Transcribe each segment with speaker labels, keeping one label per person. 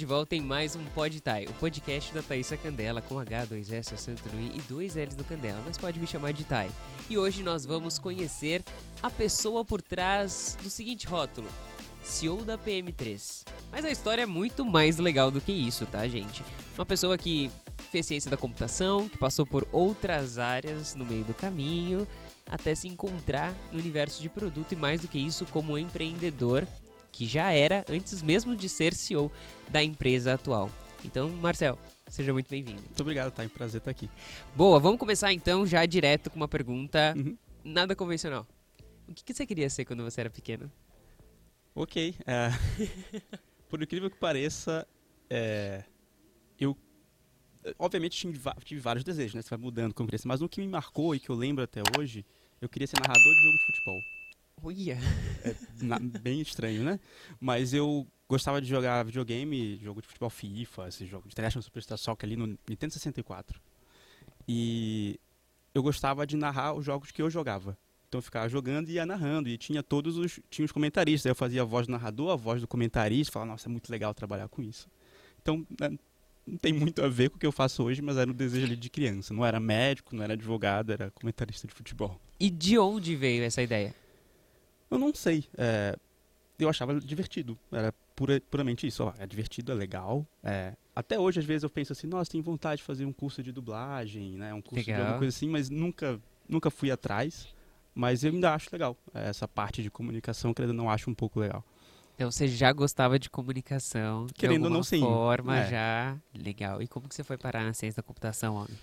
Speaker 1: de volta em mais um PodThai, o podcast da Thaísa Candela, com H2S, acento no I e 2 L's do Candela, mas pode me chamar de Thay. E hoje nós vamos conhecer a pessoa por trás do seguinte rótulo, CEO da PM3. Mas a história é muito mais legal do que isso, tá, gente? Uma pessoa que fez ciência da computação, que passou por outras áreas no meio do caminho, até se encontrar no universo de produto e mais do que isso, como empreendedor, que já era antes mesmo de ser CEO da empresa atual. Então, Marcel, seja muito bem-vindo.
Speaker 2: Muito obrigado, tá? É um prazer estar aqui.
Speaker 1: Boa, vamos começar então já direto com uma pergunta nada convencional. O que você queria ser quando você era pequeno?
Speaker 2: Ok, por incrível que pareça, eu obviamente tive vários desejos, né? Você vai mudando como criança, mas o que me marcou e que eu lembro até hoje, eu queria ser narrador de jogo de futebol.
Speaker 1: Olha!
Speaker 2: Bem estranho, né? Mas eu gostava de jogar videogame, jogo de futebol FIFA, esse jogo de International Superstar Soccer ali no Nintendo 64. E eu gostava de narrar os jogos que eu jogava. Então eu ficava jogando e ia narrando, e tinha os comentaristas. Aí eu fazia a voz do narrador, a voz do comentarista, falava, nossa, é muito legal trabalhar com isso. Então, não tem muito a ver com o que eu faço hoje, mas era um desejo ali de criança. Não era médico, não era advogado, era comentarista de futebol.
Speaker 1: E de onde veio essa ideia?
Speaker 2: Eu não sei. Eu achava divertido. Era puramente isso. Ó, é divertido, é legal. Até hoje, às vezes, eu penso assim, nossa, tenho vontade de fazer um curso de dublagem, né? Um curso de alguma coisa assim, mas nunca fui atrás. Mas eu ainda acho legal. Essa parte de comunicação, que eu não acho um pouco legal.
Speaker 1: Então você já gostava de comunicação,
Speaker 2: querendo
Speaker 1: de
Speaker 2: ou não,
Speaker 1: alguma
Speaker 2: sim.
Speaker 1: forma já. Legal. E como que você foi parar na ciência da computação, homem?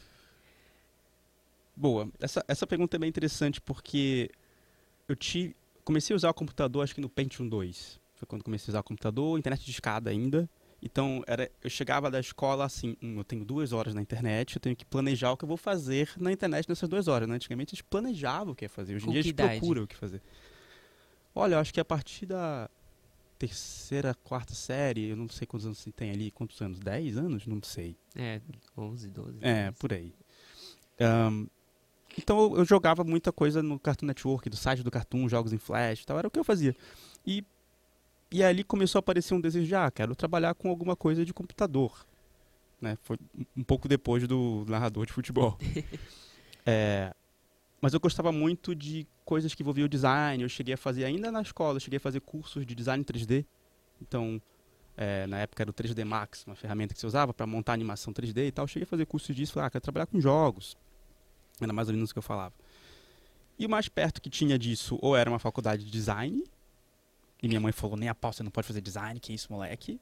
Speaker 2: Boa. Essa pergunta é bem interessante porque eu comecei a usar o computador, acho que no Pentium 2. Foi quando comecei a usar o computador, internet de escada ainda. Então, eu chegava da escola assim, eu tenho 2 horas na internet, eu tenho que planejar o que eu vou fazer na internet nessas 2 horas. Né? Antigamente a gente planejava o que ia fazer, hoje em dia a gente procura o que fazer. Olha, eu acho que a partir da 3ª, 4ª série, eu não sei quantos anos você tem ali, quantos anos? 10 anos? Não sei.
Speaker 1: 11, 12.
Speaker 2: Por aí. Então eu jogava muita coisa no Cartoon Network, do site do Cartoon, jogos em Flash e tal, era o que eu fazia. E ali começou a aparecer um desejo de, quero trabalhar com alguma coisa de computador. Né? Foi um pouco depois do narrador de futebol. Mas eu gostava muito de coisas que envolviam o design, eu cheguei a fazer, ainda na escola, eu cheguei a fazer cursos de design 3D. Então, na época era o 3D Max, uma ferramenta que você usava para montar animação 3D e tal, eu cheguei a fazer cursos disso, falei, quero trabalhar com jogos. Era mais ou menos o que eu falava. E o mais perto que tinha disso, ou era uma faculdade de design, e minha mãe falou, nem a pau, você não pode fazer design, que isso, moleque.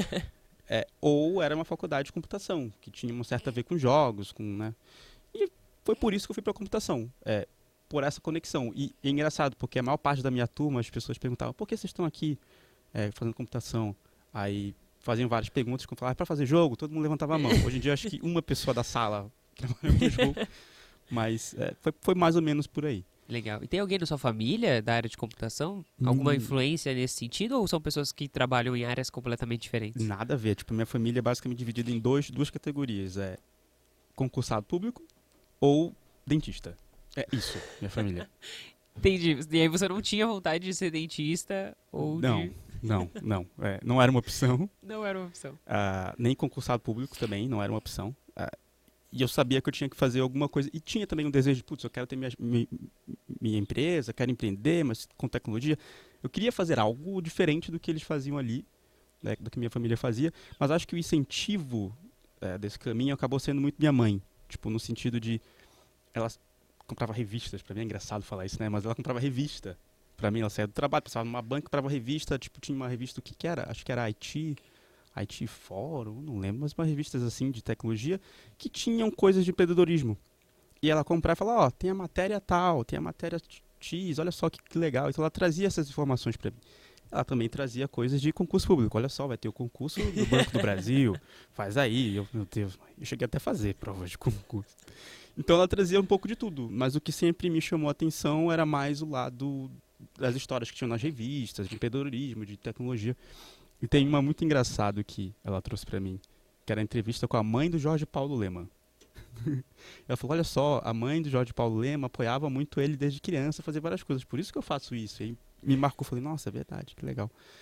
Speaker 2: Ou era uma faculdade de computação, que tinha uma certa a ver com jogos, né? E foi por isso que eu fui para computação, por essa conexão. E é engraçado, porque a maior parte da minha turma, as pessoas perguntavam, por que vocês estão aqui fazendo computação? Aí faziam várias perguntas, quando falavam, para fazer jogo, todo mundo levantava a mão. Hoje em dia, acho que uma pessoa da sala trabalha com jogo. Mas foi mais ou menos por aí.
Speaker 1: Legal. E tem alguém na sua família da área de computação? Alguma influência nesse sentido? Ou são pessoas que trabalham em áreas completamente diferentes?
Speaker 2: Nada a ver. Tipo, minha família é basicamente dividida em duas categorias. Concursado público ou dentista. É isso, minha família.
Speaker 1: Entendi. E aí você não tinha vontade de ser dentista ou
Speaker 2: Não. Não era uma opção.
Speaker 1: Não era uma opção.
Speaker 2: Nem concursado público também não era uma opção. E eu sabia que eu tinha que fazer alguma coisa. E tinha também um desejo de, putz, eu quero ter minha empresa, quero empreender, mas com tecnologia. Eu queria fazer algo diferente do que eles faziam ali, né, do que minha família fazia. Mas acho que o incentivo desse caminho acabou sendo muito minha mãe. Tipo, no sentido de... Ela comprava revistas. Pra mim é engraçado falar isso, né? Mas ela comprava revista. Pra mim, ela saía do trabalho, passava numa banca, comprava revista. Tipo, tinha uma revista, o que era? Acho que era IT Fórum, não lembro, mas umas revistas assim de tecnologia que tinham coisas de empreendedorismo. E ela comprava e falava, tem a matéria tal, tem a matéria X, olha só que legal. Então ela trazia essas informações para mim. Ela também trazia coisas de concurso público. Olha só, vai ter o concurso do Banco do Brasil, faz aí. Meu Deus, eu cheguei até a fazer provas de concurso. Então ela trazia um pouco de tudo, mas o que sempre me chamou a atenção era mais o lado das histórias que tinham nas revistas, de empreendedorismo, de tecnologia. E tem uma muito engraçada que ela trouxe pra mim, que era a entrevista com a mãe do Jorge Paulo Lemann. Ela falou, olha só, a mãe do Jorge Paulo Lemann apoiava muito ele desde criança a fazer várias coisas, por isso que eu faço isso. E aí me marcou, falei, nossa, é verdade, que legal.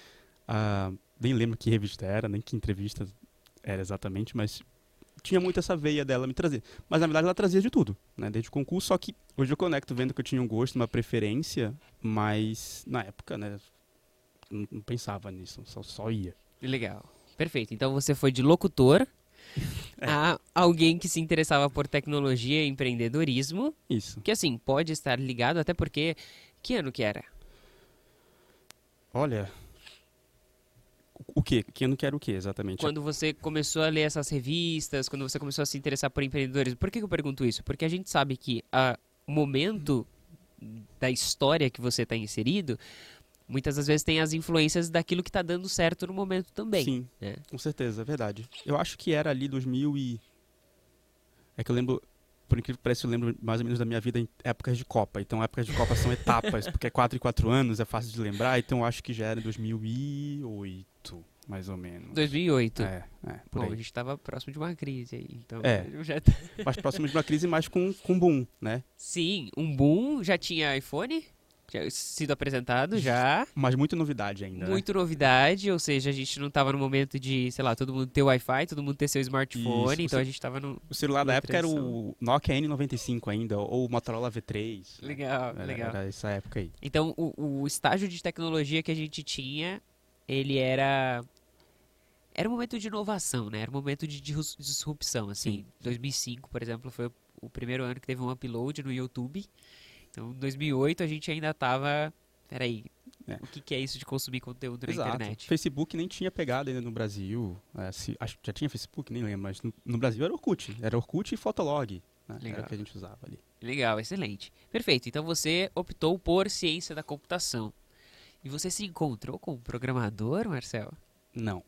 Speaker 2: Nem lembro que revista era, nem que entrevista era exatamente, mas tinha muito essa veia dela me trazer. Mas na verdade ela trazia de tudo, né? Desde o concurso, só que hoje eu conecto vendo que eu tinha um gosto, uma preferência, mas na época, né, não pensava nisso, só ia.
Speaker 1: Legal. Perfeito. Então você foi de locutor a alguém que se interessava por tecnologia e empreendedorismo,
Speaker 2: Isso.
Speaker 1: que assim, pode estar ligado, até porque... Que ano que era?
Speaker 2: Olha, o quê? Que eu não quero o quê, exatamente?
Speaker 1: Quando você começou a ler essas revistas, quando você começou a se interessar por empreendedorismo. Por que eu pergunto isso? Porque a gente sabe que o momento da história que você está inserido, muitas das vezes tem as influências daquilo que está dando certo no momento também.
Speaker 2: Sim,
Speaker 1: né?
Speaker 2: com certeza, é verdade. Eu acho que era ali 2000 e... É que eu lembro, por incrível que pareça, eu lembro mais ou menos da minha vida em épocas de Copa. Então, épocas de Copa são etapas, porque é 4 em 4 anos, é fácil de lembrar. Então, eu acho que já era em 2008, mais ou menos.
Speaker 1: 2008.
Speaker 2: Por
Speaker 1: Bom,
Speaker 2: aí.
Speaker 1: a gente estava próximo de uma crise aí, então
Speaker 2: É.
Speaker 1: eu já...
Speaker 2: Mais próximo de uma crise, mais com boom, né?
Speaker 1: Sim, um boom, já tinha iPhone, tinha sido apresentado já,
Speaker 2: Mas muita novidade ainda, né?
Speaker 1: muito novidade, ou seja, a gente não estava no momento de, sei lá, todo mundo ter Wi-Fi, todo mundo ter seu smartphone,
Speaker 2: Isso,
Speaker 1: então a gente estava no...
Speaker 2: O celular da
Speaker 1: Uma
Speaker 2: época era
Speaker 1: transição.
Speaker 2: o Nokia N95 ainda, ou o Motorola V3. né?
Speaker 1: Legal, legal.
Speaker 2: Era essa época aí.
Speaker 1: Então, o estágio de tecnologia que a gente tinha, ele era... Era um momento de inovação, né? Era um momento de disrupção, assim.
Speaker 2: Sim.
Speaker 1: 2005, por exemplo, foi o primeiro ano que teve um upload no YouTube. Então, em 2008, a gente ainda tava... Peraí, o que é isso de consumir conteúdo na
Speaker 2: Exato.
Speaker 1: internet?
Speaker 2: Facebook nem tinha pegado ainda no Brasil. Acho que já tinha Facebook, nem lembro, mas no Brasil era Orkut. Era Orkut e Fotolog. Né? Era
Speaker 1: Legal.
Speaker 2: o que a gente usava ali.
Speaker 1: Legal, excelente. Perfeito. Então, você optou por ciência da computação. E você se encontrou com um programador, Marcel?
Speaker 2: Não.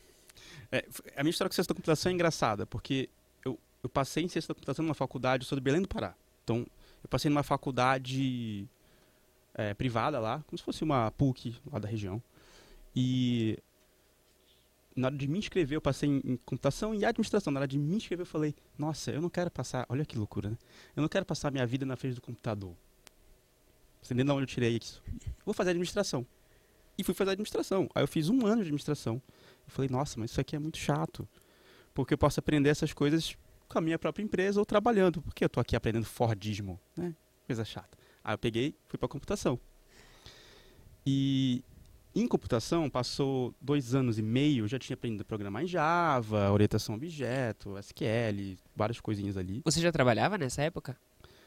Speaker 2: A minha história com ciência da computação é engraçada, porque eu passei em ciência da computação numa faculdade, eu sou de Belém do Pará. Então, eu passei numa faculdade privada lá, como se fosse uma PUC lá da região. E na hora de me inscrever, eu passei em computação e administração. Na hora de me inscrever, eu falei, nossa, eu não quero passar... Olha que loucura, né? Eu não quero passar minha vida na frente do computador. Você entende de onde eu tirei isso? Vou fazer administração. E fui fazer administração. Aí eu fiz 1 ano de administração. Eu falei, nossa, mas isso aqui é muito chato. Porque eu posso aprender essas coisas com a minha própria empresa ou trabalhando. Por que eu tô aqui aprendendo Fordismo? Né? Coisa chata. Aí eu peguei, fui para computação. E em computação, passou 2 anos e meio, eu já tinha aprendido a programar em Java, orientação a objeto, SQL, várias coisinhas ali.
Speaker 1: Você já trabalhava nessa época?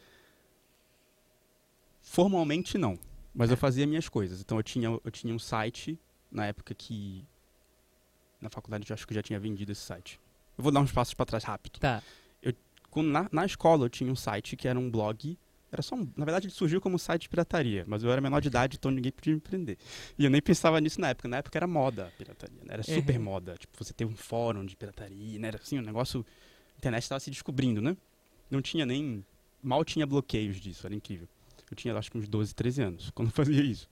Speaker 2: Formalmente não, mas eu fazia minhas coisas. Então eu tinha um site, na época que na faculdade eu acho que eu já tinha vendido esse site. Eu vou dar uns passos para trás rápido.
Speaker 1: Tá.
Speaker 2: Na escola eu tinha um site que era um blog. Na verdade ele surgiu como um site de pirataria, mas eu era menor de idade, então ninguém podia me prender. E eu nem pensava nisso na época. Na época era moda a pirataria, né? Era super moda. Tipo, você ter um fórum de pirataria, né? Era assim, um negócio... A internet estava se descobrindo, né? Não tinha nem... Mal tinha bloqueios disso, era incrível. Eu tinha, acho que uns 12, 13 anos, quando eu fazia isso.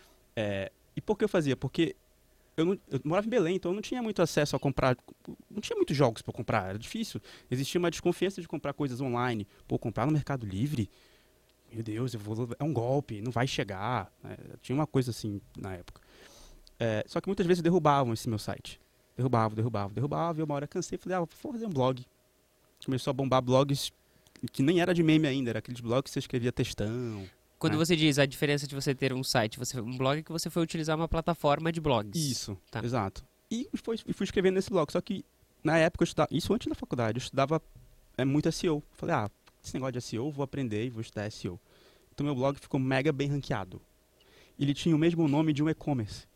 Speaker 2: E por que eu fazia? Porque eu morava em Belém, então eu não tinha muito acesso a comprar... Não tinha muitos jogos para comprar, era difícil. Existia uma desconfiança de comprar coisas online. Pô, comprar no Mercado Livre... Meu Deus, é um golpe, não vai chegar. Né? Tinha uma coisa assim na época. Só que muitas vezes derrubavam esse meu site. Derrubavam. E uma hora eu cansei e falei, vou fazer um blog. Começou a bombar blogs que nem era de meme ainda, era aqueles blogs que você escrevia textão.
Speaker 1: Quando você diz a diferença de você ter um site, um blog, que você foi utilizar uma plataforma de blogs.
Speaker 2: Isso,
Speaker 1: tá.
Speaker 2: Exato. E fui escrevendo nesse blog. Só que na época eu estudava, isso antes da faculdade, eu estudava muito SEO. Falei, esse negócio de SEO, vou aprender e vou estudar SEO. Então meu blog ficou mega bem ranqueado. Ele tinha o mesmo nome de um e-commerce.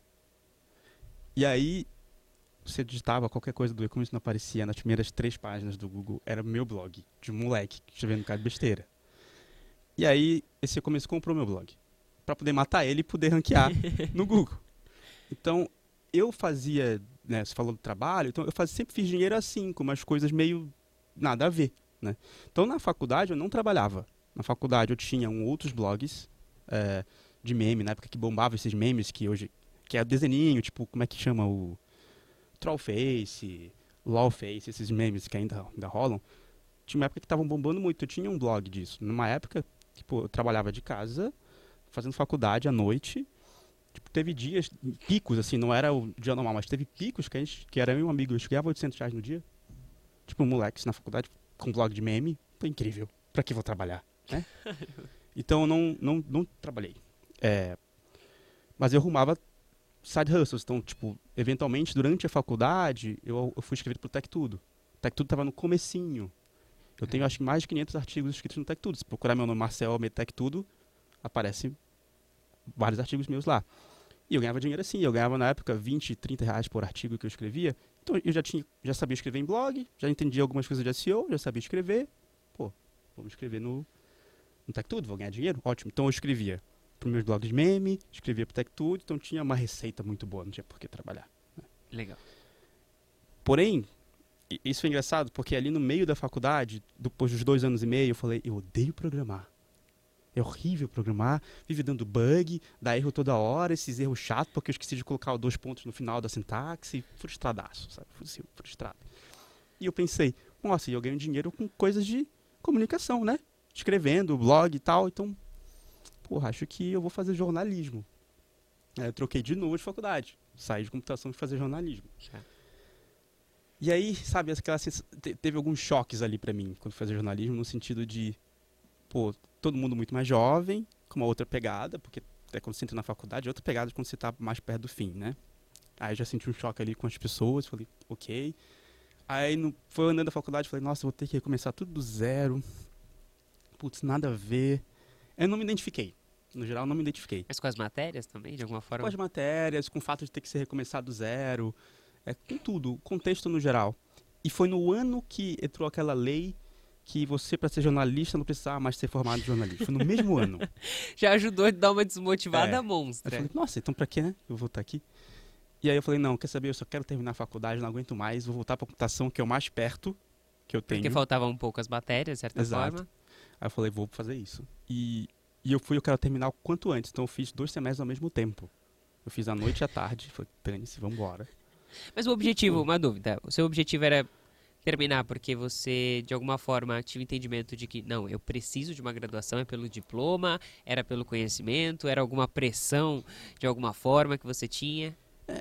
Speaker 2: E aí, você digitava qualquer coisa do e-commerce, não aparecia nas primeiras 3 páginas do Google. Era meu blog, de um moleque, escrevendo um cara de besteira. E aí, esse e-commerce comprou meu blog. Pra poder matar ele e poder ranquear no Google. Então, eu fazia, né, você falou do trabalho, então sempre fiz dinheiro assim, com umas coisas meio nada a ver. Né? Então, na faculdade, eu não trabalhava. Na faculdade, eu tinha outros blogs de meme, na época que bombava esses memes que hoje... Que é desenhinho, tipo, como é que chama o... Trollface, Lolface, esses memes que ainda rolam. Tinha uma época que estavam bombando muito. Eu tinha um blog disso. Numa época, tipo, eu trabalhava de casa, fazendo faculdade à noite. tipo, teve dias, picos, assim, não era o dia normal, mas teve picos que era eu e um amigo, a gente ganhava R$ 800 no dia. Tipo, moleques na faculdade, com blog de meme, foi incrível. Pra que vou trabalhar, né? Então, eu não trabalhei. Mas eu arrumava side hustles. Então, tipo, eventualmente, durante a faculdade, eu fui escrever pro Tech Tudo. O Tech Tudo tava no comecinho. Eu tenho, acho que, mais de 500 artigos escritos no Tech Tudo. Se procurar meu nome, Marcel Almeida Tech Tudo, aparece vários artigos meus lá. E eu ganhava dinheiro assim. Eu ganhava, na época, 20, 30 reais por artigo que eu escrevia. Então, eu já sabia escrever em blog, já entendia algumas coisas de SEO, já sabia escrever. Pô, vamos escrever no Tech Tudo, vou ganhar dinheiro? Ótimo. Então, eu escrevia para meus blogs de meme, escrevia para o Tech Tudo, então tinha uma receita muito boa, não tinha por que trabalhar. Né?
Speaker 1: Legal.
Speaker 2: Porém, isso foi engraçado, porque ali no meio da faculdade, depois dos 2 anos e meio, eu falei, eu odeio programar. É horrível programar, vive dando bug, dá erro toda hora, esses erros chatos, porque eu esqueci de colocar os 2 pontos no final da sintaxe, frustradaço, sabe? Frustrado. E eu pensei, nossa, eu ganho dinheiro com coisas de comunicação, né? Escrevendo, blog e tal, então, porra, acho que eu vou fazer jornalismo. Aí eu troquei de novo de faculdade, saí de computação e fazer jornalismo. E aí, sabe, teve alguns choques ali pra mim, quando fazia jornalismo, no sentido de, pô, todo mundo muito mais jovem, com uma outra pegada, porque até quando você entra na faculdade, é outra pegada de quando você tá mais perto do fim, né? Aí eu já senti um choque ali com as pessoas, falei, ok. Aí foi andando da faculdade, falei, nossa, vou ter que recomeçar tudo do zero. Putz, nada a ver. Eu não me identifiquei. No geral, não me identifiquei.
Speaker 1: Mas com as matérias também, de alguma forma?
Speaker 2: Com as matérias, com o fato de ter que ser recomeçado do zero, com tudo, o contexto no geral. E foi no ano que entrou aquela lei que você, para ser jornalista, não precisava mais ser formado em jornalismo. Foi no mesmo ano.
Speaker 1: Já ajudou a dar uma desmotivada
Speaker 2: Aí
Speaker 1: monstra.
Speaker 2: eu falei, nossa, então pra quê, né? Eu vou estar aqui. E aí eu falei, não, quer saber, eu só quero terminar a faculdade, não aguento mais, vou voltar pra computação, que é o mais perto que eu tenho.
Speaker 1: Porque faltavam um pouco as matérias, de certa forma.
Speaker 2: Aí eu falei, vou fazer isso. E eu quero terminar o quanto antes. Então eu fiz 2 semestres ao mesmo tempo. Eu fiz à noite e à tarde. Falei, dane-se, vambora.
Speaker 1: Mas o objetivo, uma dúvida, o seu objetivo era terminar porque você, de alguma forma, tinha o entendimento de que, não, eu preciso de uma graduação, é pelo diploma, era pelo conhecimento, era alguma pressão de alguma forma que você tinha?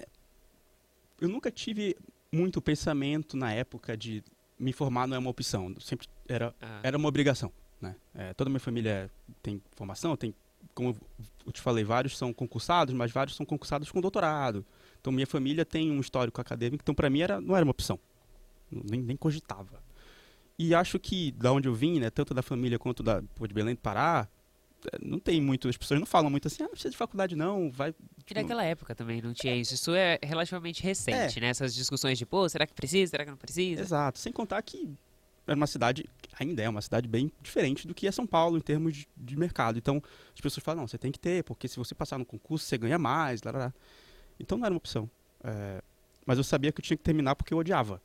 Speaker 2: Eu nunca tive muito pensamento na época de me formar não é uma opção. Sempre era uma obrigação. Né? Toda a minha família tem formação, como eu te falei, vários são concursados, mas vários são concursados com doutorado. Então minha família tem um histórico acadêmico, então para mim não era uma opção. Nem cogitava. E acho que da onde eu vim, né, tanto da família quanto de Belém do Pará, não tem muito, as pessoas não falam muito assim, não precisa de faculdade não, vai...
Speaker 1: E naquela época também não tinha isso. Isso é relativamente recente, né? Essas discussões de, pô, será que precisa, será que não precisa?
Speaker 2: Exato, sem contar que era uma cidade, ainda é uma cidade bem diferente do que é São Paulo em termos de mercado. Então, as pessoas falam, não, você tem que ter, porque se você passar no concurso, você ganha mais, lá. Então não era uma opção. Mas eu sabia que eu tinha que terminar porque eu odiava.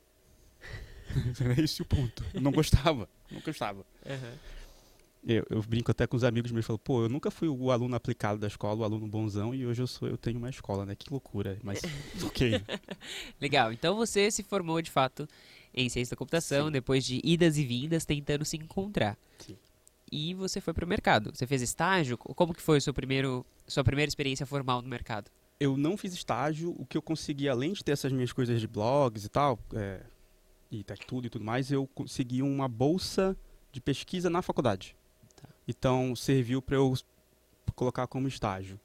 Speaker 2: Era esse o ponto. Eu não gostava.
Speaker 1: Uhum.
Speaker 2: Eu brinco até com os amigos meus, falo, pô, eu nunca fui o aluno aplicado da escola, o aluno bonzão, e hoje eu tenho uma escola, né? Que loucura, mas ok.
Speaker 1: Legal, então você se formou de fato em ciência da computação,
Speaker 2: Sim.
Speaker 1: depois de idas e vindas, tentando se encontrar.
Speaker 2: Sim.
Speaker 1: E você foi pro mercado. Você fez estágio? Como que foi sua primeira experiência formal no mercado?
Speaker 2: Eu não fiz estágio, o que eu consegui, além de ter essas minhas coisas de blogs e tal, e Tech Tudo e tudo mais, eu consegui uma bolsa de pesquisa na faculdade. Então, serviu para eu colocar como estágio.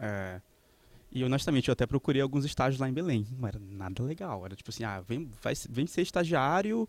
Speaker 2: E, honestamente, eu até procurei alguns estágios lá em Belém. Não era nada legal. Era tipo assim, vem ser estagiário,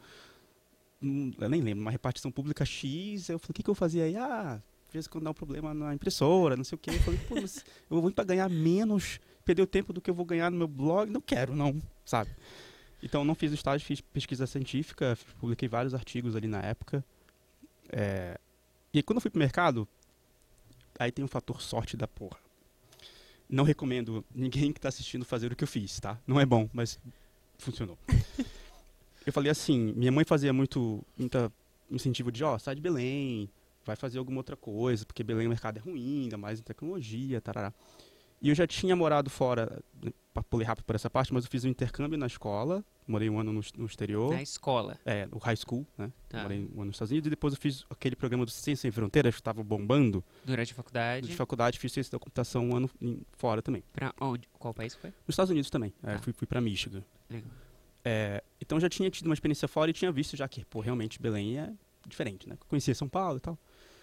Speaker 2: eu nem lembro, uma repartição pública X. Eu falei, o que eu fazia aí? Às vezes quando dá um problema na impressora, não sei o quê. Eu falei, pô, mas eu vou para ganhar menos, perder o tempo do que eu vou ganhar no meu blog? Não quero, não, sabe? Então, não fiz estágio, fiz pesquisa científica, publiquei vários artigos ali na época. E aí, quando eu fui pro mercado, aí tem um fator sorte da porra. Não recomendo ninguém que tá assistindo fazer o que eu fiz, tá? Não é bom, mas funcionou. Eu falei assim, minha mãe fazia muito incentivo de, sai de Belém, vai fazer alguma outra coisa, porque Belém o mercado é ruim, ainda mais em tecnologia, tarará. E eu já tinha morado fora, para pular rápido por essa parte, mas eu fiz um intercâmbio na escola, morei um ano no exterior.
Speaker 1: Na escola.
Speaker 2: No high school, né?
Speaker 1: Tá.
Speaker 2: Morei um ano nos Estados Unidos e depois eu fiz aquele programa do Ciência Sem Fronteiras que estava bombando.
Speaker 1: Durante a faculdade.
Speaker 2: De faculdade, fiz ciência da computação um ano fora também.
Speaker 1: Pra onde? Qual país foi?
Speaker 2: Nos Estados Unidos também.
Speaker 1: Tá.
Speaker 2: Fui para Michigan.
Speaker 1: Legal.
Speaker 2: Então já tinha tido uma experiência fora e tinha visto já que, realmente Belém é diferente, né? Conhecia São Paulo e tal.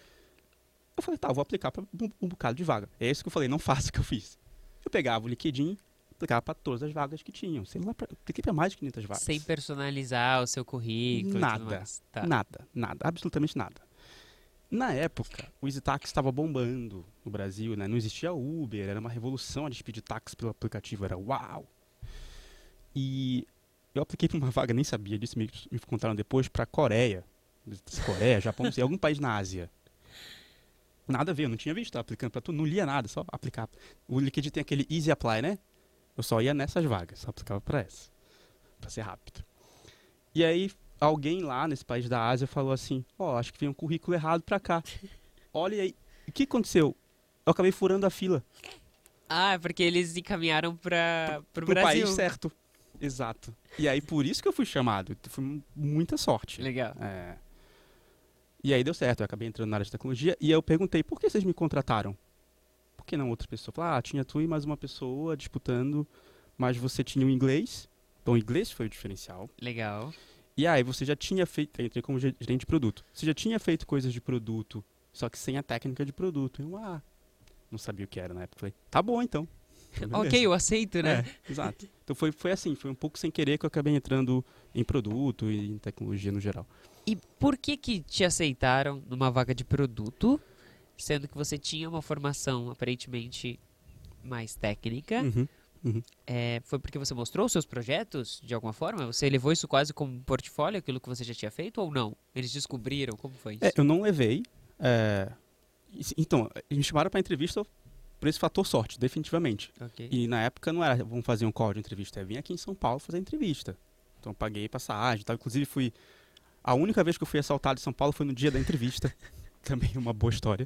Speaker 2: Eu falei, tá, vou aplicar para um bocado de vaga. É isso que eu falei, não faça o que eu fiz. Eu pegava o LinkedIn, aplicava para todas as vagas que tinham. Sei lá, apliquei para mais de 500 vagas.
Speaker 1: Sem personalizar o seu currículo e tudo mais. Tá.
Speaker 2: Nada, absolutamente nada. Na época, o EasyTax estava bombando no Brasil, né? Não existia Uber, era uma revolução a despedir táxi pelo aplicativo, era uau! E eu apliquei para uma vaga, nem sabia disso, me contaram depois, para Coreia, Japão, não sei, algum país na Ásia. Nada a ver, eu não tinha visto, estava aplicando para tudo, não lia nada, só aplicar. O LinkedIn tem aquele Easy Apply, né? Eu só ia nessas vagas, só aplicava para essa, para ser rápido. E aí, alguém lá nesse país da Ásia falou assim, acho que veio um currículo errado para cá. Olha aí, o que aconteceu? Eu acabei furando a fila.
Speaker 1: Ah, porque eles encaminharam para o
Speaker 2: Pro
Speaker 1: Brasil.
Speaker 2: país certo. Exato. E aí, por isso que eu fui chamado. Foi muita sorte.
Speaker 1: Legal.
Speaker 2: E aí deu certo, eu acabei entrando na área de tecnologia e eu perguntei, por que vocês me contrataram? Por que não outra pessoa? Falaram, tinha tu e mais uma pessoa disputando, mas você tinha o inglês, então o inglês foi o diferencial.
Speaker 1: Legal.
Speaker 2: E aí você já tinha feito, eu entrei como gerente de produto, você já tinha feito coisas de produto, só que sem a técnica de produto. Eu, não sabia o que era na época, falei, tá bom então.
Speaker 1: Ok, eu aceito, né?
Speaker 2: Exato. Então foi assim, foi um pouco sem querer que eu acabei entrando em produto e em tecnologia no geral.
Speaker 1: E por que te aceitaram numa vaga de produto, sendo que você tinha uma formação aparentemente mais técnica? Foi porque você mostrou os seus projetos de alguma forma? Você levou isso quase como um portfólio, aquilo que você já tinha feito ou não? Eles descobriram? Como foi isso?
Speaker 2: Eu não levei. Então, me chamaram para entrevista por esse fator sorte, definitivamente.
Speaker 1: Okay.
Speaker 2: E na época não era, vamos fazer um call de entrevista, eu vim aqui em São Paulo fazer entrevista. Então eu paguei passagem e tal. Inclusive a única vez que eu fui assaltado em São Paulo foi no dia da entrevista. Também uma boa história.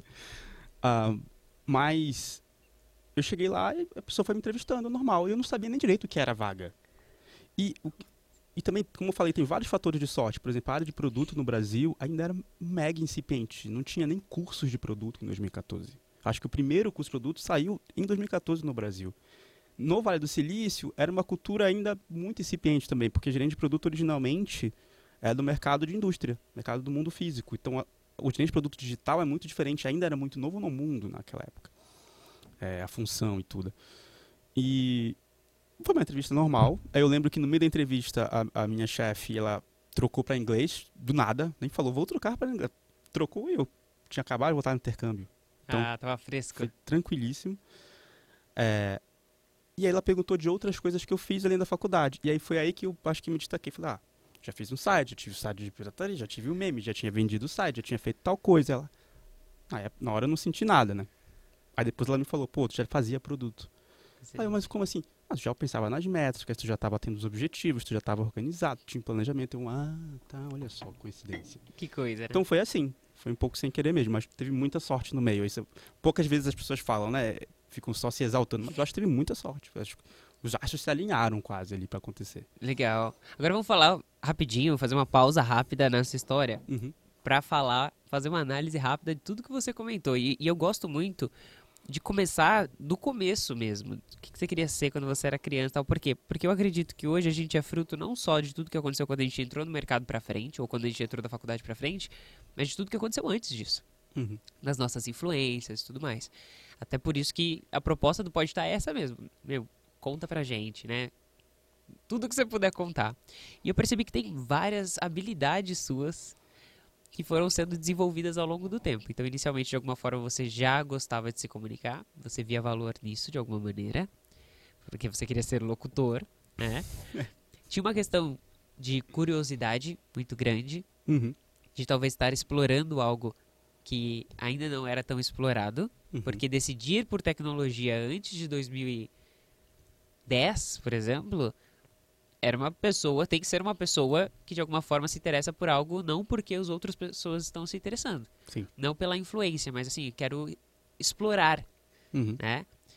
Speaker 2: Mas eu cheguei lá e a pessoa foi me entrevistando, normal. E eu não sabia nem direito o que era a vaga. E também, como eu falei, tem vários fatores de sorte. Por exemplo, a área de produto no Brasil ainda era mega incipiente. Não tinha nem cursos de produto em 2014. Acho que o primeiro curso de produto saiu em 2014 no Brasil. No Vale do Silício, era uma cultura ainda muito incipiente também, porque gerente de produto originalmente é do mercado de indústria, mercado do mundo físico. Então, o gerente de produto digital é muito diferente, ainda era muito novo no mundo naquela época. A função e tudo. E foi uma entrevista normal. Aí eu lembro que no meio da entrevista, a minha chefe, ela trocou para inglês, do nada, nem falou, vou trocar para inglês. Trocou e eu tinha acabado de voltar no intercâmbio. Então,
Speaker 1: tava fresco.
Speaker 2: Foi tranquilíssimo. E aí ela perguntou de outras coisas que eu fiz além da faculdade. E aí foi aí que eu acho que me destaquei. Falei, já fiz um site, já tive o site de pirataria, já tive o meme, já tinha vendido o site, já tinha feito tal coisa. Ela, na hora eu não senti nada, né? Aí depois ela me falou, tu já fazia produto. Aí eu, mas como assim? Tu já pensava nas métricas, tu já estava tendo os objetivos, tu já estava organizado, tinha um planejamento. Eu, tá, olha só, coincidência.
Speaker 1: Que coisa, né?
Speaker 2: Então foi assim. Foi um pouco sem querer mesmo, mas teve muita sorte no meio. Poucas vezes as pessoas falam, né? Ficam só se exaltando, mas eu acho que teve muita sorte. Os astros se alinharam quase ali para acontecer.
Speaker 1: Legal. Agora vamos falar rapidinho, fazer uma pausa rápida nessa história, para fazer uma análise rápida de tudo que você comentou. E eu gosto muito de começar do começo mesmo. O que você queria ser quando você era criança e tal. Por quê? Porque eu acredito que hoje a gente é fruto não só de tudo que aconteceu quando a gente entrou no mercado pra frente, ou quando a gente entrou da faculdade pra frente, mas de tudo que aconteceu antes disso. Das nossas influências e tudo mais. Até por isso que a proposta do Pode Estar é essa mesmo. Conta pra gente, né? Tudo que você puder contar. E eu percebi que tem várias habilidades suas que foram sendo desenvolvidas ao longo do tempo. Então, inicialmente, de alguma forma, você já gostava de se comunicar, você via valor nisso, de alguma maneira, porque você queria ser locutor, né? Tinha uma questão de curiosidade muito grande, de talvez estar explorando algo que ainda não era tão explorado, porque decidir por tecnologia antes de 2010, por exemplo, tem que ser uma pessoa que de alguma forma se interessa por algo, não porque as outras pessoas estão se interessando.
Speaker 2: Sim.
Speaker 1: Não pela influência, mas assim, quero explorar, né?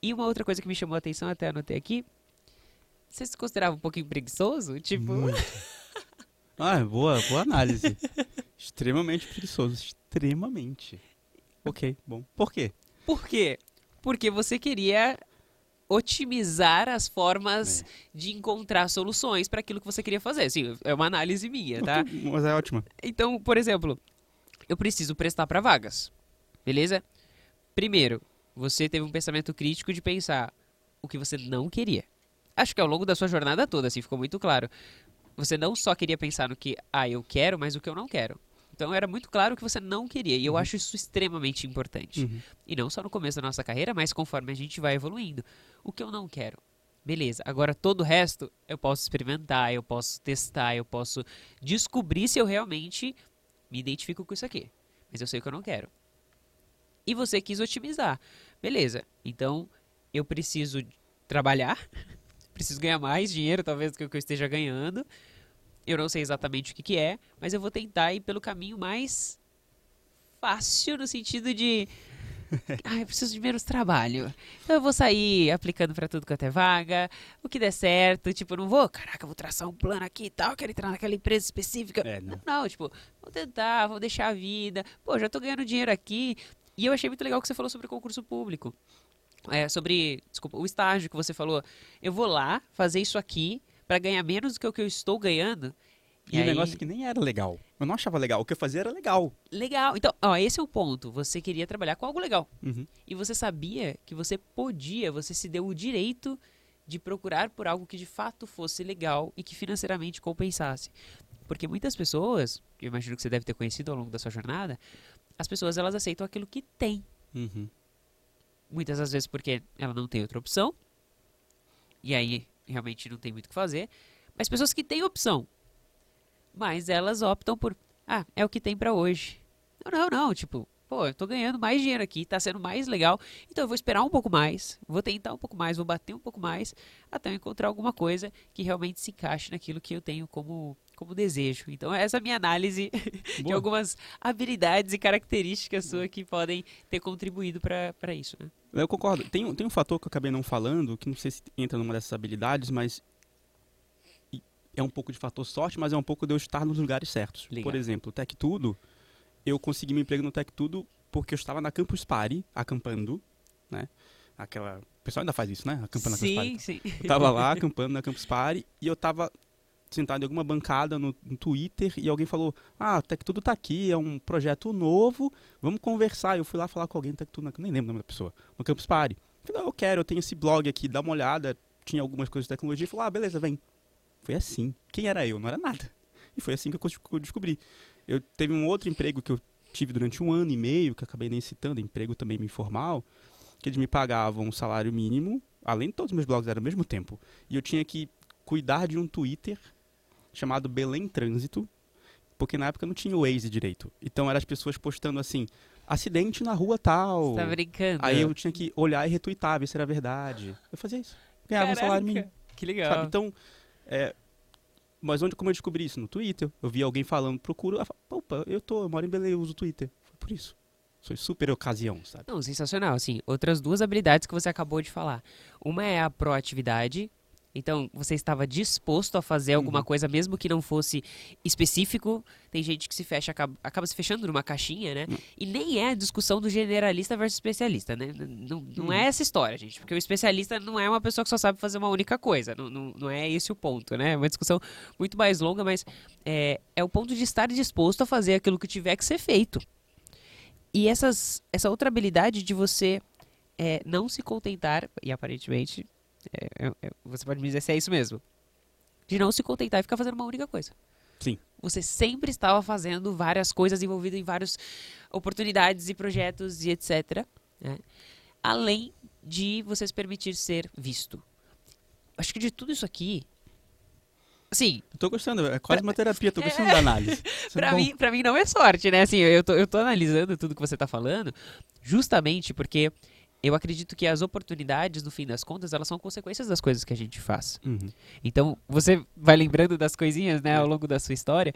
Speaker 1: E uma outra coisa que me chamou a atenção, até anotei aqui, você se considerava um pouquinho preguiçoso? Tipo...
Speaker 2: Muito. Ah, boa análise. Extremamente preguiçoso, extremamente. Ok, bom. Por quê?
Speaker 1: Por quê? Porque você queria otimizar as formas de encontrar soluções para aquilo que você queria fazer. Assim, é uma análise minha, tá?
Speaker 2: Mas é ótima.
Speaker 1: Então, por exemplo, eu preciso prestar para vagas, beleza? Primeiro, você teve um pensamento crítico de pensar o que você não queria. Acho que ao longo da sua jornada toda, assim, ficou muito claro. Você não só queria pensar no que, eu quero, mas o que eu não quero. Então era muito claro o que você não queria. E eu acho isso extremamente importante. E não só no começo da nossa carreira, mas conforme a gente vai evoluindo. O que eu não quero. Beleza, agora todo o resto eu posso experimentar, eu posso testar, eu posso descobrir se eu realmente me identifico com isso aqui. Mas eu sei o que eu não quero. E você quis otimizar. Beleza, então eu preciso trabalhar, preciso ganhar mais dinheiro talvez do que eu esteja ganhando. Eu não sei exatamente o que é, mas eu vou tentar ir pelo caminho mais fácil no sentido de... eu preciso de menos trabalho. Então eu vou sair aplicando pra tudo quanto é vaga, o que der certo, tipo, eu não vou, vou traçar um plano aqui e tal, quero entrar naquela empresa específica. Não, tipo, vou tentar, vou deixar a vida. Pô, já tô ganhando dinheiro aqui. E eu achei muito legal o que você falou sobre concurso público. Desculpa, o estágio que você falou. Eu vou lá fazer isso aqui pra ganhar menos do que o que eu estou ganhando.
Speaker 2: E o negócio que nem era legal. Eu não achava legal. O que eu fazia era legal.
Speaker 1: Legal. Então, esse é o ponto. Você queria trabalhar com algo legal. E você sabia que você podia, você se deu o direito de procurar por algo que de fato fosse legal e que financeiramente compensasse. Porque muitas pessoas, que eu imagino que você deve ter conhecido ao longo da sua jornada, as pessoas elas aceitam aquilo que tem. Muitas das vezes porque ela não tem outra opção. E aí realmente não tem muito o que fazer. Mas pessoas que têm opção, mas elas optam por, é o que tem pra hoje. Não, tipo, eu tô ganhando mais dinheiro aqui, tá sendo mais legal, então eu vou esperar um pouco mais, vou tentar um pouco mais, vou bater um pouco mais, até eu encontrar alguma coisa que realmente se encaixe naquilo que eu tenho como desejo. Então essa é a minha análise de algumas habilidades e características suas que podem ter contribuído pra isso, né?
Speaker 2: Eu concordo. Tem um fator que eu acabei não falando, que não sei se entra numa dessas habilidades, mas é um pouco de fator sorte, mas é um pouco de eu estar nos lugares certos. Legal. Por exemplo, o Tech Tudo, eu consegui meu emprego no Tech Tudo porque eu estava na Campus Party, acampando, né? O pessoal ainda faz isso, né? Acampando na Campus Party.
Speaker 1: Sim.
Speaker 2: Eu estava lá acampando na Campus Party e eu estava sentado em alguma bancada no Twitter e alguém falou, o Tech Tudo tá aqui, é um projeto novo, vamos conversar. Eu fui lá falar com alguém do Tech Tudo, nem lembro o nome da pessoa, no Campus Party. Eu falei, eu tenho esse blog aqui, dá uma olhada, tinha algumas coisas de tecnologia, e falou, beleza, vem. Foi assim. Quem era eu? Não era nada. E foi assim que eu descobri. Eu teve um outro emprego que eu tive durante 1 ano e meio, que eu acabei nem citando, emprego também informal, que eles me pagavam um salário mínimo, além de todos os meus blogs, era ao mesmo tempo. E eu tinha que cuidar de um Twitter chamado Belém Trânsito, porque na época não tinha o Waze direito. Então eram as pessoas postando assim, acidente na rua tal.
Speaker 1: Você tá brincando?
Speaker 2: Aí eu tinha que olhar e retweetar, ver se era verdade. Eu fazia isso. Ganhava um salário mínimo.
Speaker 1: Que legal.
Speaker 2: Sabe? Então, mas como eu descobri isso? No Twitter. Eu vi alguém falando, procuro. Eu moro em Belém, eu uso o Twitter. Foi por isso. Foi super ocasião, sabe?
Speaker 1: Não, sensacional. Assim, outras 2 habilidades que você acabou de falar. Uma é a proatividade. Então, você estava disposto a fazer alguma coisa, mesmo que não fosse específico. Tem gente que se fecha, acaba se fechando numa caixinha, né? E nem é a discussão do generalista versus especialista, né? Não é essa história, gente. Porque o especialista não é uma pessoa que só sabe fazer uma única coisa. Não é esse o ponto, né? É uma discussão muito mais longa, mas é o ponto de estar disposto a fazer aquilo que tiver que ser feito. E essa outra habilidade de você não se contentar, e aparentemente... você pode me dizer se é isso mesmo. De não se contentar e ficar fazendo uma única coisa.
Speaker 2: Sim.
Speaker 1: Você sempre estava fazendo várias coisas, envolvido em várias oportunidades e projetos e etc. Né? Além de você se permitir ser visto. Acho que de tudo isso aqui... Assim...
Speaker 2: Eu tô gostando, é quase uma terapia, tô gostando da análise.
Speaker 1: Pra mim não é sorte, né? Assim, eu tô analisando tudo que você tá falando justamente porque... Eu acredito que as oportunidades, no fim das contas, elas são consequências das coisas que a gente faz. Então, você vai lembrando das coisinhas, né, ao longo da sua história.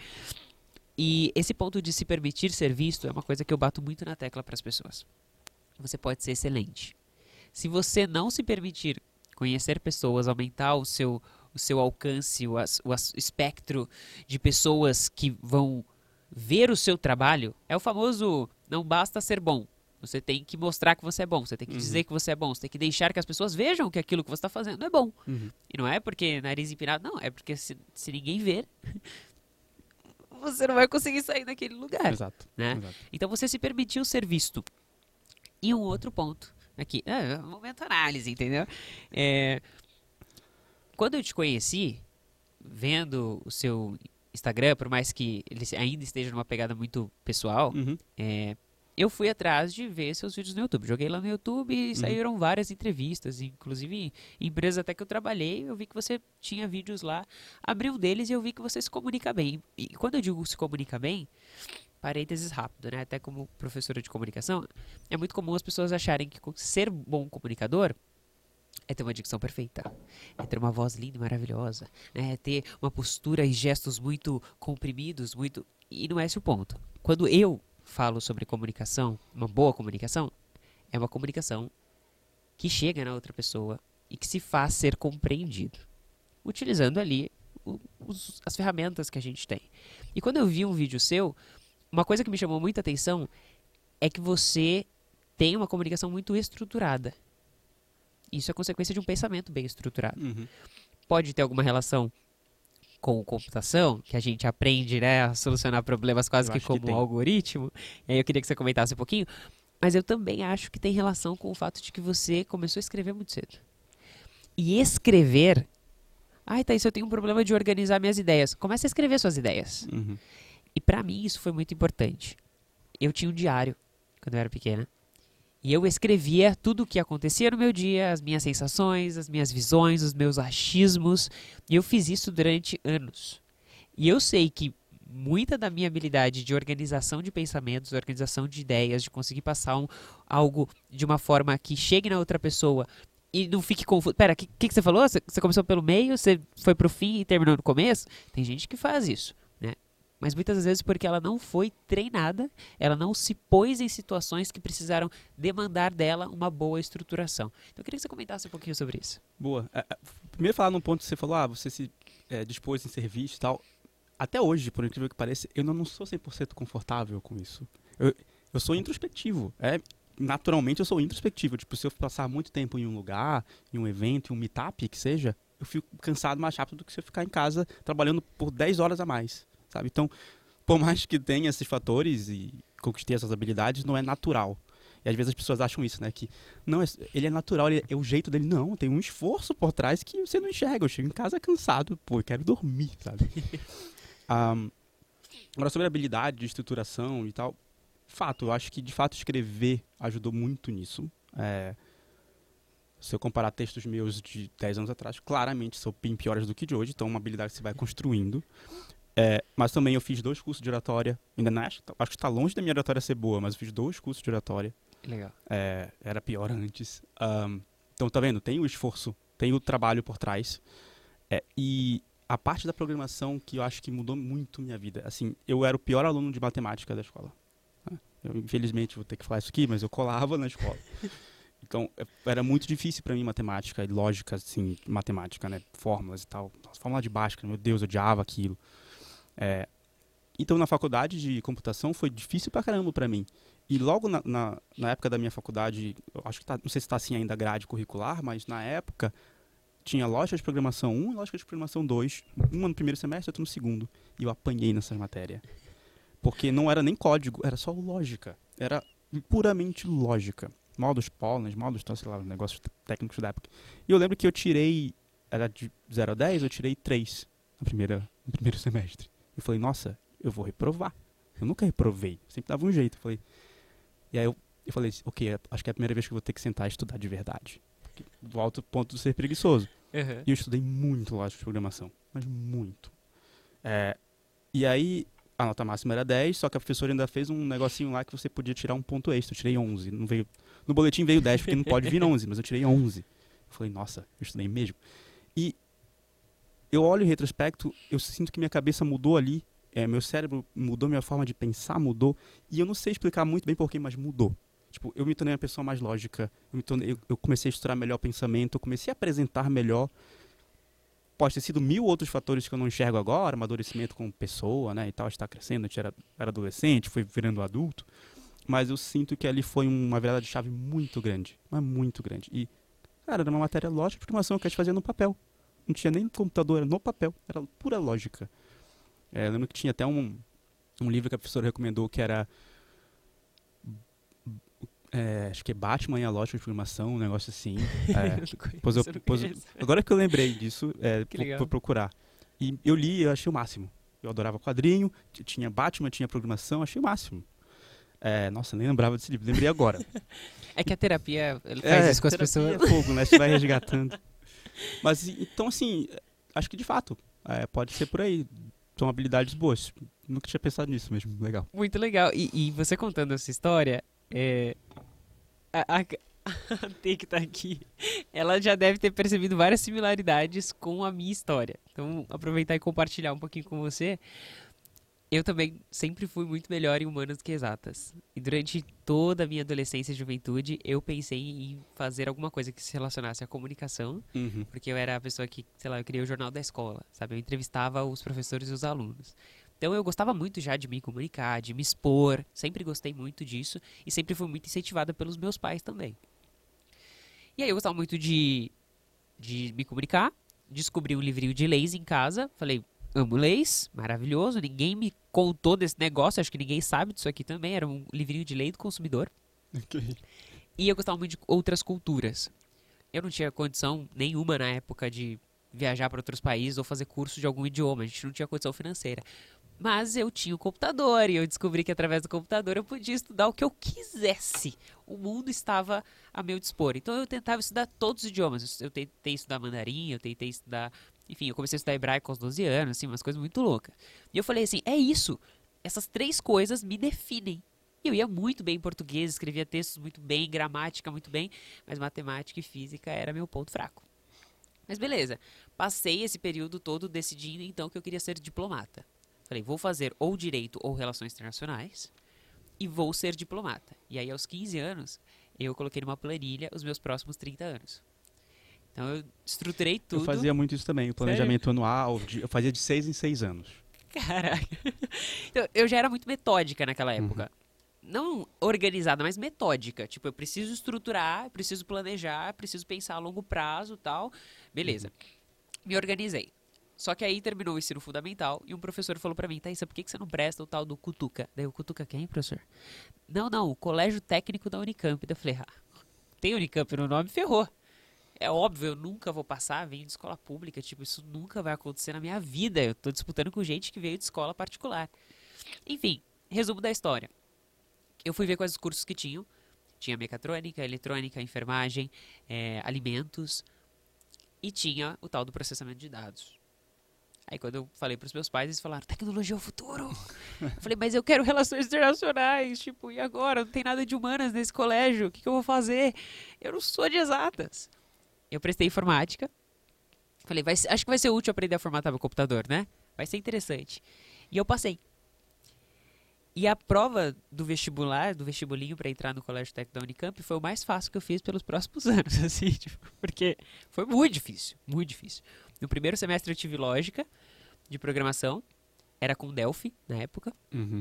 Speaker 1: E esse ponto de se permitir ser visto é uma coisa que eu bato muito na tecla para as pessoas. Você pode ser excelente. Se você não se permitir conhecer pessoas, aumentar o seu alcance, o espectro de pessoas que vão ver o seu trabalho, é o famoso não basta ser bom. Você tem que mostrar que você é bom, você tem que dizer que você é bom, você tem que deixar que as pessoas vejam que aquilo que você está fazendo é bom. E não é porque nariz empinado, não, é porque se ninguém ver, você não vai conseguir sair daquele lugar.
Speaker 2: Exato.
Speaker 1: Né?
Speaker 2: Exato.
Speaker 1: Então você se permitiu ser visto. E um outro ponto aqui, momento análise, entendeu? Quando eu te conheci, vendo o seu Instagram, por mais que ele ainda esteja numa pegada muito pessoal, eu fui atrás de ver seus vídeos no YouTube. Joguei lá no YouTube e saíram várias entrevistas, inclusive em empresas até que eu trabalhei, eu vi que você tinha vídeos lá, abri um deles e eu vi que você se comunica bem. E quando eu digo se comunica bem, parênteses rápido, né? Até como professora de comunicação, é muito comum as pessoas acharem que ser bom comunicador é ter uma dicção perfeita, é ter uma voz linda e maravilhosa, né? É ter uma postura e gestos muito comprimidos, muito... E não é esse o ponto. Quando eu falo sobre comunicação, uma boa comunicação, é uma comunicação que chega na outra pessoa e que se faz ser compreendido, utilizando ali as ferramentas que a gente tem. E quando eu vi um vídeo seu, uma coisa que me chamou muita atenção é que você tem uma comunicação muito estruturada. Isso é consequência de um pensamento bem estruturado. Pode ter alguma relação com computação, que a gente aprende, né, a solucionar problemas quase que como um algoritmo. E aí eu queria que você comentasse um pouquinho. Mas eu também acho que tem relação com o fato de que você começou a escrever muito cedo. E escrever... Ai, Thaís, eu tenho um problema de organizar minhas ideias. Comece a escrever suas ideias. E pra mim isso foi muito importante. Eu tinha um diário quando eu era pequena. E eu escrevia tudo o que acontecia no meu dia, as minhas sensações, as minhas visões, os meus achismos. E eu fiz isso durante anos. E eu sei que muita da minha habilidade de organização de pensamentos, organização de ideias, de conseguir passar algo de uma forma que chegue na outra pessoa e não fique confuso. Pera, o que você falou? Você começou pelo meio, você foi pro fim e terminou no começo? Tem gente que faz isso, né? Mas muitas vezes porque ela não foi treinada, ela não se pôs em situações que precisaram demandar dela uma boa estruturação. Então eu queria que você comentasse um pouquinho sobre isso.
Speaker 2: Boa. Primeiro falar num ponto que você falou, você se dispôs em serviço e tal. Até hoje, por incrível que pareça, eu não sou 100% confortável com isso. Eu sou introspectivo. Naturalmente eu sou introspectivo. Tipo, se eu passar muito tempo em um lugar, em um evento, em um meetup, que seja, eu fico cansado mais rápido do que se eu ficar em casa trabalhando por 10 horas a mais. Sabe? Então, por mais que tenha esses fatores e conquistei essas habilidades, não é natural. E às vezes as pessoas acham isso, né? Que não, ele é natural, é o jeito dele. Não, tem um esforço por trás que você não enxerga. Eu chego em casa cansado, eu quero dormir, sabe? Agora, sobre a habilidade de estruturação e tal, eu acho que de fato escrever ajudou muito nisso. Se eu comparar textos meus de 10 anos atrás, claramente são bem piores do que de hoje, então é uma habilidade que você vai construindo. Mas também eu fiz 2 cursos de oratória. Ainda não acho que está longe da minha oratória ser boa, mas eu fiz 2 cursos de oratória.
Speaker 1: Legal.
Speaker 2: Era pior antes. Então, tá vendo? Tem o esforço, tem o trabalho por trás. E a parte da programação que eu acho que mudou muito minha vida. Assim, eu era o pior aluno de matemática da escola. Eu, infelizmente, vou ter que falar isso aqui, mas eu colava na escola. Então, era muito difícil para mim matemática e lógica, assim, matemática, né? Fórmulas e tal. Fórmula de Bhaskara, meu Deus, eu odiava aquilo. Então, na faculdade de computação foi difícil pra caramba pra mim. E logo na época da minha faculdade, eu acho que não sei se está assim ainda grade curricular, mas na época tinha lógica de programação 1 e lógica de programação 2, uma no primeiro semestre, outra no segundo. E eu apanhei nessa matéria. Porque não era nem código, era só lógica. Era puramente lógica. Módulos Pollens, módulos, sei lá, negócios técnicos da época. E eu lembro que eu tirei, era de 0 a 10, eu tirei 3 no primeiro semestre. Eu falei, nossa, eu vou reprovar. Eu nunca reprovei, sempre dava um jeito. E aí eu falei, ok, acho que é a primeira vez que eu vou ter que sentar e estudar de verdade. Do alto ponto de ser preguiçoso.
Speaker 1: Uhum.
Speaker 2: E eu estudei muito lógica de programação, mas muito. E aí, a nota máxima era 10, só que a professora ainda fez um negocinho lá que você podia tirar um ponto extra. Eu tirei 11. Não veio, no boletim veio 10, porque não pode vir 11, mas eu tirei 11. Eu falei, nossa, eu estudei mesmo. E eu olho em retrospecto, eu sinto que minha cabeça mudou ali, meu cérebro mudou, minha forma de pensar mudou, e eu não sei explicar muito bem porquê, mas mudou. Tipo, eu me tornei uma pessoa mais lógica, eu comecei a estudar melhor pensamento, eu comecei a apresentar melhor. Pode ter sido 1000 outros fatores que eu não enxergo agora, amadurecimento como pessoa, né, e tal, está crescendo, a gente era adolescente, foi virando adulto, mas eu sinto que ali foi uma virada de chave muito grande, mas muito grande. E, cara, era uma matéria lógica de programação que a gente fazia no papel. Não tinha nem computador, era no papel, era pura lógica. Eu lembro que tinha até um livro que a professora recomendou que era acho que é Batman e a Lógica de Programação, um negócio assim. Agora que eu lembrei disso, vou procurar. E eu li, eu achei o máximo. Eu adorava quadrinho, tinha Batman, tinha programação, achei o máximo. Nossa, nem lembrava desse livro, lembrei agora.
Speaker 1: É que a terapia ele faz isso com as pessoas.
Speaker 2: É fogo, né? Você vai resgatando. Mas, então, assim, acho que de fato, pode ser por aí. São habilidades boas. Nunca tinha pensado nisso mesmo, legal.
Speaker 1: Muito legal. E você contando essa história, a T que tá aqui, ela já deve ter percebido várias similaridades com a minha história. Então, aproveitar e compartilhar um pouquinho com você. Eu também sempre fui muito melhor em humanas do que exatas. E durante toda a minha adolescência e juventude, eu pensei em fazer alguma coisa que se relacionasse à comunicação, porque eu era a pessoa que, sei lá, eu criei o jornal da escola, sabe? Eu entrevistava os professores e os alunos. Então eu gostava muito já de me comunicar, de me expor, sempre gostei muito disso e sempre fui muito incentivada pelos meus pais também. E aí eu gostava muito de me comunicar, descobri um livrinho de leis em casa, falei, amo leis, maravilhoso, ninguém me contou desse negócio, acho que ninguém sabe disso aqui também, era um livrinho de lei do consumidor.
Speaker 2: Okay.
Speaker 1: E eu gostava muito de outras culturas. Eu não tinha condição nenhuma na época de viajar para outros países ou fazer curso de algum idioma, a gente não tinha condição financeira. Mas eu tinha o computador e eu descobri que através do computador eu podia estudar o que eu quisesse. O mundo estava a meu dispor. Então eu tentava estudar todos os idiomas. Eu tentei estudar mandarim, eu tentei estudar... Enfim, eu comecei a estudar hebraico aos 12 anos, assim, umas coisas muito loucas. E eu falei assim, é isso. Essas 3 coisas me definem. E eu ia muito bem em português, escrevia textos muito bem, gramática muito bem, mas matemática e física era meu ponto fraco. Mas beleza, passei esse período todo decidindo então que eu queria ser diplomata. Falei, vou fazer ou Direito ou Relações Internacionais e vou ser diplomata. E aí, aos 15 anos, eu coloquei numa planilha os meus próximos 30 anos. Então, eu estruturei tudo.
Speaker 2: Eu fazia muito isso também, o planejamento anual, eu fazia de 6 em 6 anos.
Speaker 1: Caraca. Então, eu já era muito metódica naquela época. Não organizada, mas metódica. Tipo, eu preciso estruturar, preciso planejar, preciso pensar a longo prazo e tal. Beleza. Me organizei. Só que aí terminou o ensino fundamental e um professor falou pra mim, Thaísa, por que você não presta o tal do Cutuca? Daí eu, Cutuca quem, professor? Não, o Colégio Técnico da Unicamp. Daí eu falei, tem Unicamp no nome? Ferrou. É óbvio, eu nunca vou passar, venho de escola pública, tipo, isso nunca vai acontecer na minha vida. Eu tô disputando com gente que veio de escola particular. Enfim, resumo da história. Eu fui ver quais os cursos que tinham. Tinha mecatrônica, eletrônica, enfermagem, alimentos e tinha o tal do processamento de dados. Aí quando eu falei pros meus pais, eles falaram, tecnologia é o futuro. Eu falei, mas eu quero relações internacionais, tipo, e agora? Não tem nada de humanas nesse colégio, o que eu vou fazer? Eu não sou de exatas. Eu prestei informática, falei, acho que vai ser útil aprender a formatar meu computador, né? Vai ser interessante. E eu passei. E a prova do vestibular, do vestibulinho para entrar no Colégio Técnico da Unicamp, foi o mais fácil que eu fiz pelos próximos anos, assim, tipo, porque foi muito difícil, muito difícil. No primeiro semestre eu tive lógica de programação, era com Delphi na época,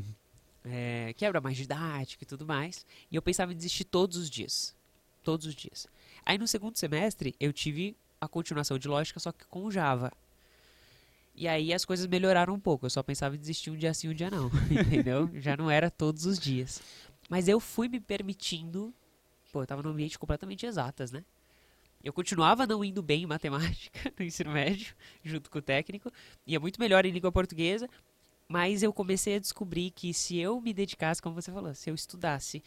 Speaker 1: que era mais didático e tudo mais, e eu pensava em desistir todos os dias. Aí no segundo semestre eu tive a continuação de lógica, só que com Java. E aí as coisas melhoraram um pouco, eu só pensava em desistir um dia sim, um dia não, entendeu? Já não era todos os dias. Mas eu fui me permitindo, eu tava num ambiente completamente exatas, né? Eu continuava não indo bem em matemática no ensino médio, junto com o técnico, ia muito melhor em língua portuguesa, mas eu comecei a descobrir que se eu me dedicasse, como você falou, se eu estudasse,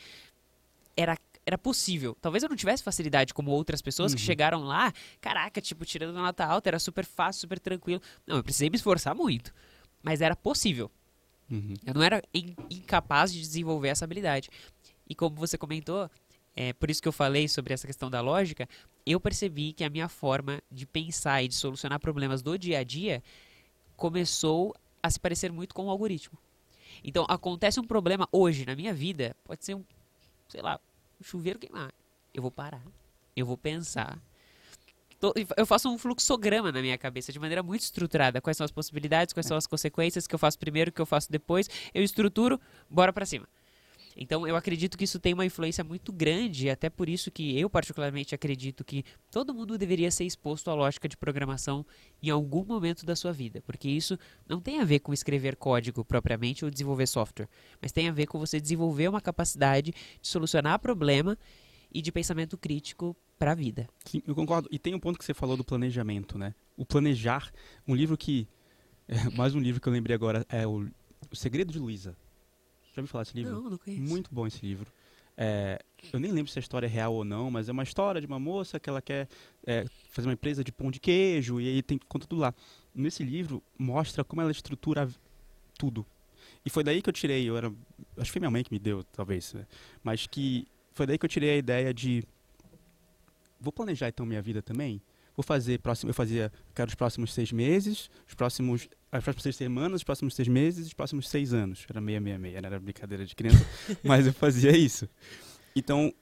Speaker 1: era possível. Talvez eu não tivesse facilidade como outras pessoas que chegaram lá, caraca, tipo, tirando nota alta, era super fácil, super tranquilo. Não, eu precisei me esforçar muito, mas era possível. Eu não era incapaz de desenvolver essa habilidade. E como você comentou, por isso que eu falei sobre essa questão da lógica, eu percebi que a minha forma de pensar e de solucionar problemas do dia a dia começou a se parecer muito com o algoritmo. Então, acontece um problema hoje na minha vida, pode ser sei lá, o chuveiro queimar, eu vou parar, eu vou pensar. Eu faço um fluxograma na minha cabeça de maneira muito estruturada. Quais são as possibilidades, quais são as consequências, o que eu faço primeiro, o que eu faço depois. Eu estruturo, bora pra cima. Então, eu acredito que isso tem uma influência muito grande, até por isso que eu particularmente acredito que todo mundo deveria ser exposto à lógica de programação em algum momento da sua vida, porque isso não tem a ver com escrever código propriamente ou desenvolver software, mas tem a ver com você desenvolver uma capacidade de solucionar problema e de pensamento crítico para a vida.
Speaker 2: Sim, eu concordo. E tem um ponto que você falou do planejamento, né? O planejar, um livro que... mais um livro que eu lembrei agora é o Segredo de Luísa. Já ouviu falar desse livro?
Speaker 1: Não conheço.
Speaker 2: Muito bom esse livro. Eu nem lembro se a história é real ou não, mas é uma história de uma moça que ela quer fazer uma empresa de pão de queijo e aí conta tudo lá. Nesse livro mostra como ela estrutura tudo. E foi daí que eu tirei, acho que foi minha mãe que me deu, talvez, né? Mas que foi daí que eu tirei a ideia de vou planejar então minha vida também. Vou fazer quero os próximos 6 meses, as próximas 6 semanas, os próximos 6 meses, os próximos 6 anos. Era 666, era brincadeira de criança, mas eu fazia isso. Então,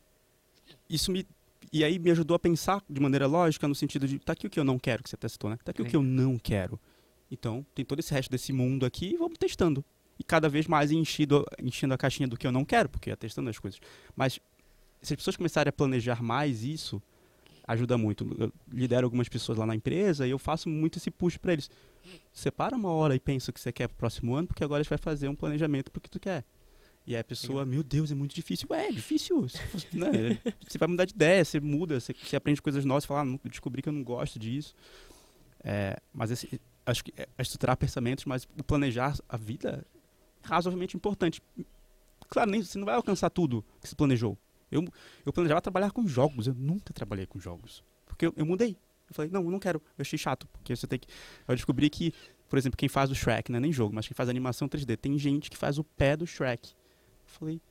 Speaker 2: e aí me ajudou a pensar de maneira lógica no sentido de, tá aqui o que eu não quero, que você até citou, né? Tá aqui o que eu não quero. Então, tem todo esse resto desse mundo aqui e vamos testando. E cada vez mais enchendo a caixinha do que eu não quero, porque é testando as coisas. Mas se as pessoas começarem a planejar mais isso, ajuda muito. Eu lidero algumas pessoas lá na empresa e eu faço muito esse push para eles. Separa uma hora e pensa o que você quer pro próximo ano, porque agora a gente vai fazer um planejamento pro que tu quer. E aí a pessoa, meu Deus, é muito difícil. É difícil. Né? Você vai mudar de ideia, você muda, você aprende coisas novas, você fala, descobri que eu não gosto disso. Mas acho que é estruturar pensamentos, mas o planejar a vida é razoavelmente importante. Claro, você não vai alcançar tudo que você planejou. Eu planejava trabalhar com jogos, eu nunca trabalhei com jogos. Porque eu mudei. Eu falei, não quero, eu achei chato. Porque você tem que... Eu descobri que, por exemplo, quem faz o Shrek, não é nem jogo, mas quem faz animação 3D, tem gente que faz o pé do Shrek. Eu falei,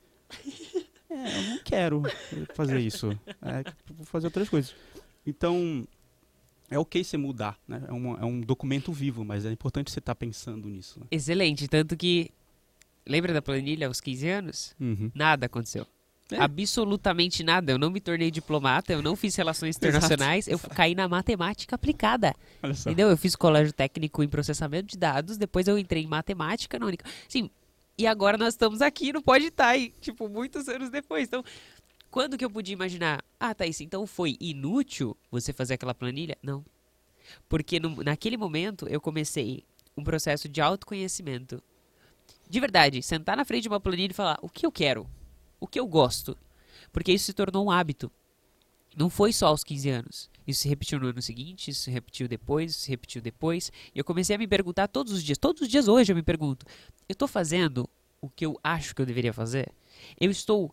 Speaker 2: eu não quero fazer isso. Vou fazer outras coisas. Então, é ok você mudar, né? É um documento vivo, mas é importante você estar pensando nisso. Né?
Speaker 1: Excelente, tanto que... Lembra da planilha aos 15 anos?
Speaker 2: Uhum.
Speaker 1: Nada aconteceu. Absolutamente nada. Eu não me tornei diplomata, eu não fiz relações internacionais, eu caí na matemática aplicada.
Speaker 2: Olha só.
Speaker 1: Entendeu? Eu fiz colégio técnico em processamento de dados, depois eu entrei em matemática na Unica. Sim, e agora nós estamos aqui no PodTai, tipo, muitos anos depois. Então, quando que eu podia imaginar? Thaís, então foi inútil você fazer aquela planilha? Não. Porque naquele momento eu comecei um processo de autoconhecimento. De verdade, sentar na frente de uma planilha e falar o que eu quero. O que eu gosto. Porque isso se tornou um hábito. Não foi só aos 15 anos. Isso se repetiu no ano seguinte, isso se repetiu depois, isso se repetiu depois. E eu comecei a me perguntar todos os dias. Todos os dias hoje eu me pergunto. Eu estou fazendo o que eu acho que eu deveria fazer? Eu estou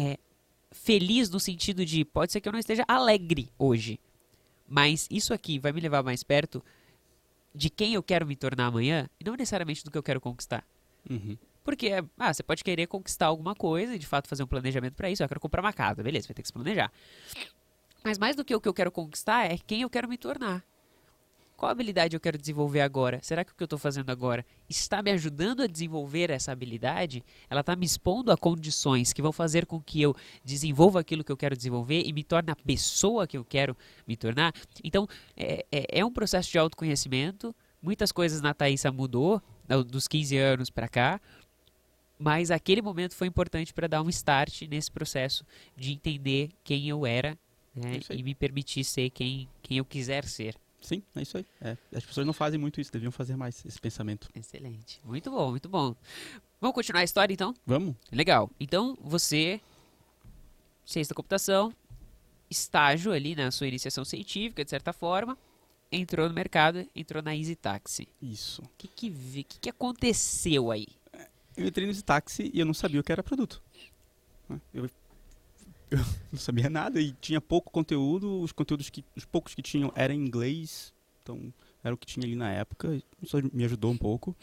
Speaker 1: feliz no sentido de... Pode ser que eu não esteja alegre hoje. Mas isso aqui vai me levar mais perto de quem eu quero me tornar amanhã. E não necessariamente do que eu quero conquistar.
Speaker 2: Uhum.
Speaker 1: Porque você pode querer conquistar alguma coisa e de fato fazer um planejamento para isso. Eu quero comprar uma casa, beleza, vai ter que se planejar. Mas mais do que o que eu quero conquistar é quem eu quero me tornar. Qual habilidade eu quero desenvolver agora? Será que o que eu estou fazendo agora está me ajudando a desenvolver essa habilidade? Ela está me expondo a condições que vão fazer com que eu desenvolva aquilo que eu quero desenvolver e me torne a pessoa que eu quero me tornar? Então, é um processo de autoconhecimento. Muitas coisas na Thaísa mudou dos 15 anos para cá. Mas aquele momento foi importante para dar um start nesse processo de entender quem eu era, né, e me permitir ser quem eu quiser ser.
Speaker 2: Sim, é isso aí. As pessoas não fazem muito isso, deviam fazer mais esse pensamento.
Speaker 1: Excelente. Muito bom, muito bom. Vamos continuar a história, então?
Speaker 2: Vamos.
Speaker 1: Legal. Então, você, ciência da computação, estágio ali na sua iniciação científica, de certa forma, entrou no mercado, entrou na Easy Taxi.
Speaker 2: Isso.
Speaker 1: O que aconteceu aí?
Speaker 2: Eu entrei no Easy Taxi e eu não sabia o que era produto. Eu não sabia nada e tinha pouco conteúdo. Os poucos que tinham eram em inglês. Então, era o que tinha ali na época. Isso me ajudou um pouco.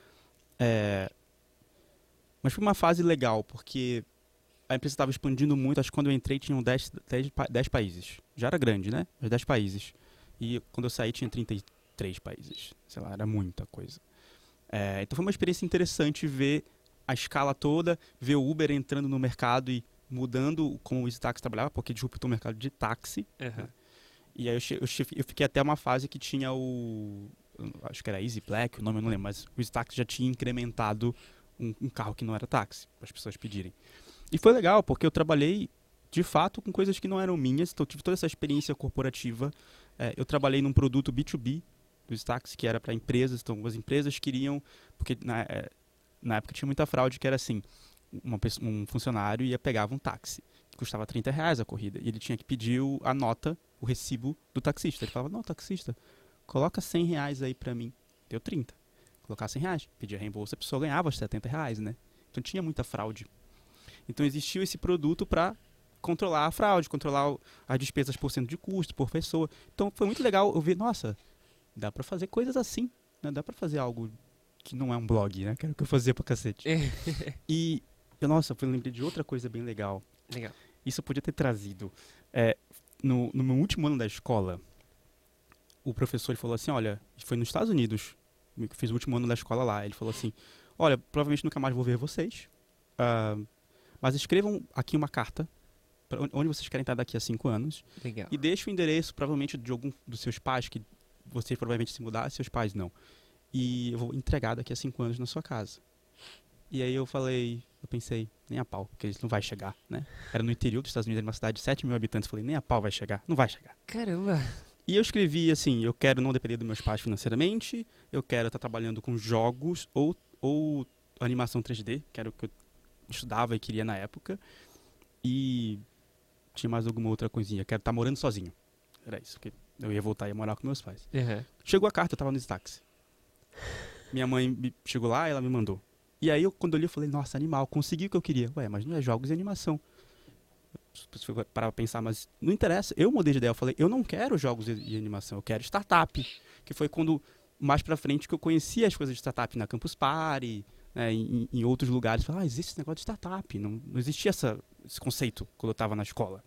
Speaker 2: Mas foi uma fase legal, porque a empresa estava expandindo muito. Acho que quando eu entrei tinham 10 países. Já era grande, né? Mas 10 países. E quando eu saí tinha 33 países. Sei lá, era muita coisa. Então foi uma experiência interessante ver a escala toda, ver o Uber entrando no mercado e mudando como o Easytaxi trabalhava, porque disruptou o mercado de táxi.
Speaker 1: Aham.
Speaker 2: E aí eu fiquei até uma fase que tinha acho que era Easy Black, o nome eu não lembro, mas o Easytaxi já tinha incrementado um carro que não era táxi, para as pessoas pedirem. E foi legal, porque eu trabalhei, de fato, com coisas que não eram minhas, então eu tive toda essa experiência corporativa. Eu trabalhei num produto B2B do Easytaxi, que era para empresas, então as empresas queriam, porque na época tinha muita fraude, que era assim, um funcionário pegava um táxi, que custava R$ 30 a corrida, e ele tinha que pedir a nota, o recibo do taxista. Ele falava, não, taxista, coloca R$ 100 aí pra mim. Deu 30. Colocar R$ 100. Pedia reembolso, a pessoa ganhava os R$ 70, né? Então tinha muita fraude. Então existiu esse produto para controlar a fraude, controlar as despesas por cento de custo, por pessoa. Então foi muito legal eu ver, nossa, dá pra fazer coisas assim, né? Dá pra fazer algo que não é um blog, né? Que era o que eu fazia pra cacete. E, nossa, eu lembrei de outra coisa bem legal.
Speaker 1: Legal.
Speaker 2: Isso eu podia ter trazido. No meu último ano da escola, o professor ele falou assim, olha, foi nos Estados Unidos, eu fiz o último ano da escola lá, ele falou assim, olha, provavelmente nunca mais vou ver vocês, mas escrevam aqui uma carta, pra onde vocês querem estar daqui a 5 anos,
Speaker 1: Legal.
Speaker 2: e deixe o endereço, provavelmente, de algum dos seus pais, que você provavelmente se mudar, seus pais não. E eu vou entregar daqui a 5 anos na sua casa. E aí eu pensei, nem a pau, porque isso não vai chegar, né? Era no interior dos Estados Unidos, era uma cidade de 7 mil habitantes. Falei, nem a pau vai chegar, não vai chegar.
Speaker 1: Caramba.
Speaker 2: E eu escrevi assim, eu quero não depender dos meus pais financeiramente, eu quero estar trabalhando com jogos ou animação 3D, que era o que eu estudava e queria na época. E tinha mais alguma outra coisinha, quero estar morando sozinho. Era isso, que eu ia voltar e ia morar com meus pais.
Speaker 1: Uhum.
Speaker 2: Chegou a carta, eu tava no táxi. Minha mãe chegou lá e ela me mandou. E aí, quando eu li, eu falei, nossa, animal, consegui o que eu queria. Ué, mas não é jogos e animação. Se eu parar pra pensar, mas não interessa. Eu mudei de ideia, eu falei, eu não quero jogos e animação, eu quero startup. Que foi quando, mais pra frente, que eu conheci as coisas de startup na Campus Party, né, em outros lugares. Eu falei, existe esse negócio de startup. Não existia esse conceito quando eu tava na escola.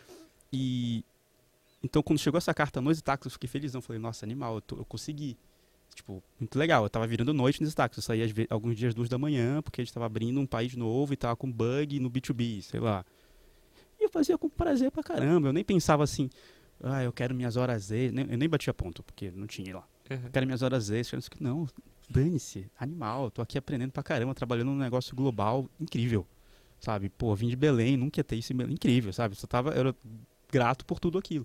Speaker 2: E então, quando chegou essa carta no Easytaxi, eu fiquei felizão. Falei, nossa, animal, eu consegui. Tipo, muito legal. Eu tava virando noite no Easytaxi. Eu saía alguns dias 2 da manhã, porque a gente tava abrindo um país novo e tava com bug no B2B, sei lá. E eu fazia com prazer pra caramba. Eu nem pensava assim, eu quero minhas horas extras. Eu nem batia ponto, porque não tinha lá.
Speaker 1: Uhum.
Speaker 2: Eu quero minhas horas extras. Não, dane-se, animal. Eu tô aqui aprendendo pra caramba, trabalhando num negócio global incrível. Sabe? Pô, vim de Belém, nunca ia ter isso em Belém. Incrível, sabe? Eu era grato por tudo aquilo.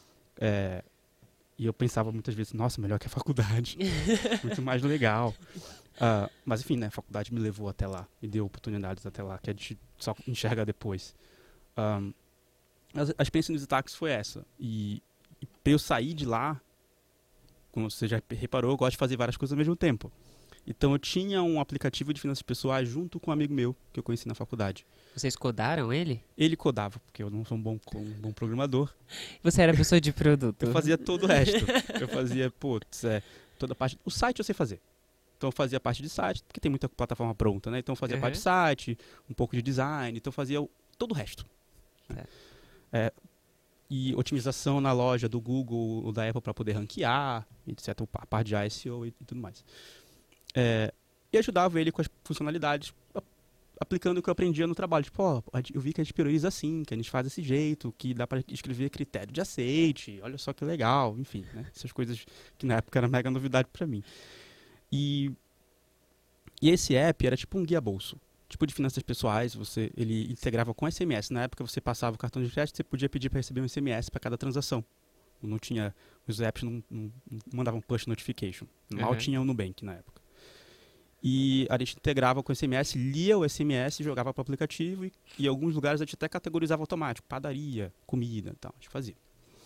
Speaker 2: E eu pensava muitas vezes, nossa, melhor que a faculdade. Muito mais legal. Mas enfim, né, a faculdade me levou até lá, me deu oportunidades até lá, que a gente só enxerga depois. A experiência no Easytaxi foi essa. E pra eu sair de lá, como você já reparou, eu gosto de fazer várias coisas ao mesmo tempo. Então eu tinha um aplicativo de finanças pessoais junto com um amigo meu, que eu conheci na faculdade.
Speaker 1: Vocês codaram ele?
Speaker 2: Ele codava, porque eu não sou um bom programador.
Speaker 1: Você era pessoa de produto.
Speaker 2: Eu fazia todo o resto. Eu fazia, toda a parte... O site eu sei fazer. Então eu fazia a parte de site, porque tem muita plataforma pronta, né? Então eu fazia a parte de site, um pouco de design, então eu fazia todo o resto. E otimização na loja do Google ou da Apple para poder ranquear, etc. A parte de SEO e tudo mais. E ajudava ele com as funcionalidades, aplicando o que eu aprendia no trabalho. Tipo, eu vi que a gente prioriza assim, que a gente faz desse jeito, que dá para escrever critério de aceite, olha só que legal, enfim, né? Essas coisas que na época era mega novidade para mim. E esse app era tipo um guia-bolso, tipo de finanças pessoais, ele integrava com SMS. Na época você passava o cartão de crédito, você podia pedir para receber um SMS para cada transação. Não tinha, os apps não mandavam push notification. Mal tinha o Nubank na época. E a gente integrava com o SMS, lia o SMS, jogava para o aplicativo e em alguns lugares a gente até categorizava automático, padaria, comida e tal, a gente fazia.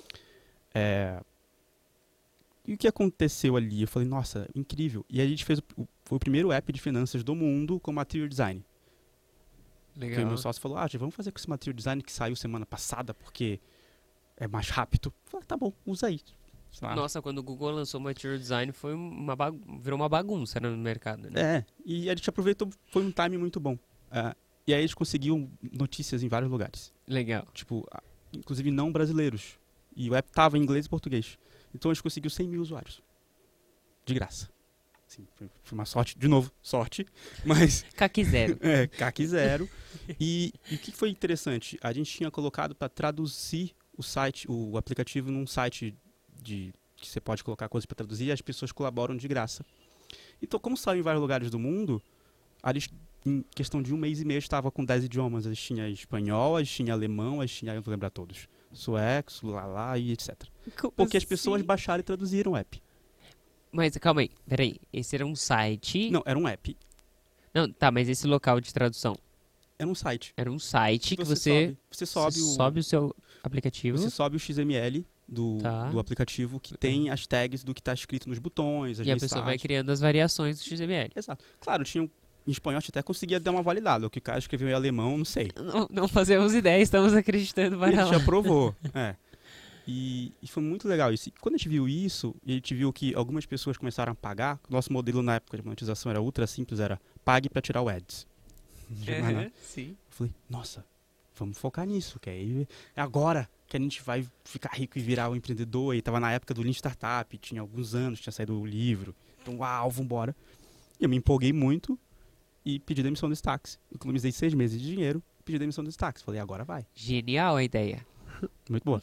Speaker 2: E o que aconteceu ali? Eu falei, nossa, incrível. E a gente fez foi o primeiro app de finanças do mundo com material design.
Speaker 1: Legal.
Speaker 2: Porque o meu sócio falou, vamos fazer com esse material design que saiu semana passada, porque é mais rápido. Eu falei, tá bom, usa aí.
Speaker 1: Nossa, quando o Google lançou o Material Design, virou uma bagunça no mercado, né?
Speaker 2: E a gente aproveitou, foi um time muito bom. E aí a gente conseguiu notícias em vários lugares.
Speaker 1: Legal.
Speaker 2: Tipo, inclusive não brasileiros. E o app tava em inglês e português. Então a gente conseguiu 100 mil usuários. De graça. Assim, foi uma sorte, de novo, sorte, mas...
Speaker 1: CAC zero.
Speaker 2: CAC zero. E o que foi interessante? A gente tinha colocado para traduzir o aplicativo num site que você pode colocar coisas para traduzir e as pessoas colaboram de graça. Então, como saiu em vários lugares do mundo, em questão de um mês e meio, estava com 10 idiomas. Eles tinham espanhol, eles tinham alemão, eles tinham, eu não vou lembrar todos, sueco, lá e etc. Porque as pessoas baixaram e traduziram o app.
Speaker 1: Mas calma aí, peraí. Esse era um site...
Speaker 2: Não, era um app.
Speaker 1: Não, tá, mas esse local de tradução?
Speaker 2: Era um site.
Speaker 1: Era um site que você sobe o seu aplicativo.
Speaker 2: Você sobe o XML do aplicativo que tem as tags do que está escrito nos botões, as
Speaker 1: E a
Speaker 2: mensagens.
Speaker 1: pessoa vai criando as variações do XML.
Speaker 2: Exato. Claro, em espanhol a gente até conseguia dar uma validada. O que o cara escreveu em alemão, não sei.
Speaker 1: Não fazemos ideia, estamos acreditando para
Speaker 2: Ele
Speaker 1: lá.
Speaker 2: já provou. E foi muito legal isso. E quando a gente viu isso, e a gente viu que algumas pessoas começaram a pagar, nosso modelo na época de monetização era ultra simples, era pague para tirar o ads.
Speaker 1: Sim.
Speaker 2: Eu falei, nossa, vamos focar nisso, que aí é agora que a gente vai ficar rico e virar um empreendedor. E tava na época do Lean Startup, tinha alguns anos, tinha saído o livro. Então, uau, vambora. E eu me empolguei muito e pedi demissão desse táxi. Economizei 6 meses de dinheiro, pedi demissão desse táxi. Falei, agora vai.
Speaker 1: Genial a ideia.
Speaker 2: Muito boa.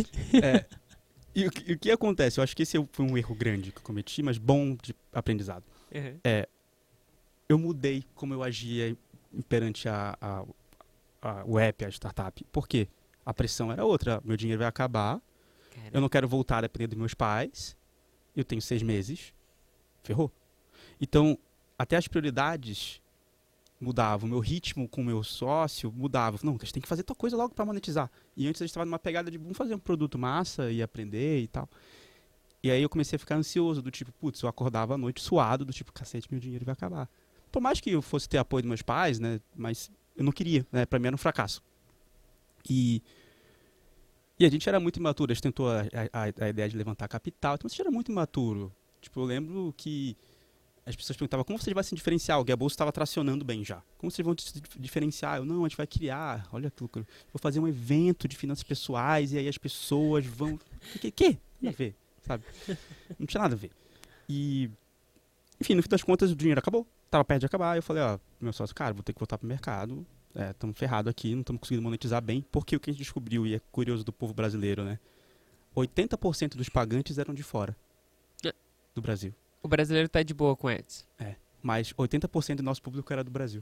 Speaker 2: E o que acontece? Eu acho que esse foi um erro grande que eu cometi, mas bom de aprendizado. Eu mudei como eu agia perante o app, a startup. Por quê? A pressão era outra. Meu dinheiro vai acabar.
Speaker 1: Cara.
Speaker 2: Eu não quero voltar a depender dos meus pais. Eu tenho 6 meses. Ferrou. Então, até as prioridades mudavam. O meu ritmo com o meu sócio mudava. Não, a gente tem que fazer tua coisa logo para monetizar. E antes a gente estava numa pegada de vamos fazer um produto massa e aprender e tal. E aí eu comecei a ficar ansioso, do tipo, putz, eu acordava à noite suado, do tipo, cacete, meu dinheiro vai acabar. Por mais que eu fosse ter apoio dos meus pais, né, mas eu não queria, né, pra mim era um fracasso. E a gente era muito imaturo, a gente tentou a ideia de levantar capital, então a gente era muito imaturo. Tipo, eu lembro que as pessoas perguntavam como vocês vão se diferenciar, o Guia Bolsa estava tracionando bem já. Como vocês vão se diferenciar? Eu, não, a gente vai criar, olha que loucura, vou fazer um evento de finanças pessoais e aí as pessoas vão... Que? Nada a ver, sabe? Não tinha nada a ver. E, enfim, no fim das contas o dinheiro acabou, tava perto de acabar, eu falei, ó, meu sócio, cara, vou ter que voltar pro mercado, estamos ferrados aqui, não estamos conseguindo monetizar bem, porque o que a gente descobriu, e é curioso do povo brasileiro, né? 80% dos pagantes eram de fora do Brasil.
Speaker 1: O brasileiro tá de boa com ads.
Speaker 2: Mas 80% do nosso público era do Brasil.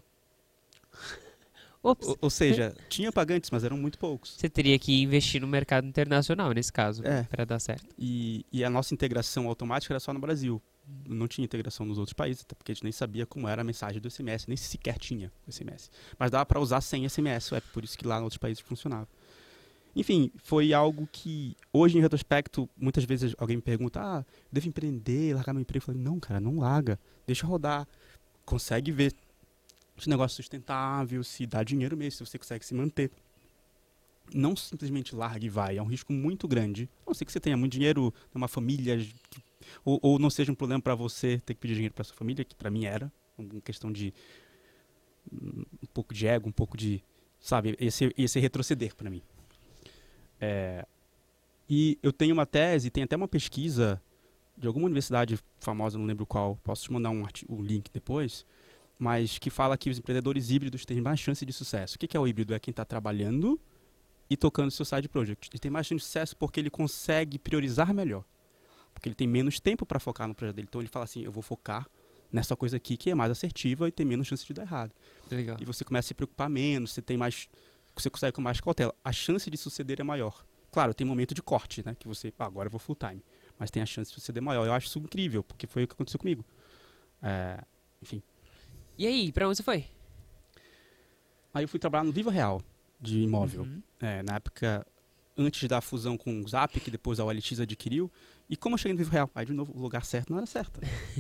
Speaker 1: Ops.
Speaker 2: Ou seja, tinha pagantes, mas eram muito poucos.
Speaker 1: Você teria que investir no mercado internacional, nesse caso,
Speaker 2: É.
Speaker 1: para dar certo.
Speaker 2: E a nossa integração automática era só no Brasil. Não tinha integração nos outros países, até porque a gente nem sabia como era a mensagem do SMS, nem sequer tinha o SMS. Mas dava para usar sem SMS, por isso que lá nos outros países funcionava. Enfim, foi algo que, hoje em retrospecto, muitas vezes alguém me pergunta, devo empreender, largar meu emprego? Eu falei, não, cara, não larga, deixa rodar, consegue ver se o negócio é sustentável, se dá dinheiro mesmo, se você consegue se manter. Não simplesmente larga e vai, é um risco muito grande. A não ser que você tenha muito dinheiro, numa família, ou não seja um problema para você ter que pedir dinheiro para sua família, que para mim era, uma questão de um pouco de ego, um pouco de, sabe, esse retroceder para mim. E eu tenho uma tese, tem até uma pesquisa de alguma universidade famosa, não lembro qual, posso te mandar um link depois, mas que fala que os empreendedores híbridos têm mais chance de sucesso. O que é o híbrido? É quem está trabalhando e tocando seu side project. Ele tem mais chance de sucesso porque ele consegue priorizar melhor. Porque ele tem menos tempo para focar no projeto dele. Então ele fala assim, eu vou focar nessa coisa aqui que é mais assertiva e tem menos chance de dar errado.
Speaker 1: Legal.
Speaker 2: E você começa a se preocupar menos, você consegue com mais cautela. A chance de suceder é maior. Claro, tem momento de corte, né? Que você, agora eu vou full time. Mas tem a chance de suceder maior. Eu acho isso incrível, porque foi o que aconteceu comigo. Enfim.
Speaker 1: E aí, pra onde você foi?
Speaker 2: Aí eu fui trabalhar no Viva Real, de imóvel.
Speaker 1: Uhum.
Speaker 2: Na época, antes da fusão com o Zap, que depois a OLX adquiriu. E como eu cheguei no Viva Real? Aí, de novo, o lugar certo não era certo.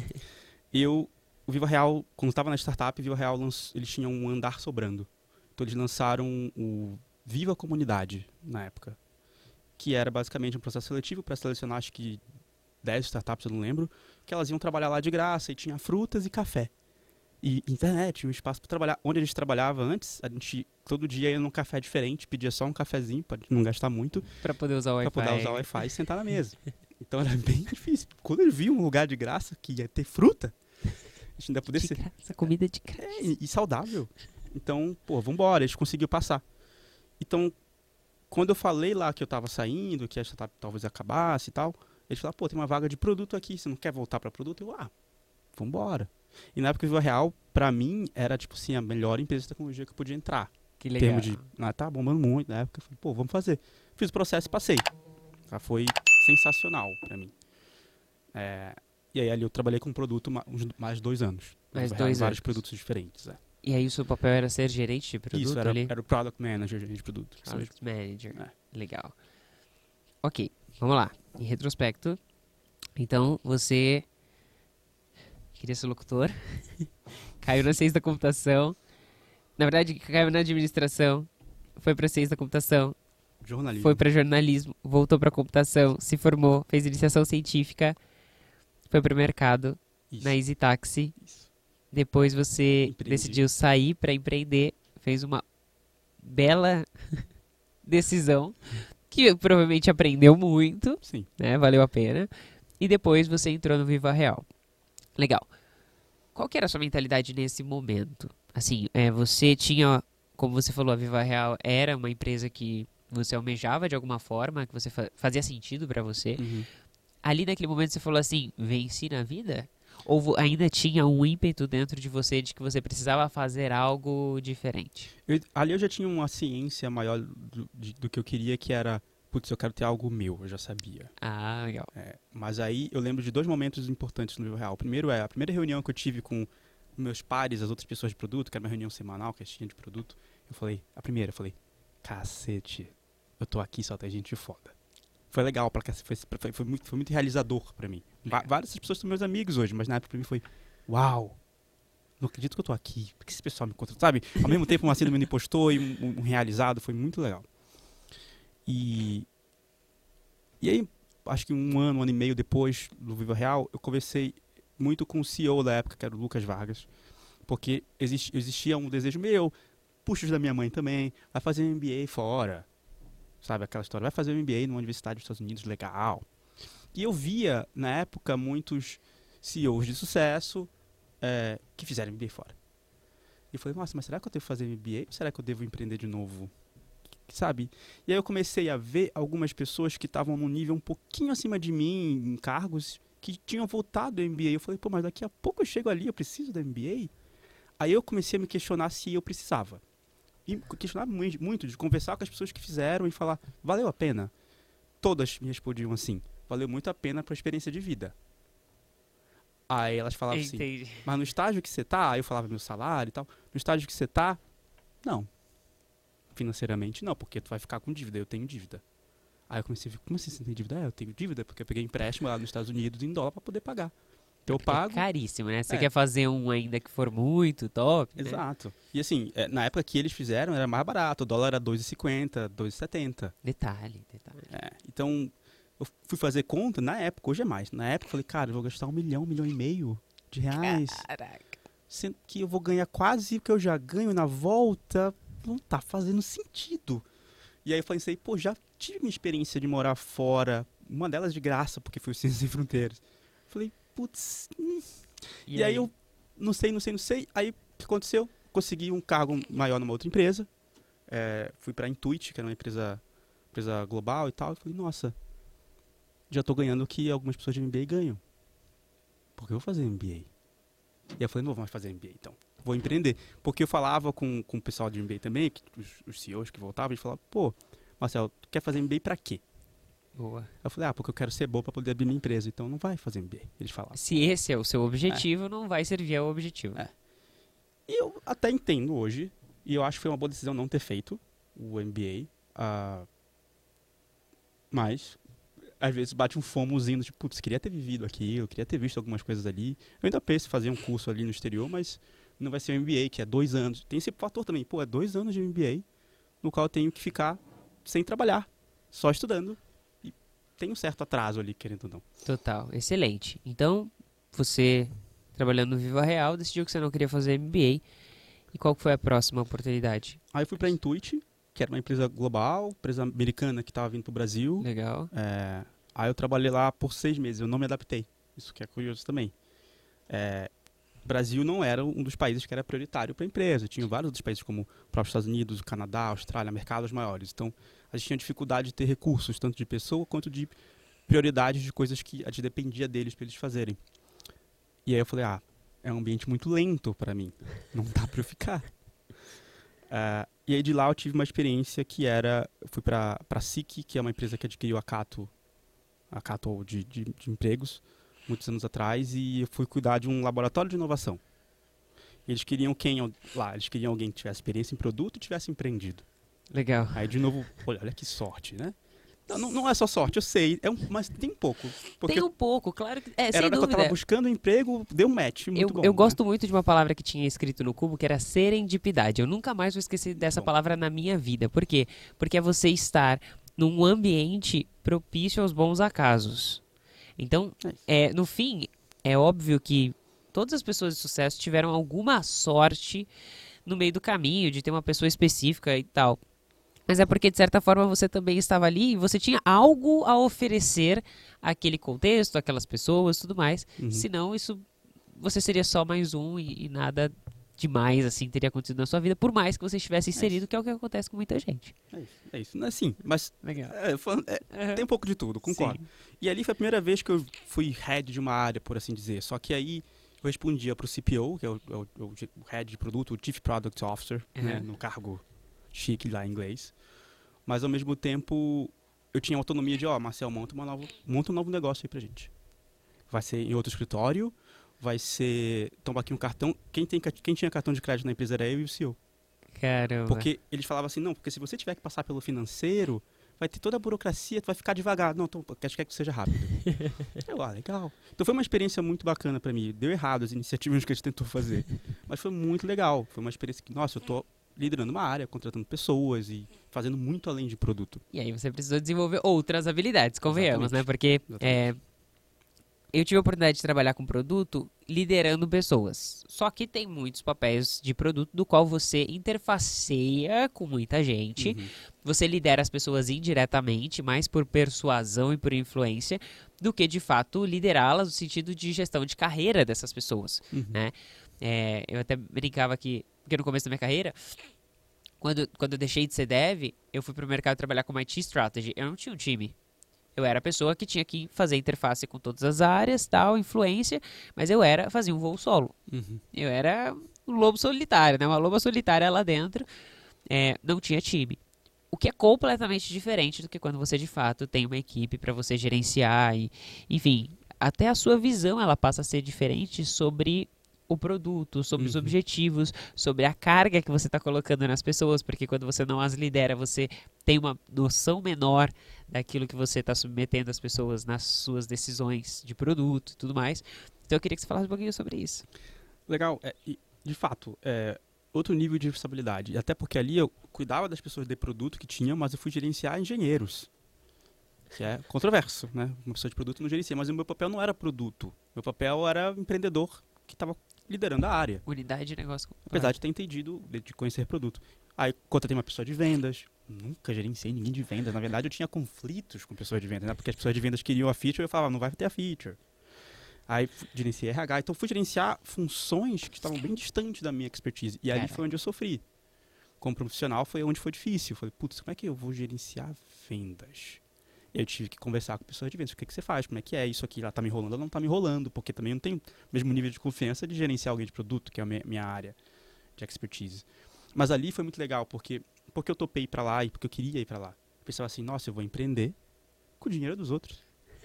Speaker 2: O Viva Real, quando estava na startup, o Viva Real, eles tinham um andar sobrando. Então eles lançaram o Viva Comunidade, na época. Que era basicamente um processo seletivo para selecionar, acho que 10 startups, eu não lembro. Que elas iam trabalhar lá de graça e tinha frutas e café. E internet, um espaço para trabalhar. Onde a gente trabalhava antes, a gente todo dia ia num café diferente, pedia só um cafezinho para não gastar muito.
Speaker 1: Pra poder usar o Wi-Fi.
Speaker 2: Para poder usar o Wi-Fi e sentar na mesa. Então era bem difícil. Quando eu vi um lugar de graça que ia ter fruta, A gente ainda poder
Speaker 1: De
Speaker 2: ser...
Speaker 1: graça, comida de graça.
Speaker 2: E saudável. Então, pô, vambora, a gente conseguiu passar. Então, quando eu falei lá que eu tava saindo, que a startup talvez acabasse e tal, eles falaram, pô, tem uma vaga de produto aqui, você não quer voltar pra produto? Eu, vambora. E na época o Viva Real, pra mim, era tipo assim, a melhor empresa de tecnologia que eu podia entrar.
Speaker 1: Que
Speaker 2: Em
Speaker 1: legal.
Speaker 2: termos de, tá bombando muito na época. Eu falei, pô, vamos fazer. Fiz o processo e passei. Tá? Foi sensacional pra mim. E aí ali eu trabalhei com um produto mais 2 anos.
Speaker 1: Mais
Speaker 2: Viva Real,
Speaker 1: 2
Speaker 2: em vários
Speaker 1: anos.
Speaker 2: produtos diferentes.
Speaker 1: E aí o seu papel era ser gerente de produto
Speaker 2: Isso,
Speaker 1: ali?
Speaker 2: era o Product Manager, gerente de produto. Isso mesmo.
Speaker 1: Product Manager.
Speaker 2: É.
Speaker 1: Legal. Ok, vamos lá. Em retrospecto, então você queria ser locutor, caiu na ciência da computação, na verdade caiu na administração, foi pra ciência da computação,
Speaker 2: Jornalismo.
Speaker 1: foi pra jornalismo, voltou pra computação, se formou, fez iniciação científica, foi pro mercado,
Speaker 2: Isso.
Speaker 1: na Easy Taxi.
Speaker 2: Isso.
Speaker 1: Depois você
Speaker 2: Empreendi.
Speaker 1: decidiu sair para empreender, fez uma bela decisão, que provavelmente aprendeu muito,
Speaker 2: Sim.
Speaker 1: né? Valeu a pena. E depois você entrou no Viva Real. Legal. Qual que era a sua mentalidade nesse momento? Assim, você tinha, como você falou, a Viva Real era uma empresa que você almejava de alguma forma, que você fazia sentido para você.
Speaker 2: Uhum.
Speaker 1: Ali naquele momento você falou assim, venci na vida? Ou ainda tinha um ímpeto dentro de você de que você precisava fazer algo diferente?
Speaker 2: Ali eu já tinha uma ciência maior do que eu queria, que era, putz, eu quero ter algo meu, eu já sabia.
Speaker 1: Ah, legal.
Speaker 2: Mas aí eu lembro de 2 momentos importantes no Viva Real. O primeiro a primeira reunião que eu tive com meus pares, as outras pessoas de produto, que era uma reunião semanal que a gente tinha de produto. Eu falei, cacete, eu tô aqui, só tem gente foda. Foi legal, foi muito realizador pra mim. Várias dessas pessoas são meus amigos hoje, mas na época pra mim foi, uau, não acredito que eu tô aqui, por que esse pessoal me encontra, sabe? Ao mesmo tempo uma síndrome do impostor e um realizado, foi muito legal. E aí, acho que um ano e meio depois do Viva Real, eu conversei muito com o CEO da época, que era o Lucas Vargas, porque existia um desejo meu, puxos da minha mãe também, vai fazer um MBA fora. Sabe, aquela história, vai fazer um MBA numa universidade dos Estados Unidos, legal. E eu via, na época, muitos CEOs de sucesso que fizeram MBA fora. E eu falei, nossa, mas será que eu devo fazer MBA? Ou será que eu devo empreender de novo? Sabe? E aí eu comecei a ver algumas pessoas que estavam num nível um pouquinho acima de mim, em cargos, que tinham voltado do MBA. Eu falei, pô, mas daqui a pouco eu chego ali, eu preciso do MBA? Aí eu comecei a me questionar se eu precisava. E questionava muito, de conversar com as pessoas que fizeram e falar, valeu a pena? Todas me respondiam assim, valeu muito a pena para a experiência de vida. Aí elas falavam assim, mas no estágio que você tá, aí eu falava meu salário e tal, no estágio que você tá, não. Financeiramente não, porque tu vai ficar com dívida, eu tenho dívida. Aí eu comecei a ver, como assim você tem dívida? Eu tenho dívida, porque eu peguei empréstimo lá nos Estados Unidos em dólar para poder pagar. Então eu pago.
Speaker 1: É caríssimo, né? Você quer fazer um ainda que for muito top,
Speaker 2: Exato. Né? E assim, na época que eles fizeram era mais barato, o dólar era 2,50, 2,70.
Speaker 1: Detalhe.
Speaker 2: Então, eu fui fazer conta, na época, hoje é mais. Na época eu falei, cara, eu vou gastar 1 milhão, 1,5 milhão de reais.
Speaker 1: Caraca.
Speaker 2: Sendo que eu vou ganhar quase o que eu já ganho na volta, não tá fazendo sentido. E aí eu falei assim, pô, já tive minha experiência de morar fora, uma delas de graça, porque foi o Ciências Sem Fronteiras. Falei, putz. E aí eu não sei. Aí o que aconteceu? Consegui um cargo maior numa outra empresa. Fui pra Intuit, que era uma empresa global e tal. E falei, nossa, já tô ganhando o que algumas pessoas de MBA ganham. Por que eu vou fazer MBA? E aí eu falei, não vou mais fazer MBA então. Vou empreender. Porque eu falava com o pessoal de MBA também, os CEOs que voltavam, eles falavam, pô, Marcelo, tu quer fazer MBA pra quê?
Speaker 1: Boa.
Speaker 2: Eu falei, porque eu quero ser bom para poder abrir minha empresa. Então não vai fazer MBA, eles falavam.
Speaker 1: Se esse é o seu objetivo, não vai servir ao objetivo.
Speaker 2: E eu até entendo hoje, e eu acho que foi uma boa decisão não ter feito o MBA. Mas, às vezes, bate um fomozinho, tipo, putz, queria ter vivido aquilo, queria ter visto algumas coisas ali. Eu ainda penso em fazer um curso ali no exterior, mas não vai ser um MBA, que é 2 anos. Tem esse fator também, é 2 anos de MBA, no qual eu tenho que ficar sem trabalhar, só estudando. Tem um certo atraso ali, querendo ou não.
Speaker 1: Total, excelente. Então, você, trabalhando no Viva Real, decidiu que você não queria fazer MBA. E qual foi a próxima oportunidade?
Speaker 2: Aí eu fui pra Intuit, que era uma empresa global, empresa americana que estava vindo pro Brasil.
Speaker 1: Legal.
Speaker 2: Aí eu trabalhei lá por 6 meses, eu não me adaptei. Isso que é curioso também. o Brasil não era um dos países que era prioritário para a empresa. Tinha vários outros países, como o próprio Estados Unidos, o Canadá, a Austrália, mercados maiores. Então, a gente tinha dificuldade de ter recursos, tanto de pessoa quanto de prioridades de coisas que a gente dependia deles para eles fazerem. E aí eu falei, é um ambiente muito lento para mim. Não dá para eu ficar. E aí de lá eu tive uma experiência que era... Eu fui para a SIC, que é uma empresa que adquiriu a Cato de empregos, muitos anos atrás, e eu fui cuidar de um laboratório de inovação. Eles queriam Eles queriam alguém que tivesse experiência em produto e tivesse empreendido.
Speaker 1: Legal.
Speaker 2: Aí, de novo, olha que sorte, né? Não é só sorte, eu sei, mas tem um pouco.
Speaker 1: Tem um pouco, claro que... sem
Speaker 2: era
Speaker 1: dúvida.
Speaker 2: Que eu tava buscando um emprego, deu um match muito bom.
Speaker 1: Eu gosto muito de uma palavra que tinha escrito no cubo, que era serendipidade. Eu nunca mais vou esquecer dessa palavra na minha vida. Por quê? Porque é você estar num ambiente propício aos bons acasos. Então, no fim, é óbvio que todas as pessoas de sucesso tiveram alguma sorte no meio do caminho, de ter uma pessoa específica e tal. Mas é porque, de certa forma, você também estava ali e você tinha algo a oferecer àquele contexto, àquelas pessoas, tudo mais. Senão, você seria só mais um e nada demais, assim, teria acontecido na sua vida, por mais que você estivesse inserido, que é o que acontece com muita gente.
Speaker 2: É isso. Não é assim, mas
Speaker 1: legal.
Speaker 2: Tem um pouco de tudo, concordo. Sim. E ali foi a primeira vez que eu fui head de uma área, por assim dizer. Só que aí eu respondia para o CPO, que é o head de produto, o Chief Product Officer, né, no cargo chique lá em inglês. Mas ao mesmo tempo eu tinha autonomia de, Marcel, monta um novo negócio aí pra gente. Vai ser em outro escritório, vai ser... Toma aqui um cartão. Quem tinha cartão de crédito na empresa era eu e o CEO.
Speaker 1: Caramba.
Speaker 2: Porque eles falavam assim, não, porque se você tiver que passar pelo financeiro, vai ter toda a burocracia, tu vai ficar devagar. Não, então, a gente quer que seja rápido. Legal. Então foi uma experiência muito bacana pra mim. Deu errado as iniciativas que a gente tentou fazer. Mas foi muito legal. Foi uma experiência que, nossa, eu tô liderando uma área, contratando pessoas e fazendo muito além de produto.
Speaker 1: E aí você precisou desenvolver outras habilidades, convenhamos, né? Porque eu tive a oportunidade de trabalhar com produto liderando pessoas. Só que tem muitos papéis de produto do qual você interfaceia com muita gente. Você lidera as pessoas indiretamente, mais por persuasão e por influência, do que de fato liderá-las no sentido de gestão de carreira dessas pessoas, né? Eu até brincava que, porque no começo da minha carreira, quando eu deixei de ser dev, eu fui para o mercado trabalhar como IT Strategy. Eu não tinha um time. Eu era a pessoa que tinha que fazer interface com todas as áreas, tal, influência, mas fazia um voo solo. Eu era um lobo solitário, né? Uma loba solitária lá dentro, não tinha time. O que é completamente diferente do que quando você, de fato, tem uma equipe para você gerenciar. Enfim, até a sua visão ela passa a ser diferente sobre o produto, sobre os objetivos, sobre a carga que você está colocando nas pessoas, porque quando você não as lidera, você tem uma noção menor daquilo que você está submetendo as pessoas nas suas decisões de produto e tudo mais. Então eu queria que você falasse um pouquinho sobre isso.
Speaker 2: Legal. De fato, outro nível de responsabilidade. Até porque ali eu cuidava das pessoas de produto que tinham, mas eu fui gerenciar engenheiros. Que é controverso, né? Uma pessoa de produto não gerencia, mas o meu papel não era produto. Meu papel era empreendedor que estava liderando a área.
Speaker 1: Unidade de negócio.
Speaker 2: Apesar de ter entendido, de conhecer produto. Aí contratei uma pessoa de vendas. Nunca gerenciei ninguém de vendas. Na verdade, eu tinha conflitos com pessoas de vendas, né? Porque as pessoas de vendas queriam a feature e eu falava, não vai ter a feature. Aí gerenciei RH. Então fui gerenciar funções que estavam bem distantes da minha expertise. E ali foi onde eu sofri. Como profissional, foi onde foi difícil. Eu falei, putz, como é que eu vou gerenciar vendas? Eu tive que conversar com pessoas de vendas. O que você faz? Como é que é? Isso aqui, ela tá me enrolando? Ela não tá me enrolando, porque também eu não tenho o mesmo nível de confiança de gerenciar alguém de produto, que é a minha área de expertise. Mas ali foi muito legal, porque eu topei ir pra lá e porque eu queria ir pra lá. Eu pensava assim, nossa, eu vou empreender com o dinheiro dos outros.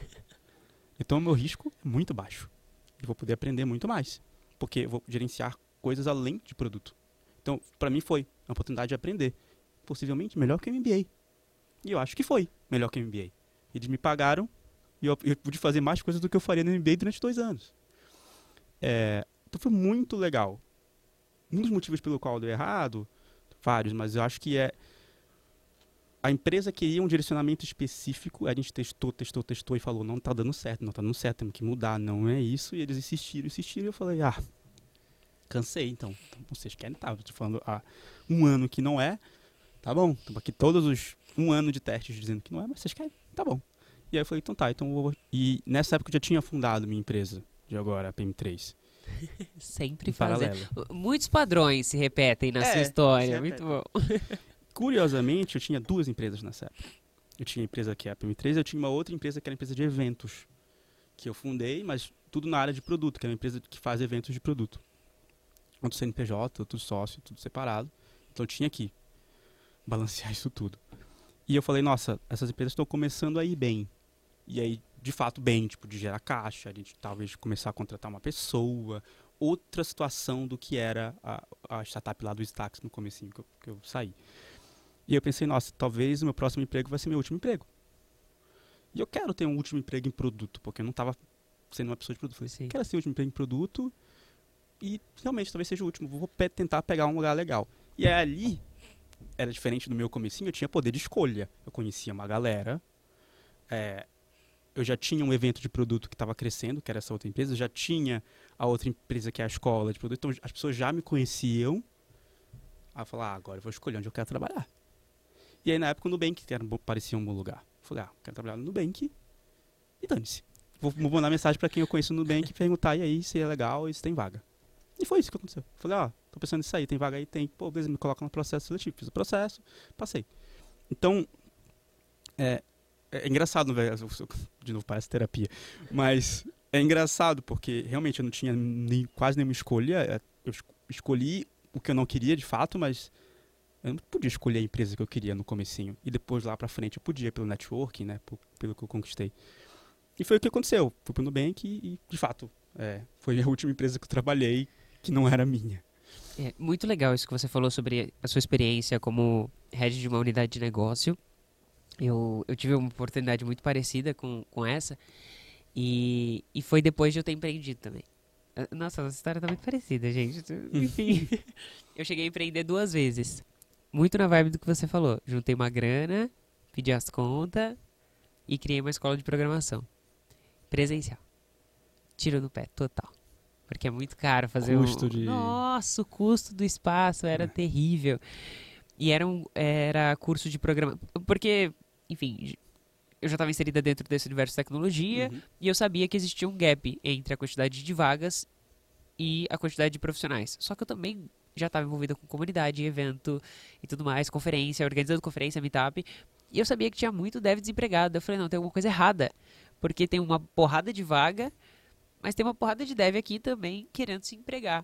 Speaker 2: Então o meu risco é muito baixo. Eu vou poder aprender muito mais, porque eu vou gerenciar coisas além de produto. Então, pra mim foi uma oportunidade de aprender. Possivelmente melhor que o MBA. E eu acho que foi melhor que o MBA. Eles me pagaram e eu pude fazer mais coisas do que eu faria no MBA durante 2 anos. Então foi muito legal. Um dos motivos pelo qual deu errado, vários, mas eu acho que a empresa queria um direcionamento específico, a gente testou e falou, não tá dando certo, temos que mudar, não é isso. E eles insistiram, e eu falei, cansei, então vocês querem, tá, eu tô falando há 1 ano que não é, tá bom, estamos aqui todos os 1 ano de testes dizendo que não é, mas vocês querem? Tá bom. E aí eu falei, então tá, então eu vou... E nessa época eu já tinha fundado minha empresa de agora, a PM3.
Speaker 1: Sempre
Speaker 2: em
Speaker 1: fazendo.
Speaker 2: paralelo.
Speaker 1: Muitos padrões se repetem na sua história. Muito bom.
Speaker 2: Curiosamente, eu tinha 2 empresas nessa época. Eu tinha a empresa que é a PM3, eu tinha uma outra empresa que era a empresa de eventos, que eu fundei, mas tudo na área de produto, que é uma empresa que faz eventos de produto. Outro CNPJ, outro sócio, tudo separado. Então eu tinha que balancear isso tudo. E eu falei, nossa, essas empresas estão começando a ir bem. E aí, de fato, bem, tipo, de gerar caixa, de talvez começar a contratar uma pessoa. Outra situação do que era a startup lá do Stax no comecinho que eu saí. E eu pensei, nossa, talvez o meu próximo emprego vai ser meu último emprego. E eu quero ter um último emprego em produto, porque eu não estava sendo uma pessoa de produto. Eu falei, quero ser o último emprego em produto e realmente talvez seja o último. Vou tentar pegar um lugar legal. E aí, ali, era diferente do meu comecinho, eu tinha poder de escolha. Eu conhecia uma galera, eu já tinha um evento de produto que estava crescendo, que era essa outra empresa, eu já tinha a outra empresa que é a escola de produto, então as pessoas já me conheciam. Aí eu falei, agora eu vou escolher onde eu quero trabalhar. E aí na época o Nubank parecia um bom lugar. Eu falei, quero trabalhar no Nubank e dane-se. Vou mandar mensagem para quem eu conheço no Nubank e perguntar, e aí, se é legal e se tem vaga. E foi isso que aconteceu. Eu falei, tô pensando nisso aí, tem vaga aí? Tem. Pô, beleza, me coloca no processo seletivo. Fiz o processo, passei. Então, é engraçado, velho. De novo, parece terapia. Mas é engraçado porque realmente eu não tinha quase nenhuma escolha. Eu escolhi o que eu não queria de fato, mas eu não podia escolher a empresa que eu queria no comecinho. E depois lá pra frente eu podia, pelo networking, né? Pelo que eu conquistei. E foi o que aconteceu. Fui pro Nubank e de fato, foi a última empresa que eu trabalhei que não era minha.
Speaker 1: É muito legal isso que você falou sobre a sua experiência como head de uma unidade de negócio. Eu tive uma oportunidade muito parecida com essa e foi depois de eu ter empreendido também. Nossa, essa história tá muito parecida, gente. Enfim, eu cheguei a empreender 2 vezes. Muito na vibe do que você falou. Juntei uma grana, pedi as contas e criei uma escola de programação. Presencial. Tiro no pé, total. Porque é muito caro fazer Nossa, o custo do espaço era terrível. E era curso de programação. Porque, enfim, eu já estava inserida dentro desse universo de tecnologia e eu sabia que existia um gap entre a quantidade de vagas e a quantidade de profissionais. Só que eu também já estava envolvida com comunidade, evento e tudo mais, conferência, organizando conferência, meetup. E eu sabia que tinha muito dev desempregado. Eu falei, não, tem alguma coisa errada. Porque tem uma porrada de vaga, mas tem uma porrada de dev aqui também querendo se empregar.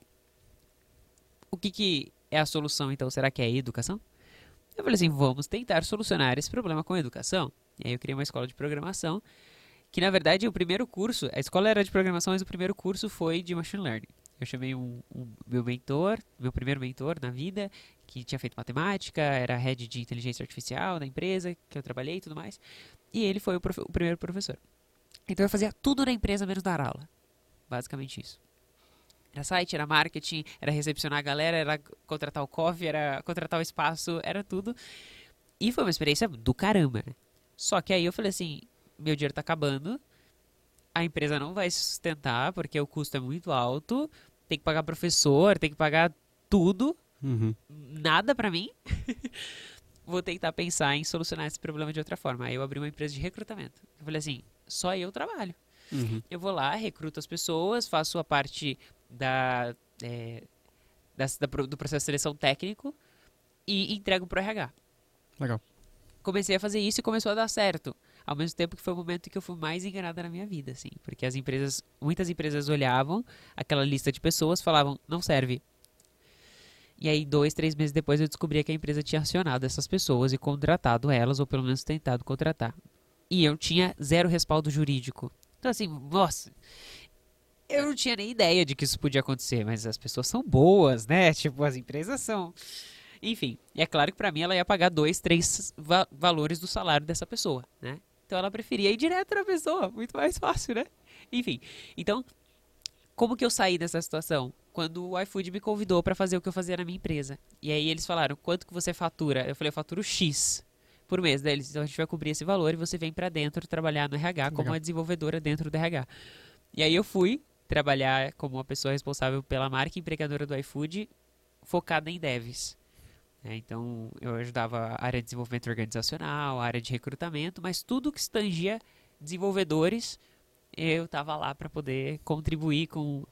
Speaker 1: O que é a solução, então? Será que é a educação? Eu falei assim, vamos tentar solucionar esse problema com a educação. E aí eu criei uma escola de programação, que na verdade o primeiro curso, a escola era de programação, mas o primeiro curso foi de machine learning. Eu chamei meu mentor, meu primeiro mentor na vida, que tinha feito matemática, era head de inteligência artificial da empresa que eu trabalhei e tudo mais. E ele foi o primeiro professor. Então eu fazia tudo na empresa menos dar aula. Basicamente isso. Era site, era marketing, era recepcionar a galera, era contratar o coffee, era contratar o espaço, era tudo. E foi uma experiência do caramba, né? Só que aí eu falei assim, meu dinheiro tá acabando, a empresa não vai se sustentar porque o custo é muito alto, tem que pagar professor, tem que pagar tudo, nada pra mim. Vou tentar pensar em solucionar esse problema de outra forma. Aí eu abri uma empresa de recrutamento. Eu falei assim, só eu trabalho. Eu vou lá, recruto as pessoas, faço a parte do processo de seleção técnico e entrego pro RH.
Speaker 2: Legal.
Speaker 1: Comecei a fazer isso e começou a dar certo. Ao mesmo tempo que foi o momento que eu fui mais enganada na minha vida, assim. Porque muitas empresas olhavam aquela lista de pessoas, falavam, não serve. E aí, 2, 3 meses depois, eu descobri que a empresa tinha acionado essas pessoas e contratado elas, ou pelo menos tentado contratar. E eu tinha 0 respaldo jurídico. Então, assim, nossa, eu não tinha nem ideia de que isso podia acontecer, mas as pessoas são boas, né? Tipo, as empresas são... Enfim, e é claro que pra mim ela ia pagar 2, 3 valores do salário dessa pessoa, né? Então ela preferia ir direto na pessoa, muito mais fácil, né? Enfim, então, como que eu saí dessa situação? Quando o iFood me convidou pra fazer o que eu fazia na minha empresa. E aí eles falaram, quanto que você fatura? Eu falei, eu faturo X por mês. Daí eles, então a gente vai cobrir esse valor e você vem pra dentro trabalhar no RH como uma desenvolvedora dentro do RH. E aí eu fui trabalhar como uma pessoa responsável pela marca empregadora do iFood, focada em devs. Então eu ajudava a área de desenvolvimento organizacional, a área de recrutamento, mas tudo que estangia desenvolvedores, eu estava lá para poder contribuir com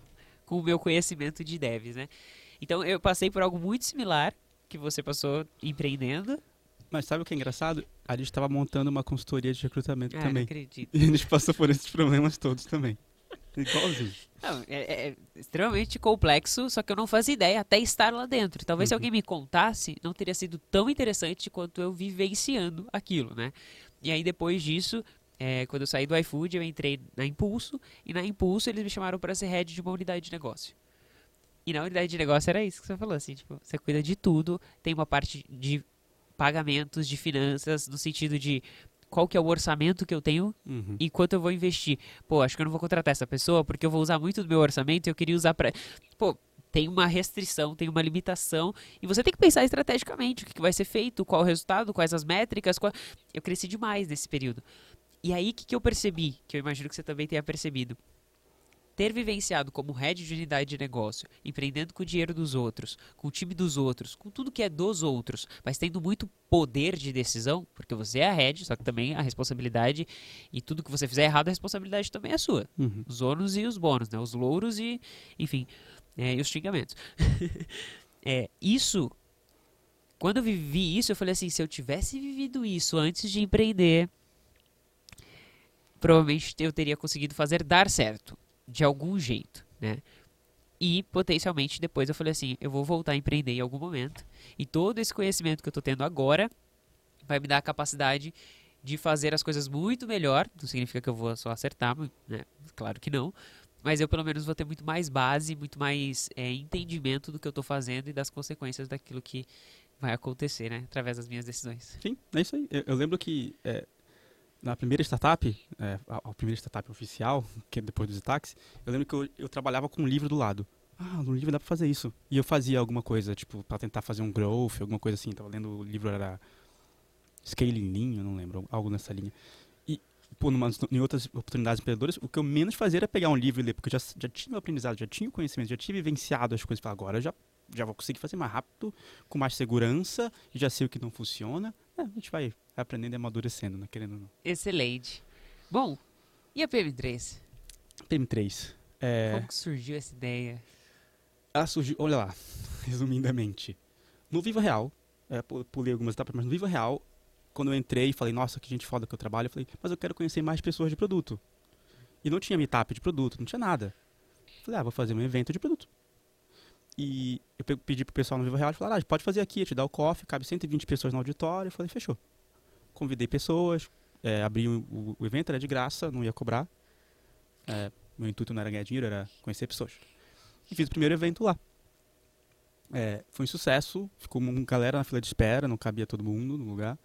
Speaker 1: com o meu conhecimento de devs, né? Então eu passei por algo muito similar que você passou empreendendo.
Speaker 2: Mas sabe o que é engraçado? A gente estava montando uma consultoria de recrutamento
Speaker 1: Não
Speaker 2: também.
Speaker 1: acredito.
Speaker 2: E a gente passou por esses problemas todos também. Igualzinho.
Speaker 1: Não, é extremamente complexo, só que eu não fazia ideia até estar lá dentro. Talvez se alguém me contasse, não teria sido tão interessante quanto eu vivenciando aquilo, né? E aí depois disso, quando eu saí do iFood, eu entrei na Impulso, e na Impulso eles me chamaram para ser head de uma unidade de negócio. E na unidade de negócio era isso que você falou, assim, tipo, você cuida de tudo, tem uma parte de pagamentos, de finanças, no sentido de qual que é o orçamento que eu tenho e quanto eu vou investir. Pô, acho que eu não vou contratar essa pessoa porque eu vou usar muito do meu orçamento e eu queria usar pra... Pô, tem uma restrição, tem uma limitação e você tem que pensar estrategicamente o que vai ser feito, qual o resultado, quais as métricas. Eu cresci demais nesse período. E aí, o que eu percebi? Que eu imagino que você também tenha percebido. Ter vivenciado como head de unidade de negócio, empreendendo com o dinheiro dos outros, com o time dos outros, com tudo que é dos outros, mas tendo muito poder de decisão, porque você é a head, só que também a responsabilidade e tudo que você fizer errado, a responsabilidade também é sua. Os ônus e os bônus, né? Os louros e, enfim, e os xingamentos. Isso, quando eu vivi isso, eu falei assim, se eu tivesse vivido isso antes de empreender, provavelmente eu teria conseguido fazer dar certo. De algum jeito, né? E potencialmente depois eu falei assim, eu vou voltar a empreender em algum momento e todo esse conhecimento que eu tô tendo agora vai me dar a capacidade de fazer as coisas muito melhor. Não significa que eu vou só acertar, né? Claro que não, mas eu pelo menos vou ter muito mais base, muito mais entendimento do que eu tô fazendo e das consequências daquilo que vai acontecer, né? Através das minhas decisões.
Speaker 2: Sim, é isso aí. Eu lembro que na primeira startup, a primeira startup oficial, que é depois dos táxi, eu lembro que eu trabalhava com um livro do lado. No livro dá pra fazer isso. E eu fazia alguma coisa, tipo, pra tentar fazer um growth, alguma coisa assim. Tava lendo o livro, era Scaling Lean, eu não lembro, algo nessa linha. E, pô, em outras oportunidades empreendedoras, o que eu menos fazia era pegar um livro e ler, porque eu já tinha o aprendizado, já tinha o conhecimento, já tinha vivenciado as coisas. Falei, agora eu já vou conseguir fazer mais rápido, com mais segurança, e já sei o que não funciona. A gente vai aprendendo e amadurecendo, né? Querendo ou não.
Speaker 1: Excelente. Bom, e a PM3?
Speaker 2: PM3.
Speaker 1: Como que surgiu essa ideia?
Speaker 2: Ela surgiu, olha lá, resumidamente. No Viva Real, pulei algumas etapas, mas no Viva Real, quando eu entrei e falei, nossa, que gente foda que eu trabalho, eu falei, mas eu quero conhecer mais pessoas de produto. E não tinha meetup de produto, não tinha nada. Falei, vou fazer um evento de produto. E eu pedi pro pessoal no Viva Real, falaram, pode fazer aqui, eu te dar o coffee, cabe 120 pessoas no auditório. Eu falei, fechou. Convidei pessoas, abri o evento, era de graça, não ia cobrar. Meu intuito não era ganhar dinheiro, era conhecer pessoas. E fiz o primeiro evento lá. Foi um sucesso, ficou uma galera na fila de espera, não cabia todo mundo no lugar.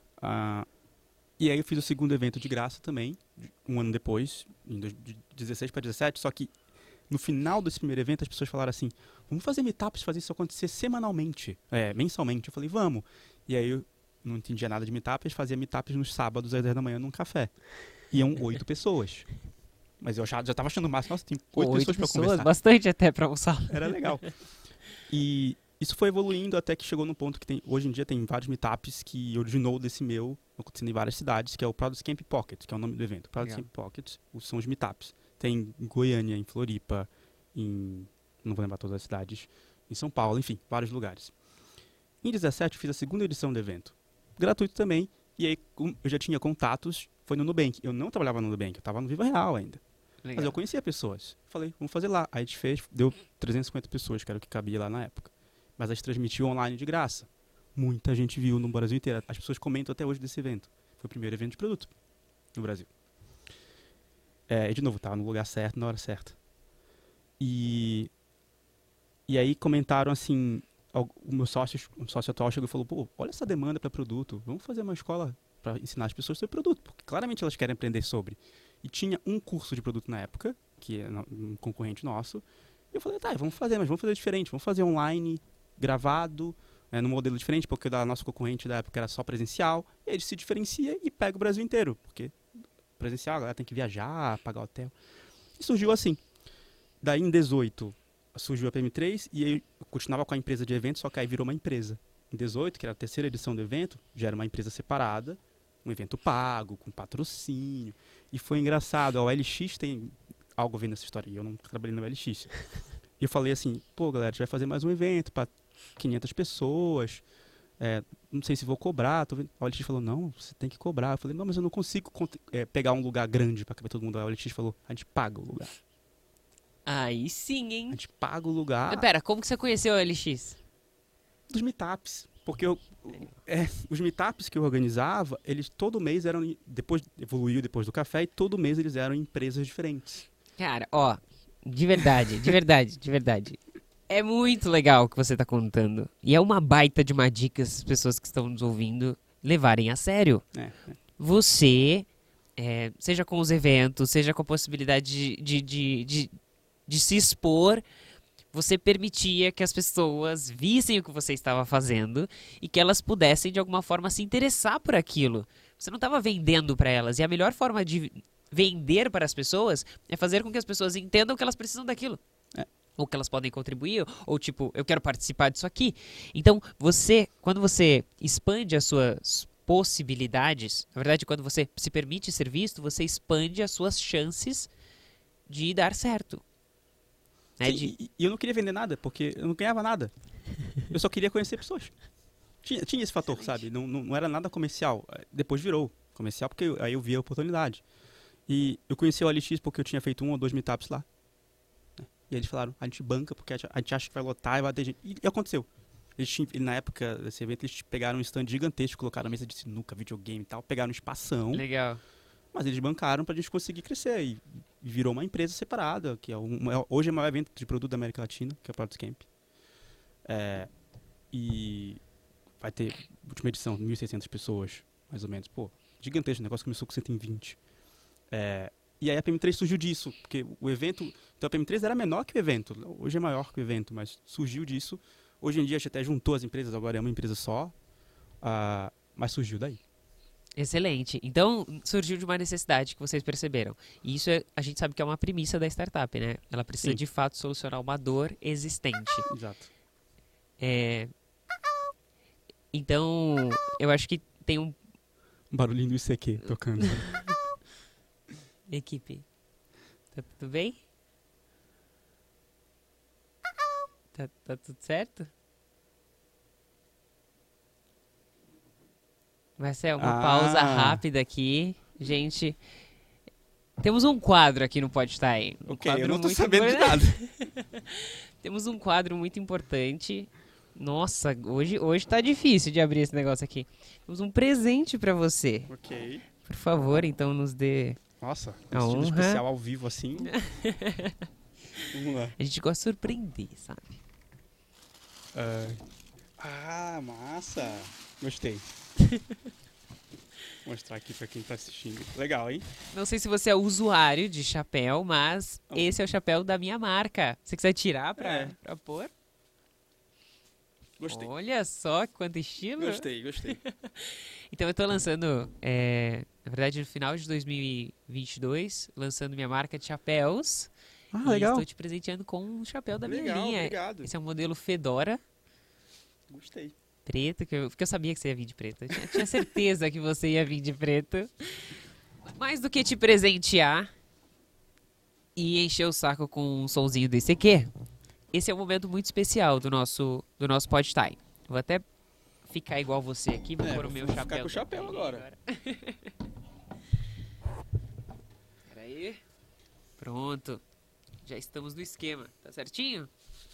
Speaker 2: E aí eu fiz o segundo evento de graça também, um ano depois, de 16 para 17, só que no final desse primeiro evento as pessoas falaram assim, vamos fazer meetups, fazer isso acontecer semanalmente, mensalmente. Eu falei, vamos. E aí eu não entendia nada de meetups, fazia meetups nos sábados às 10 da manhã num café. Iam 8 pessoas. Mas eu já estava achando o máximo, nossa, tem 8 pessoas para conversar.
Speaker 1: Bastante até para almoçar.
Speaker 2: Era legal. E isso foi evoluindo até que chegou no ponto que hoje em dia tem vários meetups que originou desse meu, acontecendo em várias cidades, que é o Product Camp Pocket, que é o nome do evento. Product Camp Pocket são os meetups. Tem em Goiânia, em Floripa, não vou lembrar todas as cidades, em São Paulo, enfim, vários lugares. Em 17 eu fiz a segunda edição do evento. Gratuito também, e aí eu já tinha contatos, foi no Nubank. Eu não trabalhava no Nubank, eu estava no Viva Real ainda. Legal. Mas eu conhecia pessoas. Falei, vamos fazer lá. Aí a gente fez, deu 350 pessoas, que era o que cabia lá na época. Mas a gente transmitiu online de graça. Muita gente viu no Brasil inteiro. As pessoas comentam até hoje desse evento. Foi o primeiro evento de produto no Brasil. E de novo, estava no lugar certo, na hora certa. E aí comentaram assim, o meu sócio atual chegou e falou, pô, olha essa demanda para produto. Vamos fazer uma escola para ensinar as pessoas sobre produto. Porque claramente elas querem aprender sobre. E tinha um curso de produto na época, que é um concorrente nosso. E eu falei, vamos fazer, mas vamos fazer diferente. Vamos fazer online, gravado, num modelo diferente, porque da nossa concorrente da época era só presencial. E aí ele se diferencia e pega o Brasil inteiro. Porque presencial, a galera tem que viajar, pagar hotel. E surgiu assim. Daí em 18 surgiu a PM3 e aí eu continuava com a empresa de eventos, só que aí virou uma empresa. Em 18, que era a terceira edição do evento, já era uma empresa separada, um evento pago, com patrocínio. E foi engraçado, a OLX tem algo a ver nessa história, e eu não trabalhei na OLX. E eu falei assim, pô, galera, a gente vai fazer mais um evento para 500 pessoas. Não sei se vou cobrar. A OLX falou, não, você tem que cobrar. Eu falei, não, mas eu não consigo pegar um lugar grande para caber todo mundo. A OLX falou, a gente paga o lugar.
Speaker 1: Aí sim, hein?
Speaker 2: A gente paga o lugar.
Speaker 1: Mas pera, como que você conheceu a LX?
Speaker 2: Dos meetups. Porque os meetups que eu organizava, eles todo mês eram, evoluiu depois do café, e todo mês eles eram em empresas diferentes.
Speaker 1: Cara, ó, de verdade, de verdade, de verdade. É muito legal o que você tá contando. E é uma baita de uma dica as pessoas que estão nos ouvindo levarem a sério. Você, seja com os eventos, seja com a possibilidade de se expor, você permitia que as pessoas vissem o que você estava fazendo e que elas pudessem, de alguma forma, se interessar por aquilo. Você não estava vendendo para elas. E a melhor forma de vender para as pessoas é fazer com que as pessoas entendam que elas precisam daquilo. Ou que elas podem contribuir, ou tipo, eu quero participar disso aqui. Então, quando você expande as suas possibilidades, na verdade, quando você se permite ser visto, você expande as suas chances de dar certo.
Speaker 2: Sim, e eu não queria vender nada, porque eu não ganhava nada. Eu só queria conhecer pessoas. Tinha esse fator, sabe? Não era nada comercial. Depois virou comercial, porque aí eu vi a oportunidade. E eu conheci o OLX porque eu tinha feito 1 ou 2 meetups lá. E eles falaram, a gente banca porque a gente acha que vai lotar e vai ter gente. E aconteceu. Na época desse evento, eles pegaram um stand gigantesco, colocaram a mesa de sinuca, videogame e tal, pegaram um espação.
Speaker 1: Legal.
Speaker 2: Mas eles bancaram pra gente conseguir crescer. E virou uma empresa separada, que hoje é o maior evento de produto da América Latina, que é o Product Camp. E vai ter, última edição, 1.600 pessoas, mais ou menos. Pô, gigantesco, o negócio começou com 120. E aí a PM3 surgiu disso, porque o evento... Então a PM3 era menor que o evento, hoje é maior que o evento, mas surgiu disso. Hoje em dia a gente até juntou as empresas, agora é uma empresa só, mas surgiu daí.
Speaker 1: Excelente. Então, surgiu de uma necessidade que vocês perceberam. E isso a gente sabe que é uma premissa da startup, né? Ela precisa, de fato, solucionar uma dor existente.
Speaker 2: Exato.
Speaker 1: Então, eu acho que tem um
Speaker 2: barulhinho do ICQ tocando.
Speaker 1: Equipe, tá tudo bem? Tá tudo certo? Marcel, uma pausa rápida aqui. Gente, temos um quadro aqui no Podtime.
Speaker 2: Eu não tô sabendo de nada.
Speaker 1: Temos um quadro muito importante. Nossa, hoje tá difícil de abrir esse negócio aqui. Temos um presente pra você.
Speaker 2: Ok.
Speaker 1: Por favor, então nos dê...
Speaker 2: Nossa,
Speaker 1: a
Speaker 2: um estilo
Speaker 1: honra.
Speaker 2: especial ao vivo assim. Vamos lá.
Speaker 1: A gente gosta de surpreender, sabe?
Speaker 2: Massa. Gostei. Vou mostrar aqui pra quem tá assistindo. Legal, hein?
Speaker 1: Não sei se você é usuário de chapéu, mas esse é o chapéu da minha marca. Se você quiser tirar pra pôr.
Speaker 2: Gostei.
Speaker 1: Olha só quanto estilo.
Speaker 2: Gostei.
Speaker 1: Então eu tô lançando, na verdade no final de 2022, lançando minha marca de chapéus. E
Speaker 2: legal.
Speaker 1: estou te presenteando com um chapéu da minha linha.
Speaker 2: Obrigado.
Speaker 1: Esse é um modelo Fedora.
Speaker 2: Gostei.
Speaker 1: Preto, porque eu sabia que você ia vir de preto. Eu tinha certeza que você ia vir de preto. Mais do que te presentear e encher o saco com um sonzinho do ICQ, esse é um momento muito especial do nosso Podtime. Vou até ficar igual você aqui, vou pôr o meu chapéu.
Speaker 2: Ficar com o chapéu agora.
Speaker 1: Peraí. Pronto. Já estamos no esquema. Tá certinho?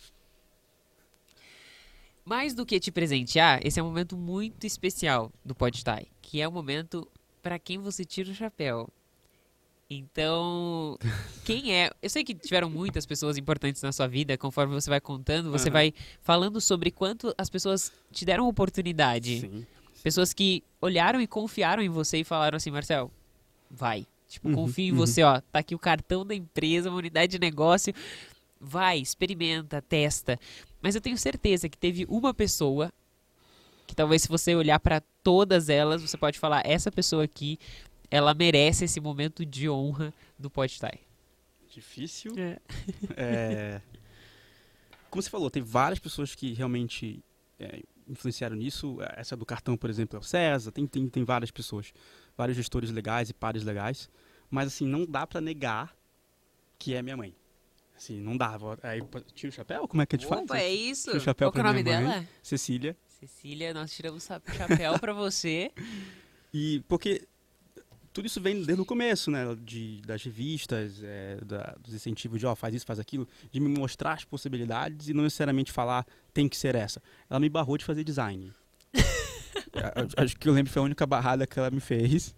Speaker 1: Mais do que te presentear, esse é um momento muito especial do Podtime, que é o momento para quem você tira o chapéu. Então, quem é? Eu sei que tiveram muitas pessoas importantes na sua vida, conforme você vai contando, você vai falando sobre quanto as pessoas te deram oportunidade.
Speaker 2: Sim.
Speaker 1: Pessoas que olharam e confiaram em você e falaram assim, Marcel, vai. Tipo, confio em você, ó. Tá aqui o cartão da empresa, uma unidade de negócio. Vai, experimenta, testa. Mas eu tenho certeza que teve uma pessoa que talvez se você olhar para todas elas, você pode falar, essa pessoa aqui, ela merece esse momento de honra do Podtime.
Speaker 2: Difícil. Como você falou, tem várias pessoas que realmente influenciaram nisso. Essa do cartão, por exemplo, é o César. Tem várias pessoas, vários gestores legais e pares legais. Mas assim, não dá para negar que é minha mãe. Assim, não dava. Aí, tira o chapéu? Como é que a gente faz?
Speaker 1: Opa, é isso?
Speaker 2: Tira o chapéu
Speaker 1: Qual que é o
Speaker 2: pra
Speaker 1: nome
Speaker 2: minha mãe,
Speaker 1: dela?
Speaker 2: Cecília.
Speaker 1: Cecília, nós tiramos o chapéu pra você.
Speaker 2: E porque tudo isso vem desde o começo, né? Das revistas, dos incentivos de, faz isso, faz aquilo, de me mostrar as possibilidades e não necessariamente falar, tem que ser essa. Ela me barrou de fazer design. Acho que eu lembro que foi a única barrada que ela me fez.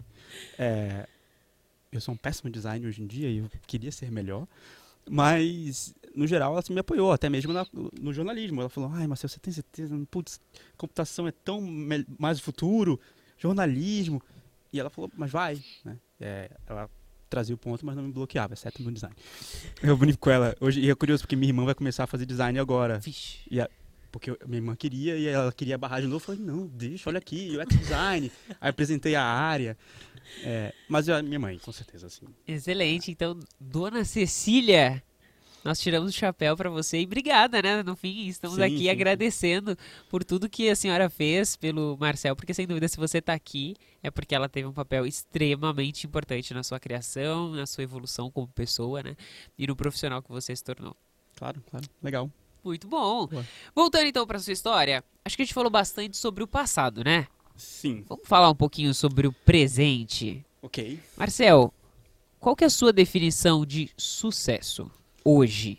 Speaker 2: Eu sou um péssimo designer hoje em dia e eu queria ser melhor. Mas, no geral, ela me apoiou, até mesmo no jornalismo. Ela falou, Marcelo, você tem certeza? Putz, computação é tão mais o futuro, jornalismo. E ela falou, mas vai, né? Ela trazia o ponto, mas não me bloqueava, exceto no design. Eu brinco com ela. Hoje, e é curioso, porque minha irmã vai começar a fazer design agora.
Speaker 1: Vixe.
Speaker 2: Porque minha irmã queria e ela queria barrar de novo. Eu falei, não, deixa, olha aqui, UX design. Aí apresentei a área. Mas minha mãe, com certeza, assim.
Speaker 1: Excelente. Então, dona Cecília, nós tiramos o chapéu para você e obrigada, né? No fim, estamos aqui agradecendo por tudo que a senhora fez pelo Marcel, porque sem dúvida, se você está aqui, é porque ela teve um papel extremamente importante na sua criação, na sua evolução como pessoa, né? E no profissional que você se tornou.
Speaker 2: Claro, legal.
Speaker 1: Muito bom.
Speaker 2: Boa.
Speaker 1: Voltando então para sua história, acho que a gente falou bastante sobre o passado, né?
Speaker 2: Sim.
Speaker 1: Vamos falar um pouquinho sobre o presente.
Speaker 2: Ok.
Speaker 1: Marcel, qual que é a sua definição de sucesso hoje?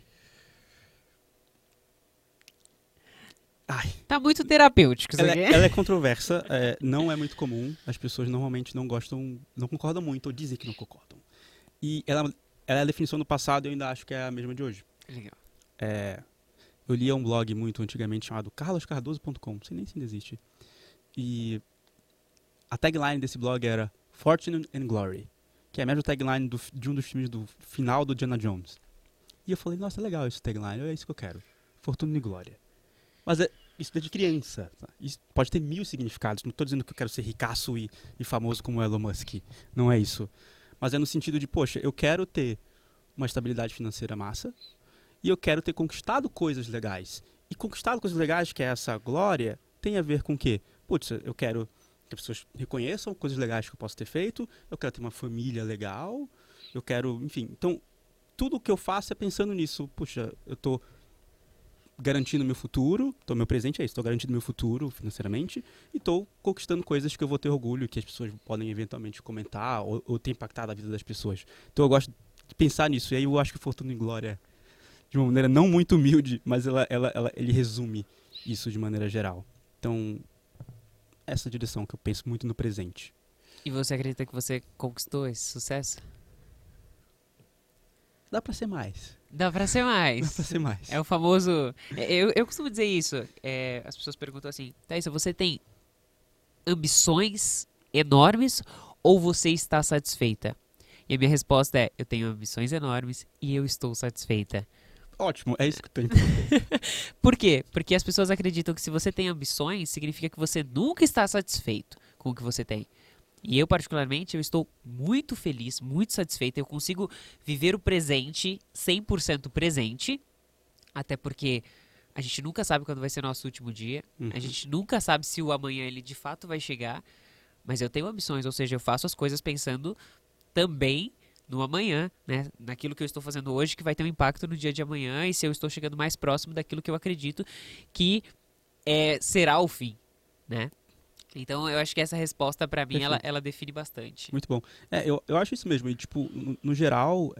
Speaker 1: Tá muito terapêutico isso aqui.
Speaker 2: Ela é controversa, não é muito comum. As pessoas normalmente não gostam, não concordam muito, ou dizem que não concordam. E ela é a definição do passado e eu ainda acho que é a mesma de hoje.
Speaker 1: Legal.
Speaker 2: Eu lia um blog muito antigamente chamado carloscardoso.com, não sei nem se ainda existe. E a tagline desse blog era Fortune and Glory, que é a mesma tagline de um dos filmes do final do Indiana Jones. E eu falei, nossa, legal esse tagline, é isso que eu quero. Fortuna e glória. Mas isso é de criança. Tá? Isso pode ter 1000 significados. Não estou dizendo que eu quero ser ricaço e famoso como Elon Musk. Não é isso. Mas é no sentido de, poxa, eu quero ter uma estabilidade financeira massa e eu quero ter conquistado coisas legais. E conquistado coisas legais, que é essa glória, tem a ver com o quê? Putz, eu quero que as pessoas reconheçam coisas legais que eu posso ter feito, eu quero ter uma família legal, eu quero, enfim. Então, tudo o que eu faço é pensando nisso. Puxa, eu estou garantindo meu futuro, então meu presente é isso, estou garantindo meu futuro financeiramente e estou conquistando coisas que eu vou ter orgulho, que as pessoas podem eventualmente comentar ou ter impactado a vida das pessoas. Então eu gosto de pensar nisso, e aí eu acho que Fortuna e Glória, de uma maneira não muito humilde, mas ele resume isso de maneira geral. Então, essa direção que eu penso muito no presente.
Speaker 1: E você acredita que você conquistou esse sucesso?
Speaker 2: Dá pra ser mais.
Speaker 1: Dá pra ser mais.
Speaker 2: Dá pra ser mais.
Speaker 1: É o famoso... Eu costumo dizer isso. As pessoas perguntam assim, Thaisa, você tem ambições enormes ou você está satisfeita? E a minha resposta é, eu tenho ambições enormes e eu estou satisfeita.
Speaker 2: Ótimo, é isso que eu tenho.
Speaker 1: Por quê? Porque as pessoas acreditam que se você tem ambições, significa que você nunca está satisfeito com o que você tem. E eu, particularmente, eu estou muito feliz, muito satisfeito. Eu consigo viver o presente 100% presente, até porque a gente nunca sabe quando vai ser nosso último dia. A gente nunca sabe se o amanhã ele de fato vai chegar. Mas eu tenho ambições, ou seja, eu faço as coisas pensando também no amanhã, né? Naquilo que eu estou fazendo hoje, que vai ter um impacto no dia de amanhã, e se eu estou chegando mais próximo daquilo que eu acredito que será o fim, né? Então, eu acho que essa resposta, pra mim, ela define bastante.
Speaker 2: Muito bom. Eu acho isso mesmo. E, tipo, no geral,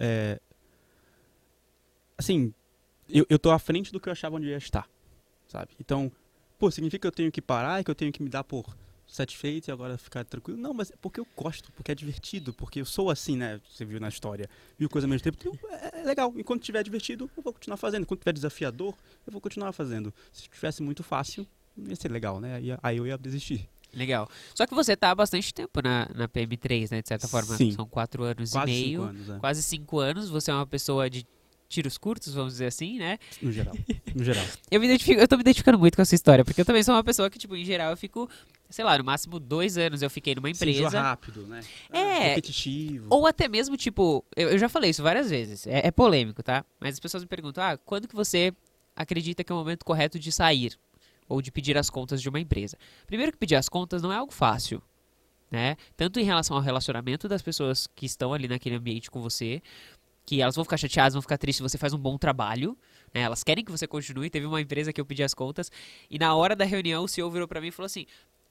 Speaker 2: assim, eu tô à frente do que eu achava onde eu ia estar, sabe? Então, significa que eu tenho que parar e que eu tenho que me dar por satisfeito e agora ficar tranquilo? Não, mas é porque eu gosto, porque é divertido, porque eu sou assim, né? Você viu na história, viu coisa ao mesmo tempo. Então, é legal. Enquanto estiver divertido, eu vou continuar fazendo. Enquanto estiver desafiador, eu vou continuar fazendo. Se estivesse muito fácil, ia ser legal, né? Aí eu ia desistir.
Speaker 1: Legal. Só que você tá há bastante tempo na PM3, né? De certa forma.
Speaker 2: Sim.
Speaker 1: São 4 anos
Speaker 2: Quase
Speaker 1: e meio.
Speaker 2: 5 anos,
Speaker 1: Quase 5 anos. Você é uma pessoa de tiros curtos, vamos dizer assim, né?
Speaker 2: No geral. No geral.
Speaker 1: Eu tô me identificando muito com essa história, porque eu também sou uma pessoa que, tipo, em geral, eu fico, sei lá, no máximo 2 anos eu fiquei numa empresa.
Speaker 2: Se enjoa rápido, né? Repetitivo.
Speaker 1: Ou até mesmo, tipo, eu já falei isso várias vezes. É polêmico, tá? Mas as pessoas me perguntam, quando que você acredita que é o momento correto de sair? Ou de pedir as contas de uma empresa. Primeiro que pedir as contas não é algo fácil, né? Tanto em relação ao relacionamento das pessoas que estão ali naquele ambiente com você, que elas vão ficar chateadas, vão ficar tristes se você faz um bom trabalho, né? Elas querem que você continue. Teve uma empresa que eu pedi as contas e na hora da reunião o CEO virou pra mim e falou assim: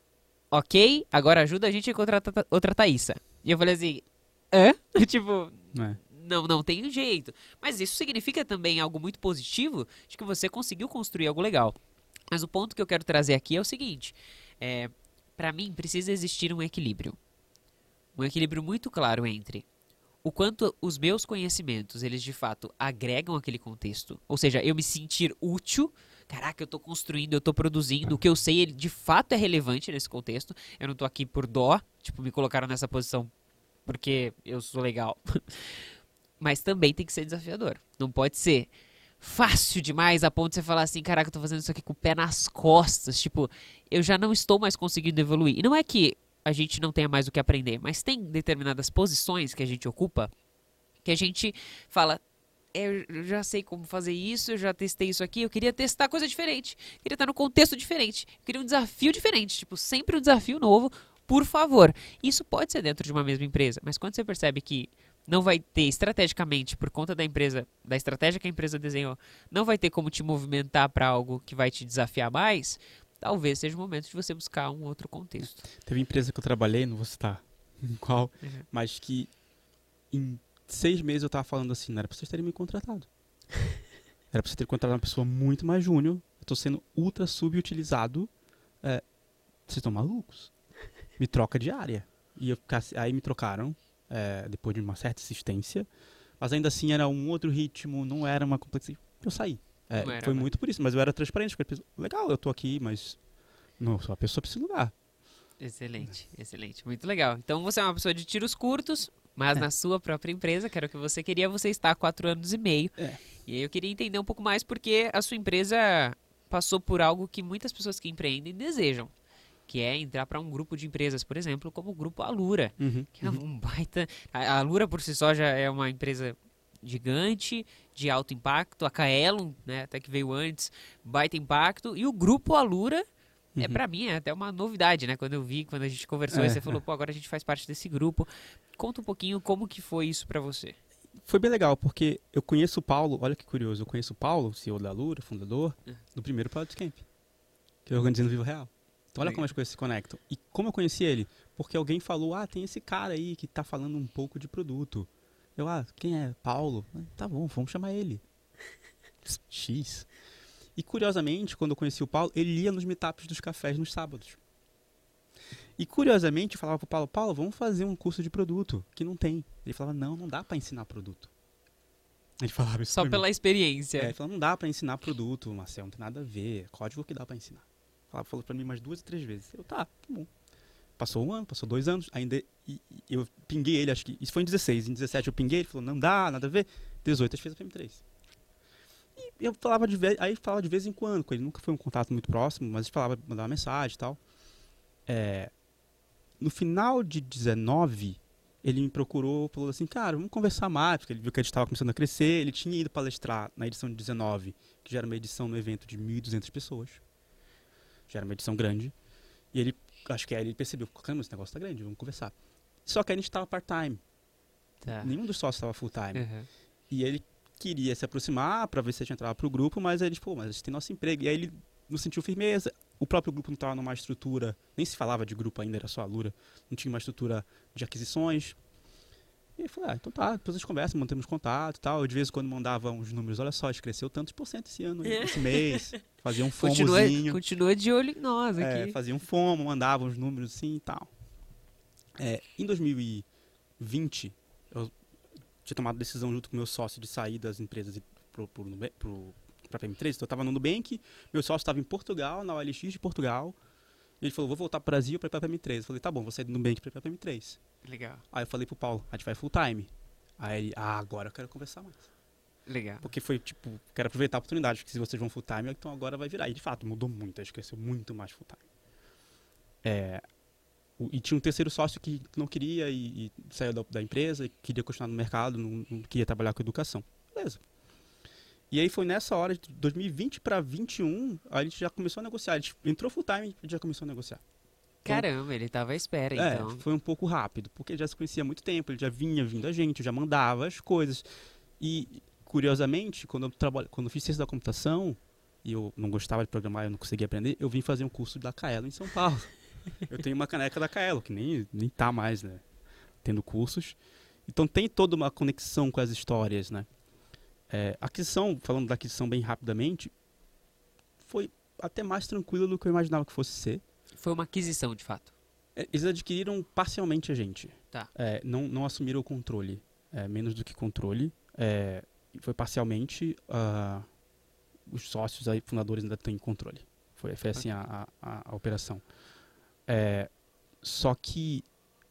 Speaker 1: ok, agora ajuda a gente a encontrar outra Thaísa. E eu falei assim: hã? Tipo,
Speaker 2: É.
Speaker 1: não tem jeito. Mas isso significa também algo muito positivo de que você conseguiu construir algo legal. Mas o ponto que eu quero trazer aqui é o seguinte: para mim precisa existir um equilíbrio. Um equilíbrio muito claro entre o quanto os meus conhecimentos, eles de fato agregam aquele contexto. Ou seja, eu me sentir útil. Caraca, eu tô construindo, eu tô produzindo. O que eu sei, ele de fato é relevante nesse contexto. Eu não tô aqui por dó. Tipo, me colocaram nessa posição porque eu sou legal. Mas também tem que ser desafiador. Não pode ser fácil demais a ponto de você falar assim: caraca, eu tô fazendo isso aqui com o pé nas costas. Tipo, eu já não estou mais conseguindo evoluir. E não é que a gente não tenha mais o que aprender, mas tem determinadas posições que a gente ocupa que a gente fala: eu já sei como fazer isso, eu já testei isso aqui, eu queria testar coisa diferente, queria estar no contexto diferente, eu queria um desafio diferente, tipo, sempre um desafio novo, por favor. Isso pode ser dentro de uma mesma empresa, mas quando você percebe que não vai ter estrategicamente, por conta da empresa, da estratégia que a empresa desenhou, não vai ter como te movimentar para algo que vai te desafiar mais, talvez seja o momento de você buscar um outro contexto.
Speaker 2: Teve empresa que eu trabalhei, não vou citar em qual, mas que em 6 meses eu tava falando assim: não era pra vocês terem me contratado. Era pra você ter contratado uma pessoa muito mais júnior. Eu tô sendo ultra subutilizado. Vocês estão malucos? Me troca de área. E aí me trocaram, depois de uma certa insistência. Mas ainda assim era um outro ritmo, não era uma complexidade. Eu saí. Foi muito por isso, mas eu era transparente. Legal, eu tô aqui, mas não sou a pessoa pra esse lugar.
Speaker 1: Excelente, excelente. Muito legal. Então você é uma pessoa de tiros curtos, mas na sua própria empresa, que era o que você queria, você está há 4 anos e meio. E aí eu queria entender um pouco mais porque a sua empresa passou por algo que muitas pessoas que empreendem desejam, que é entrar para um grupo de empresas, por exemplo, como o Grupo Alura, que é um baita... A Alura por si só já é uma empresa gigante, de alto impacto. A Kaelon, né, até que veio antes, baita impacto. E o Grupo Alura, pra mim, é até uma novidade, né? Quando eu vi, quando a gente conversou, e você falou: pô, agora a gente faz parte desse grupo. Conta um pouquinho como que foi isso pra você.
Speaker 2: Foi bem legal, porque eu conheço o Paulo, olha que curioso, eu conheço o Paulo, CEO da Alura, fundador, do primeiro Product Camp, que eu organizei no Vivo Real. Então olha como as coisas se conectam. E como eu conheci ele? Porque alguém falou: tem esse cara aí que tá falando um pouco de produto. Eu, quem é? Paulo? Tá bom, vamos chamar ele. X. E curiosamente, quando eu conheci o Paulo, ele ia nos meetups dos cafés nos sábados. E curiosamente, eu falava pro Paulo: Paulo, vamos fazer um curso de produto, que não tem. Ele falava: não dá pra ensinar produto. Ele falava isso
Speaker 1: só pela experiência.
Speaker 2: Ele falava: não dá pra ensinar produto, Marcelo, não tem nada a ver, código que dá pra ensinar. Falou pra mim umas 2 ou 3 vezes. Eu, tá bom. Passou 1 ano, passou 2 anos, ainda eu pinguei ele, acho que isso foi em 16. Em 17 eu pinguei, ele falou: não dá, nada a ver. 18 a gente fez a PM3. E eu falava de vez em quando com ele. Nunca foi um contato muito próximo, mas a gente falava, mandava mensagem e tal. No final de 19, ele me procurou, falou assim: cara, vamos conversar mais, porque ele viu que a gente estava começando a crescer. Ele tinha ido palestrar na edição de 19, que já era uma edição no evento de 1.200 pessoas. Já era uma edição grande. E ele, acho que aí ele percebeu: caramba, esse negócio tá grande, vamos conversar. Só que a gente estava part-time. Nenhum dos sócios estava full-time. E ele queria se aproximar para ver se a gente entrava pro grupo, mas aí ele falou: mas a gente tem nosso emprego. E aí ele não sentiu firmeza. O próprio grupo não estava numa estrutura, nem se falava de grupo ainda, era só a Alura. Não tinha uma estrutura de aquisições. E ele falou: então tá, depois a gente conversa, mantemos contato e tal. Eu de vez em quando mandava uns números: olha só, a gente cresceu tantos % esse ano, esse mês. Fazia um fomozinho.
Speaker 1: Continua de olho em nós aqui.
Speaker 2: Fazia um fomo, mandava uns números assim e tal. Em 2020, eu tinha tomado a decisão junto com o meu sócio de sair das empresas e para a PM3. Então eu estava no Nubank, meu sócio estava em Portugal, na OLX de Portugal. E ele falou: vou voltar para o Brasil para ir para a PM3. Eu falei: tá bom, vou sair do Nubank para ir para a PM3.
Speaker 1: Legal.
Speaker 2: Aí eu falei pro Paulo: a gente vai full time. Aí ele: agora eu quero conversar mais.
Speaker 1: Legal.
Speaker 2: Porque foi tipo, quero aproveitar a oportunidade, porque se vocês vão full time, então agora vai virar. E de fato, mudou muito, a gente cresceu muito mais full time. E tinha um terceiro sócio que não queria e saiu da empresa, e queria continuar no mercado, não queria trabalhar com educação. Beleza. E aí foi nessa hora, de 2020 para 2021, a gente já começou a negociar. A gente entrou full time, a gente já começou a negociar. Então,
Speaker 1: caramba, ele tava à espera, então.
Speaker 2: Foi um pouco rápido, porque ele já se conhecia há muito tempo, ele já vinha vindo a gente, eu já mandava as coisas. E, curiosamente, quando eu fiz ciência da computação, e eu não gostava de programar, eu não conseguia aprender, eu vim fazer um curso da Kaelo em São Paulo. Eu tenho uma caneca da Kaelo, que nem tá mais, né? Tendo cursos. Então tem toda uma conexão com as histórias, né? Falando da aquisição bem rapidamente, foi até mais tranquilo do que eu imaginava que fosse ser.
Speaker 1: Foi uma aquisição, de fato.
Speaker 2: Eles adquiriram parcialmente a gente.
Speaker 1: Tá.
Speaker 2: Não assumiram o controle. Menos do que controle. Foi parcialmente. Os sócios aí, fundadores ainda têm controle. Foi assim a operação. Só que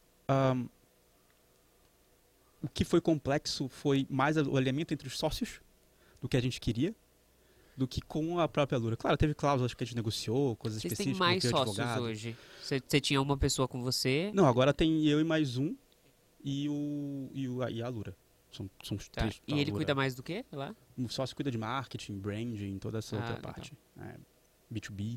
Speaker 2: o que foi complexo foi mais o alinhamento entre os sócios do que a gente queria, do que com a própria Alura. Claro, teve cláusulas que a gente negociou, coisas
Speaker 1: Vocês
Speaker 2: específicas.
Speaker 1: têm mais sócios
Speaker 2: advogado.
Speaker 1: hoje? Você tinha uma pessoa com você?
Speaker 2: Não, agora tem eu e mais um e a Alura. São os
Speaker 1: Tá.
Speaker 2: três.
Speaker 1: E ele cuida mais do quê lá?
Speaker 2: O sócio cuida de marketing, branding, toda essa outra
Speaker 1: legal.
Speaker 2: parte. B2B.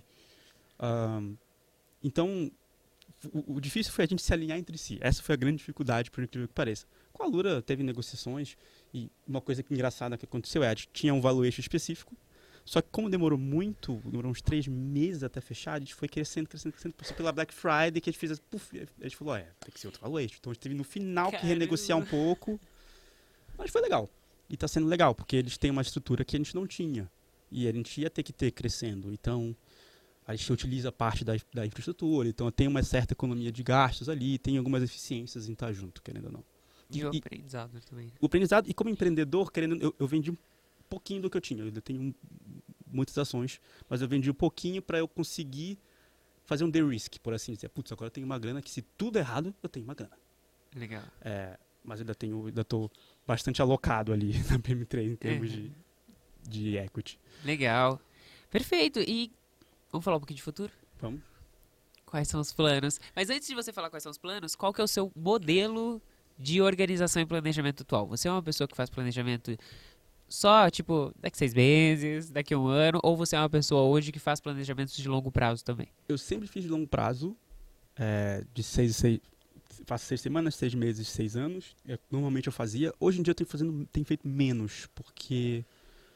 Speaker 2: Então, o difícil foi a gente se alinhar entre si. Essa foi a grande dificuldade, por incrível que pareça. Com a Alura teve negociações e uma coisa engraçada que aconteceu a gente tinha um valuation específico, só que como demorou uns 3 meses até fechar, a gente foi crescendo, passou pela Black Friday, que a gente fez, a gente falou, tem que ser outro valuation. Então a gente teve no final que renegociar um pouco, mas foi legal. E tá sendo legal, porque eles têm uma estrutura que a gente não tinha. E a gente ia ter que ter crescendo. Então, a gente utiliza parte da infraestrutura, então tem uma certa economia de gastos ali, tem algumas eficiências em estar junto, querendo ou não.
Speaker 1: E o aprendizado também.
Speaker 2: O aprendizado, e como empreendedor, eu vendi um pouquinho do que eu tinha. Eu ainda tenho muitas ações, mas eu vendi um pouquinho para eu conseguir fazer um de-risk, por assim dizer. Putz, agora eu tenho uma grana que se tudo errado, eu tenho uma grana.
Speaker 1: Legal.
Speaker 2: Mas eu ainda estou bastante alocado ali na PM3 em termos de equity.
Speaker 1: Legal. Perfeito. E vamos falar um pouquinho de futuro?
Speaker 2: Vamos.
Speaker 1: Quais são os planos? Mas antes de você falar quais são os planos, qual que é o seu modelo de organização e planejamento atual? Você é uma pessoa que faz planejamento só, tipo, daqui 6 meses, daqui 1 ano, ou você é uma pessoa hoje que faz planejamentos de longo prazo também?
Speaker 2: Eu sempre fiz de longo prazo, de faço 6 semanas, 6 meses, 6 anos. Normalmente eu fazia. Hoje em dia eu tenho feito menos, porque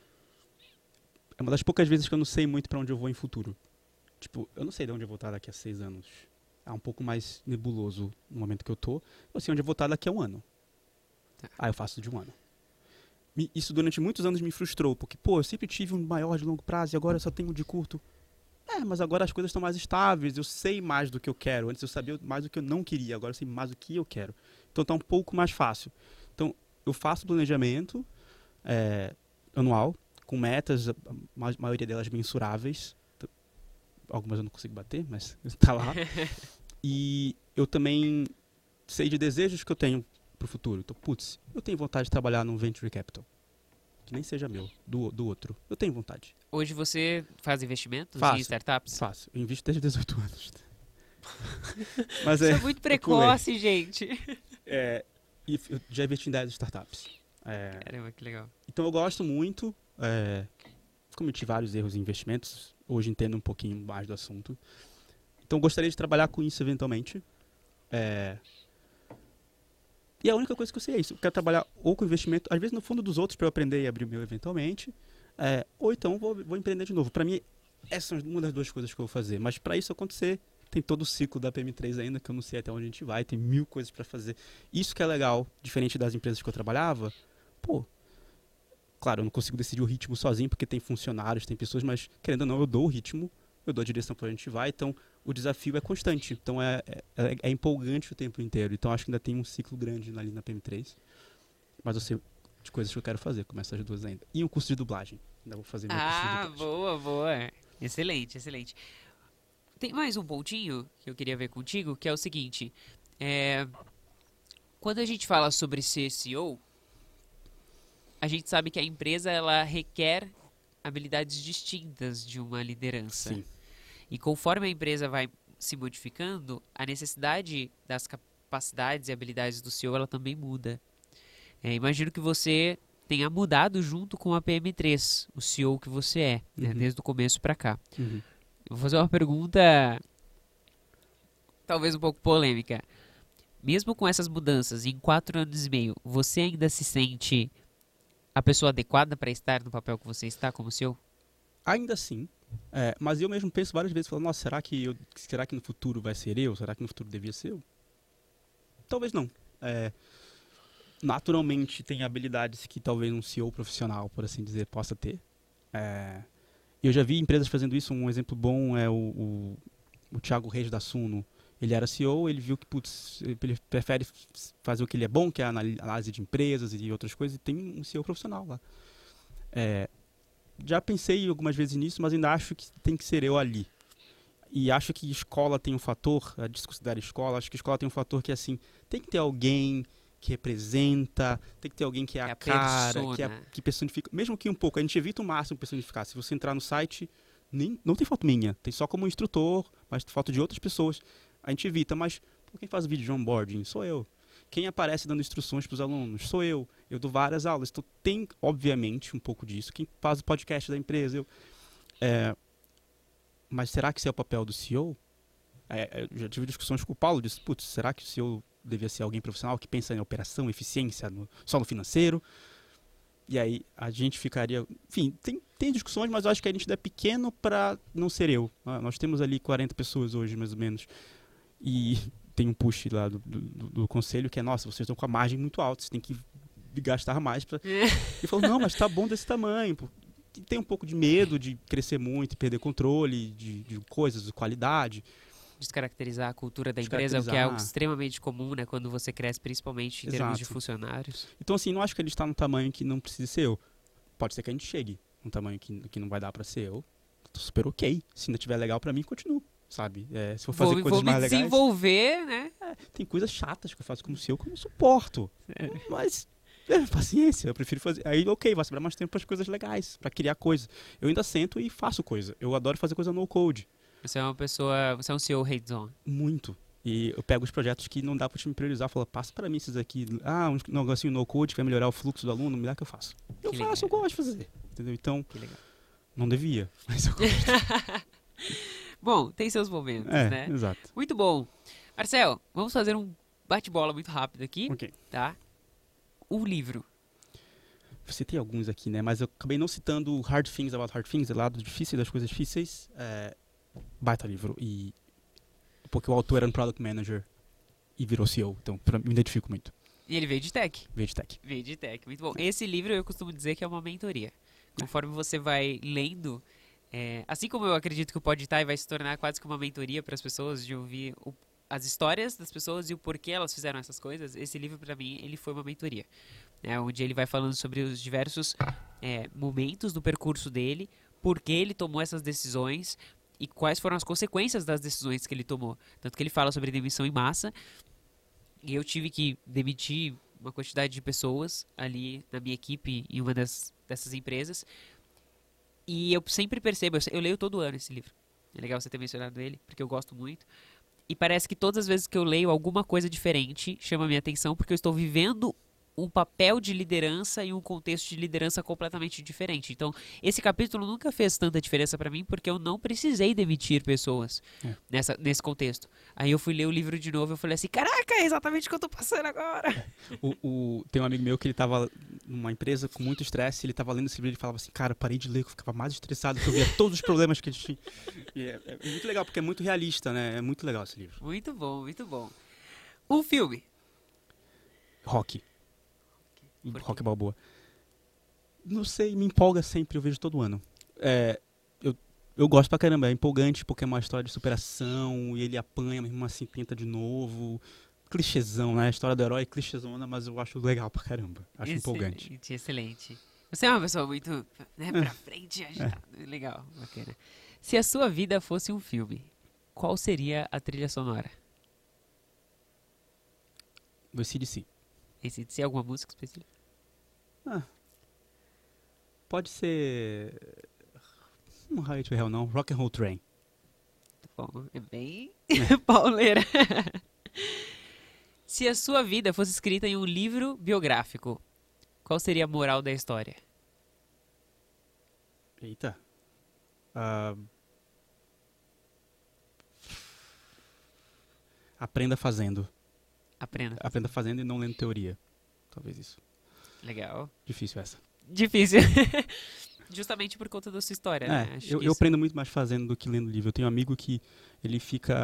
Speaker 2: é uma das poucas vezes que eu não sei muito para onde eu vou em futuro. Tipo, eu não sei de onde eu vou estar daqui a 6 anos. É um pouco mais nebuloso no momento que eu tô. Eu sei onde eu vou estar daqui a 1 ano. Eu faço de 1 ano. Isso durante muitos anos me frustrou, porque, eu sempre tive um maior de longo prazo e agora eu só tenho um de curto. Mas agora as coisas estão mais estáveis, eu sei mais do que eu quero. Antes eu sabia mais do que eu não queria, agora eu sei mais do que eu quero. Então tá um pouco mais fácil. Então, eu faço planejamento anual, com metas, a maioria delas mensuráveis. Algumas eu não consigo bater, mas tá lá. E eu também sei de desejos que eu tenho pro futuro. Então, eu tenho vontade de trabalhar num venture capital. Que nem seja meu, do outro. Eu tenho vontade.
Speaker 1: Hoje você faz investimentos em startups?
Speaker 2: Faço. Eu invisto desde 18 anos. Mas
Speaker 1: Isso é muito precoce, gente.
Speaker 2: E eu já investi em 10 startups.
Speaker 1: Caramba, que legal.
Speaker 2: Então eu gosto muito. Cometi vários erros em investimentos. Hoje entendo um pouquinho mais do assunto. Então eu gostaria de trabalhar com isso eventualmente. E a única coisa que eu sei é isso. Eu quero trabalhar ou com investimento, às vezes no fundo dos outros, para eu aprender e abrir o meu eventualmente. Ou então vou empreender de novo. Para mim, essa é uma das duas coisas que eu vou fazer. Mas para isso acontecer, tem todo o ciclo da PM3 ainda, que eu não sei até onde a gente vai. Tem 1000 coisas para fazer. Isso que é legal, diferente das empresas que eu trabalhava. Claro, eu não consigo decidir o ritmo sozinho, porque tem funcionários, tem pessoas, mas querendo ou não, eu dou o ritmo, eu dou a direção para onde a gente vai. Então, o desafio é constante. Então, é empolgante o tempo inteiro. Então, acho que ainda tem um ciclo grande ali na PM3. Mas eu sei de coisas que eu quero fazer, como essas duas ainda. E um curso de dublagem. Ainda vou fazer meu curso de dublagem.
Speaker 1: Boa. Excelente. Tem mais um pontinho que eu queria ver contigo, que é o seguinte. Quando a gente fala sobre ser CEO, a gente sabe que a empresa ela requer habilidades distintas de uma liderança.
Speaker 2: Sim.
Speaker 1: E conforme a empresa vai se modificando, a necessidade das capacidades e habilidades do CEO ela também muda. Imagino que você tenha mudado junto com a PM3, o CEO que você é, né, desde o começo para cá.
Speaker 2: Uhum.
Speaker 1: Eu vou fazer uma pergunta talvez um pouco polêmica. Mesmo com essas mudanças, em 4 anos e meio, você ainda se sente a pessoa adequada para estar no papel que você está como CEO?
Speaker 2: Ainda assim, mas eu mesmo penso várias vezes, falando, nossa, será que no futuro vai ser eu? Será que no futuro devia ser eu? Talvez não. Naturalmente tem habilidades que talvez um CEO profissional, por assim dizer, possa ter. Eu já vi empresas fazendo isso. Um exemplo bom é o Thiago Reis da Suno. Ele era CEO, ele viu que ele prefere fazer o que ele é bom, que é a análise de empresas e outras coisas, e tem um CEO profissional lá. Já pensei algumas vezes nisso, mas ainda acho que tem que ser eu ali. E acho que escola tem um fator, a desconsiderar escola, acho que escola tem um fator que, assim, tem que ter alguém que representa, tem que ter alguém que é a cara, que personifica, mesmo que um pouco, a gente evita o máximo personificar. Se você entrar no site, não tem foto minha, tem só como instrutor, mas foto de outras pessoas, a gente evita, mas quem faz vídeo de onboarding? Sou eu. Quem aparece dando instruções para os alunos? Sou eu. Eu dou várias aulas, então tem, obviamente, um pouco disso. Quem faz o podcast da empresa? Mas será que esse é o papel do CEO? Eu já tive discussões com o Paulo, disse, será que o CEO devia ser alguém profissional que pensa em operação, eficiência, só no financeiro? E aí a gente ficaria... Enfim, tem discussões, mas eu acho que a gente ainda é pequeno para não ser eu. Nós temos ali 40 pessoas hoje, mais ou menos. E tem um push lá do conselho que é, nossa, vocês estão com a margem muito alta, vocês têm que gastar mais. E falou, não, mas tá bom desse tamanho. Tem um pouco de medo de crescer muito, perder controle de coisas, de qualidade.
Speaker 1: Descaracterizar a cultura da empresa, o que é algo extremamente comum, né, quando você cresce, principalmente em termos de funcionários.
Speaker 2: Então, assim, não acho que a gente está num tamanho que não precisa ser eu. Pode ser que a gente chegue num tamanho que não vai dar para ser eu. Tô super ok. Se ainda estiver legal para mim, continuo, sabe? Se for fazer coisas mais legais...
Speaker 1: Vou me desenvolver, né?
Speaker 2: Tem coisas chatas que eu faço como CEO que eu não suporto. Mas... paciência, eu prefiro fazer. Aí, ok, vai sobrar mais tempo para as coisas legais, para criar coisa. Eu ainda sento e faço coisa. Eu adoro fazer coisa no code.
Speaker 1: Você é um CEO hands-on.
Speaker 2: Muito. E eu pego os projetos que não dá para o time priorizar, falo, passa para mim esses aqui. Um negocinho no code que vai melhorar o fluxo do aluno, me dá que eu faço. Eu gosto de fazer. Entendeu? Então, não devia, mas eu gosto.
Speaker 1: Bom, tem seus momentos, né?
Speaker 2: Exato.
Speaker 1: Muito bom. Marcel, vamos fazer um bate-bola muito rápido aqui, tá? O livro.
Speaker 2: Você tem alguns aqui, né? Mas eu acabei não citando Hard Things About Hard Things, lado difícil das coisas difíceis. Baita livro. Porque o autor era um Product Manager e virou CEO. Então, me identifico muito.
Speaker 1: E ele veio de tech.
Speaker 2: Veio de tech,
Speaker 1: muito bom. Esse livro eu costumo dizer que é uma mentoria. Conforme você vai lendo, assim como eu acredito que o Podtai vai se tornar quase que uma mentoria para as pessoas de ouvir as histórias das pessoas e o porquê elas fizeram essas coisas, esse livro, para mim, ele foi uma mentoria. Onde ele vai falando sobre os diversos momentos do percurso dele, por que ele tomou essas decisões e quais foram as consequências das decisões que ele tomou. Tanto que ele fala sobre demissão em massa, e eu tive que demitir uma quantidade de pessoas ali na minha equipe em uma dessas empresas. E eu sempre percebo, eu leio todo ano esse livro. É legal você ter mencionado ele, porque eu gosto muito. E parece que todas as vezes que eu leio alguma coisa diferente chama a minha atenção, porque eu estou vivendo um papel de liderança e um contexto de liderança completamente diferente. Então, esse capítulo nunca fez tanta diferença para mim, porque eu não precisei demitir pessoas nesse contexto. Aí eu fui ler o livro de novo e eu falei assim, caraca, é exatamente o que eu tô passando agora.
Speaker 2: Tem um amigo meu que ele tava numa empresa com muito estresse, ele tava lendo esse livro e ele falava assim, cara, parei de ler, que eu ficava mais estressado, que eu via todos os problemas que a gente tinha. E é muito legal, porque é muito realista, né? É muito legal esse livro.
Speaker 1: Muito bom, muito bom. Um filme.
Speaker 2: Rock Balboa. Não sei, me empolga sempre, eu vejo todo ano. Eu gosto pra caramba, é empolgante porque é uma história de superação e ele apanha, mas mesmo assim tenta de novo. Clichêzão, né? A história do herói é clichêzona, mas eu acho legal pra caramba. Acho empolgante.
Speaker 1: Excelente. Você é uma pessoa muito pra frente, agitada. Legal, bacana. Se a sua vida fosse um filme, qual seria a trilha sonora?
Speaker 2: Do AC/DC.
Speaker 1: AC/DC, alguma música específica?
Speaker 2: Pode ser... Não Highway to Hell, não. Rock and Roll Train.
Speaker 1: Bom, é bem pauleira. Se a sua vida fosse escrita em um livro biográfico, qual seria a moral da história?
Speaker 2: Eita. Aprenda fazendo.
Speaker 1: Aprenda.
Speaker 2: Aprenda fazendo e não lendo teoria. Talvez isso.
Speaker 1: Legal.
Speaker 2: Difícil essa.
Speaker 1: difícil. Justamente por conta da sua história, né?
Speaker 2: Eu aprendo muito mais fazendo do que lendo livro. Eu tenho um amigo que ele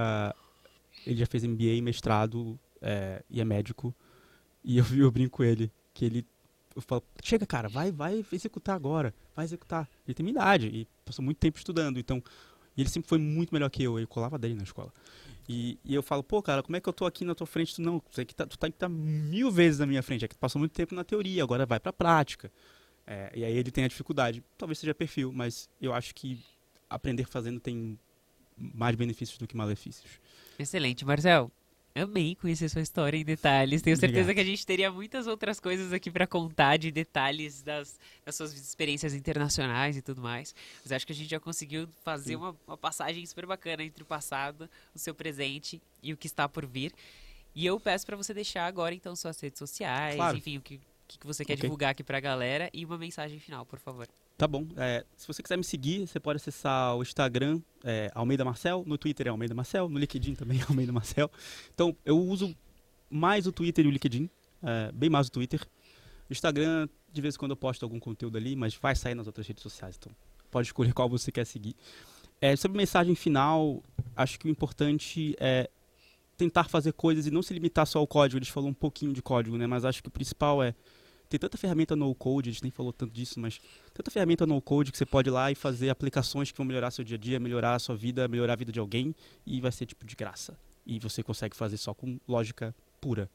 Speaker 2: já fez MBA, mestrado e é médico. E eu brinco com ele, eu falo, chega cara, vai executar agora, vai executar. Ele tem minha idade e passou muito tempo estudando, então, e ele sempre foi muito melhor que eu colava dele na escola. E eu falo, pô cara, como é que eu tô aqui na tua frente? Tu tá 1000 vezes na minha frente, é que tu passou muito tempo na teoria, agora vai pra prática. E aí ele tem a dificuldade, talvez seja perfil, mas eu acho que aprender fazendo tem mais benefícios do que malefícios.
Speaker 1: Excelente, Marcel. Amei conhecer sua história em detalhes. Tenho certeza
Speaker 2: Obrigado.
Speaker 1: que a gente teria muitas outras coisas aqui para contar de detalhes das suas experiências internacionais e tudo mais. Mas acho que a gente já conseguiu fazer uma passagem super bacana entre o passado, o seu presente e o que está por vir. E eu peço para você deixar agora, então, suas redes sociais,
Speaker 2: claro.
Speaker 1: Enfim, o que você quer divulgar aqui para a galera e uma mensagem final, por favor.
Speaker 2: Tá bom. Se você quiser me seguir, você pode acessar o Instagram, Almeida Marcel, no Twitter é Almeida Marcel, no LinkedIn também é Almeida Marcel. Então, eu uso mais o Twitter e o LinkedIn, bem mais o Twitter. O Instagram, de vez em quando eu posto algum conteúdo ali, mas vai sair nas outras redes sociais, então pode escolher qual você quer seguir. Sobre mensagem final, acho que o importante é tentar fazer coisas e não se limitar só ao código. Eles falam um pouquinho de código, né? Mas acho que o principal tem tanta ferramenta no-code, a gente nem falou tanto disso, mas tanta ferramenta no-code que você pode ir lá e fazer aplicações que vão melhorar seu dia a dia, melhorar a sua vida, melhorar a vida de alguém, e vai ser tipo de graça. E você consegue fazer só com lógica pura.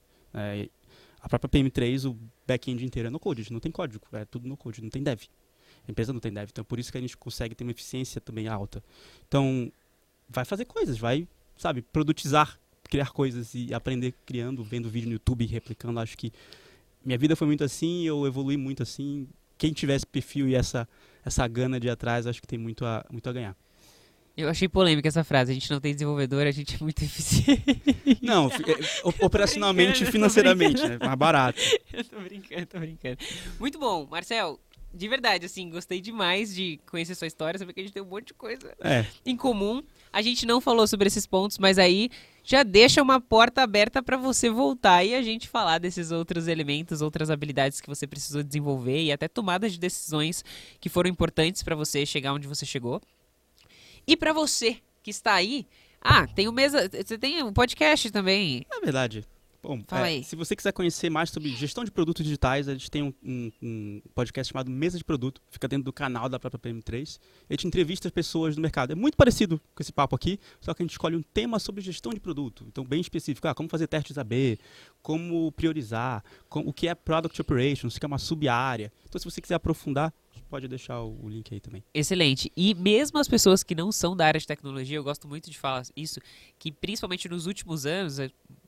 Speaker 2: A própria PM3, o back-end inteiro é no-code, a gente não tem código, é tudo no-code, não tem dev. A empresa não tem dev, então por isso que a gente consegue ter uma eficiência também alta. Então, vai fazer coisas, vai, produtizar, criar coisas e aprender criando, vendo vídeo no YouTube e replicando. Acho que minha vida foi muito assim, eu evolui muito assim. Quem tivesse perfil e essa gana de ir atrás, acho que tem muito a ganhar.
Speaker 1: Eu achei polêmica essa frase. A gente não tem desenvolvedor, a gente é muito eficiente.
Speaker 2: Não, operacionalmente e financeiramente, né? Mais barato.
Speaker 1: Eu tô brincando. Muito bom, Marcel. De verdade, assim, gostei demais de conhecer sua história, saber que a gente tem um monte de coisa em comum. A gente não falou sobre esses pontos, mas aí já deixa uma porta aberta para você voltar e a gente falar desses outros elementos, outras habilidades que você precisou desenvolver e até tomadas de decisões que foram importantes para você chegar onde você chegou. E para você que está aí, você tem um podcast também.
Speaker 2: É verdade. Bom,
Speaker 1: Fala aí.
Speaker 2: Se você quiser conhecer mais sobre gestão de produtos digitais, a gente tem um podcast chamado Mesa de Produto, fica dentro do canal da própria PM3. A gente entrevista as pessoas do mercado. É muito parecido com esse papo aqui, só que a gente escolhe um tema sobre gestão de produto. Então, bem específico. Como fazer testes AB, como priorizar, o que é Product Operations, que é uma sub-área. Então, se você quiser aprofundar, pode deixar o link aí também.
Speaker 1: Excelente. E mesmo as pessoas que não são da área de tecnologia, eu gosto muito de falar isso, que principalmente nos últimos anos,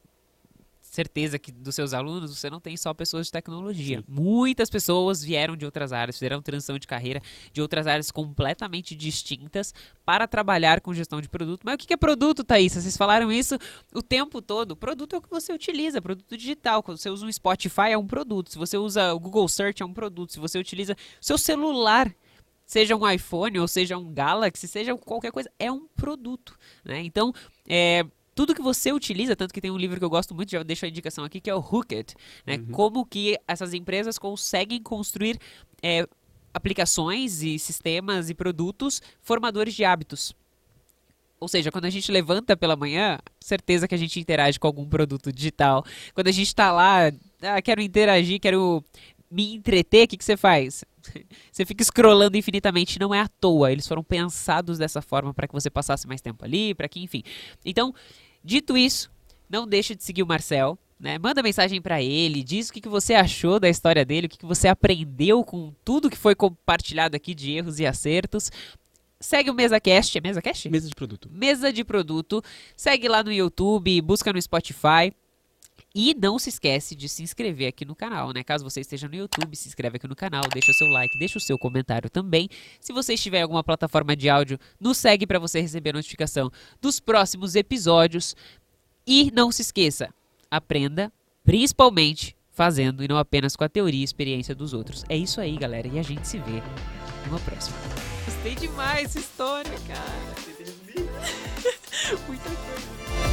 Speaker 1: certeza que dos seus alunos você não tem só pessoas de tecnologia.
Speaker 2: Sim.
Speaker 1: Muitas pessoas vieram de outras áreas, fizeram transição de carreira de outras áreas completamente distintas para trabalhar com gestão de produto. Mas o que é produto, Thaís? Vocês falaram isso o tempo todo. Produto é o que você utiliza, produto digital. Quando você usa um Spotify é um produto. Se você usa o Google Search é um produto. Se você utiliza o seu celular, seja um iPhone ou seja um Galaxy, seja qualquer coisa, é um produto, né? Então, tudo que você utiliza, tanto que tem um livro que eu gosto muito, já deixo a indicação aqui, que é o Hooked, né? Como que essas empresas conseguem construir aplicações e sistemas e produtos formadores de hábitos. Ou seja, quando a gente levanta pela manhã, certeza que a gente interage com algum produto digital. Quando a gente está lá, quero interagir, quero me entreter, o que você faz? Você fica scrollando infinitamente, não é à toa. Eles foram pensados dessa forma para que você passasse mais tempo ali, para que, enfim. Então, dito isso, não deixe de seguir o Marcel, né? Manda mensagem para ele, diz o que você achou da história dele, o que você aprendeu com tudo que foi compartilhado aqui de erros e acertos. Segue o MesaCast, é MesaCast?
Speaker 2: Mesa de Produto.
Speaker 1: Mesa de Produto. Segue lá no YouTube, busca no Spotify. E não se esquece de se inscrever aqui no canal, né? Caso você esteja no YouTube, se inscreve aqui no canal, deixa o seu like, deixa o seu comentário também. Se você estiver em alguma plataforma de áudio, nos segue para você receber a notificação dos próximos episódios. E não se esqueça, aprenda principalmente fazendo e não apenas com a teoria e experiência dos outros. É isso aí, galera, e a gente se vê numa próxima. Gostei demais dessa história, cara. Muita coisa.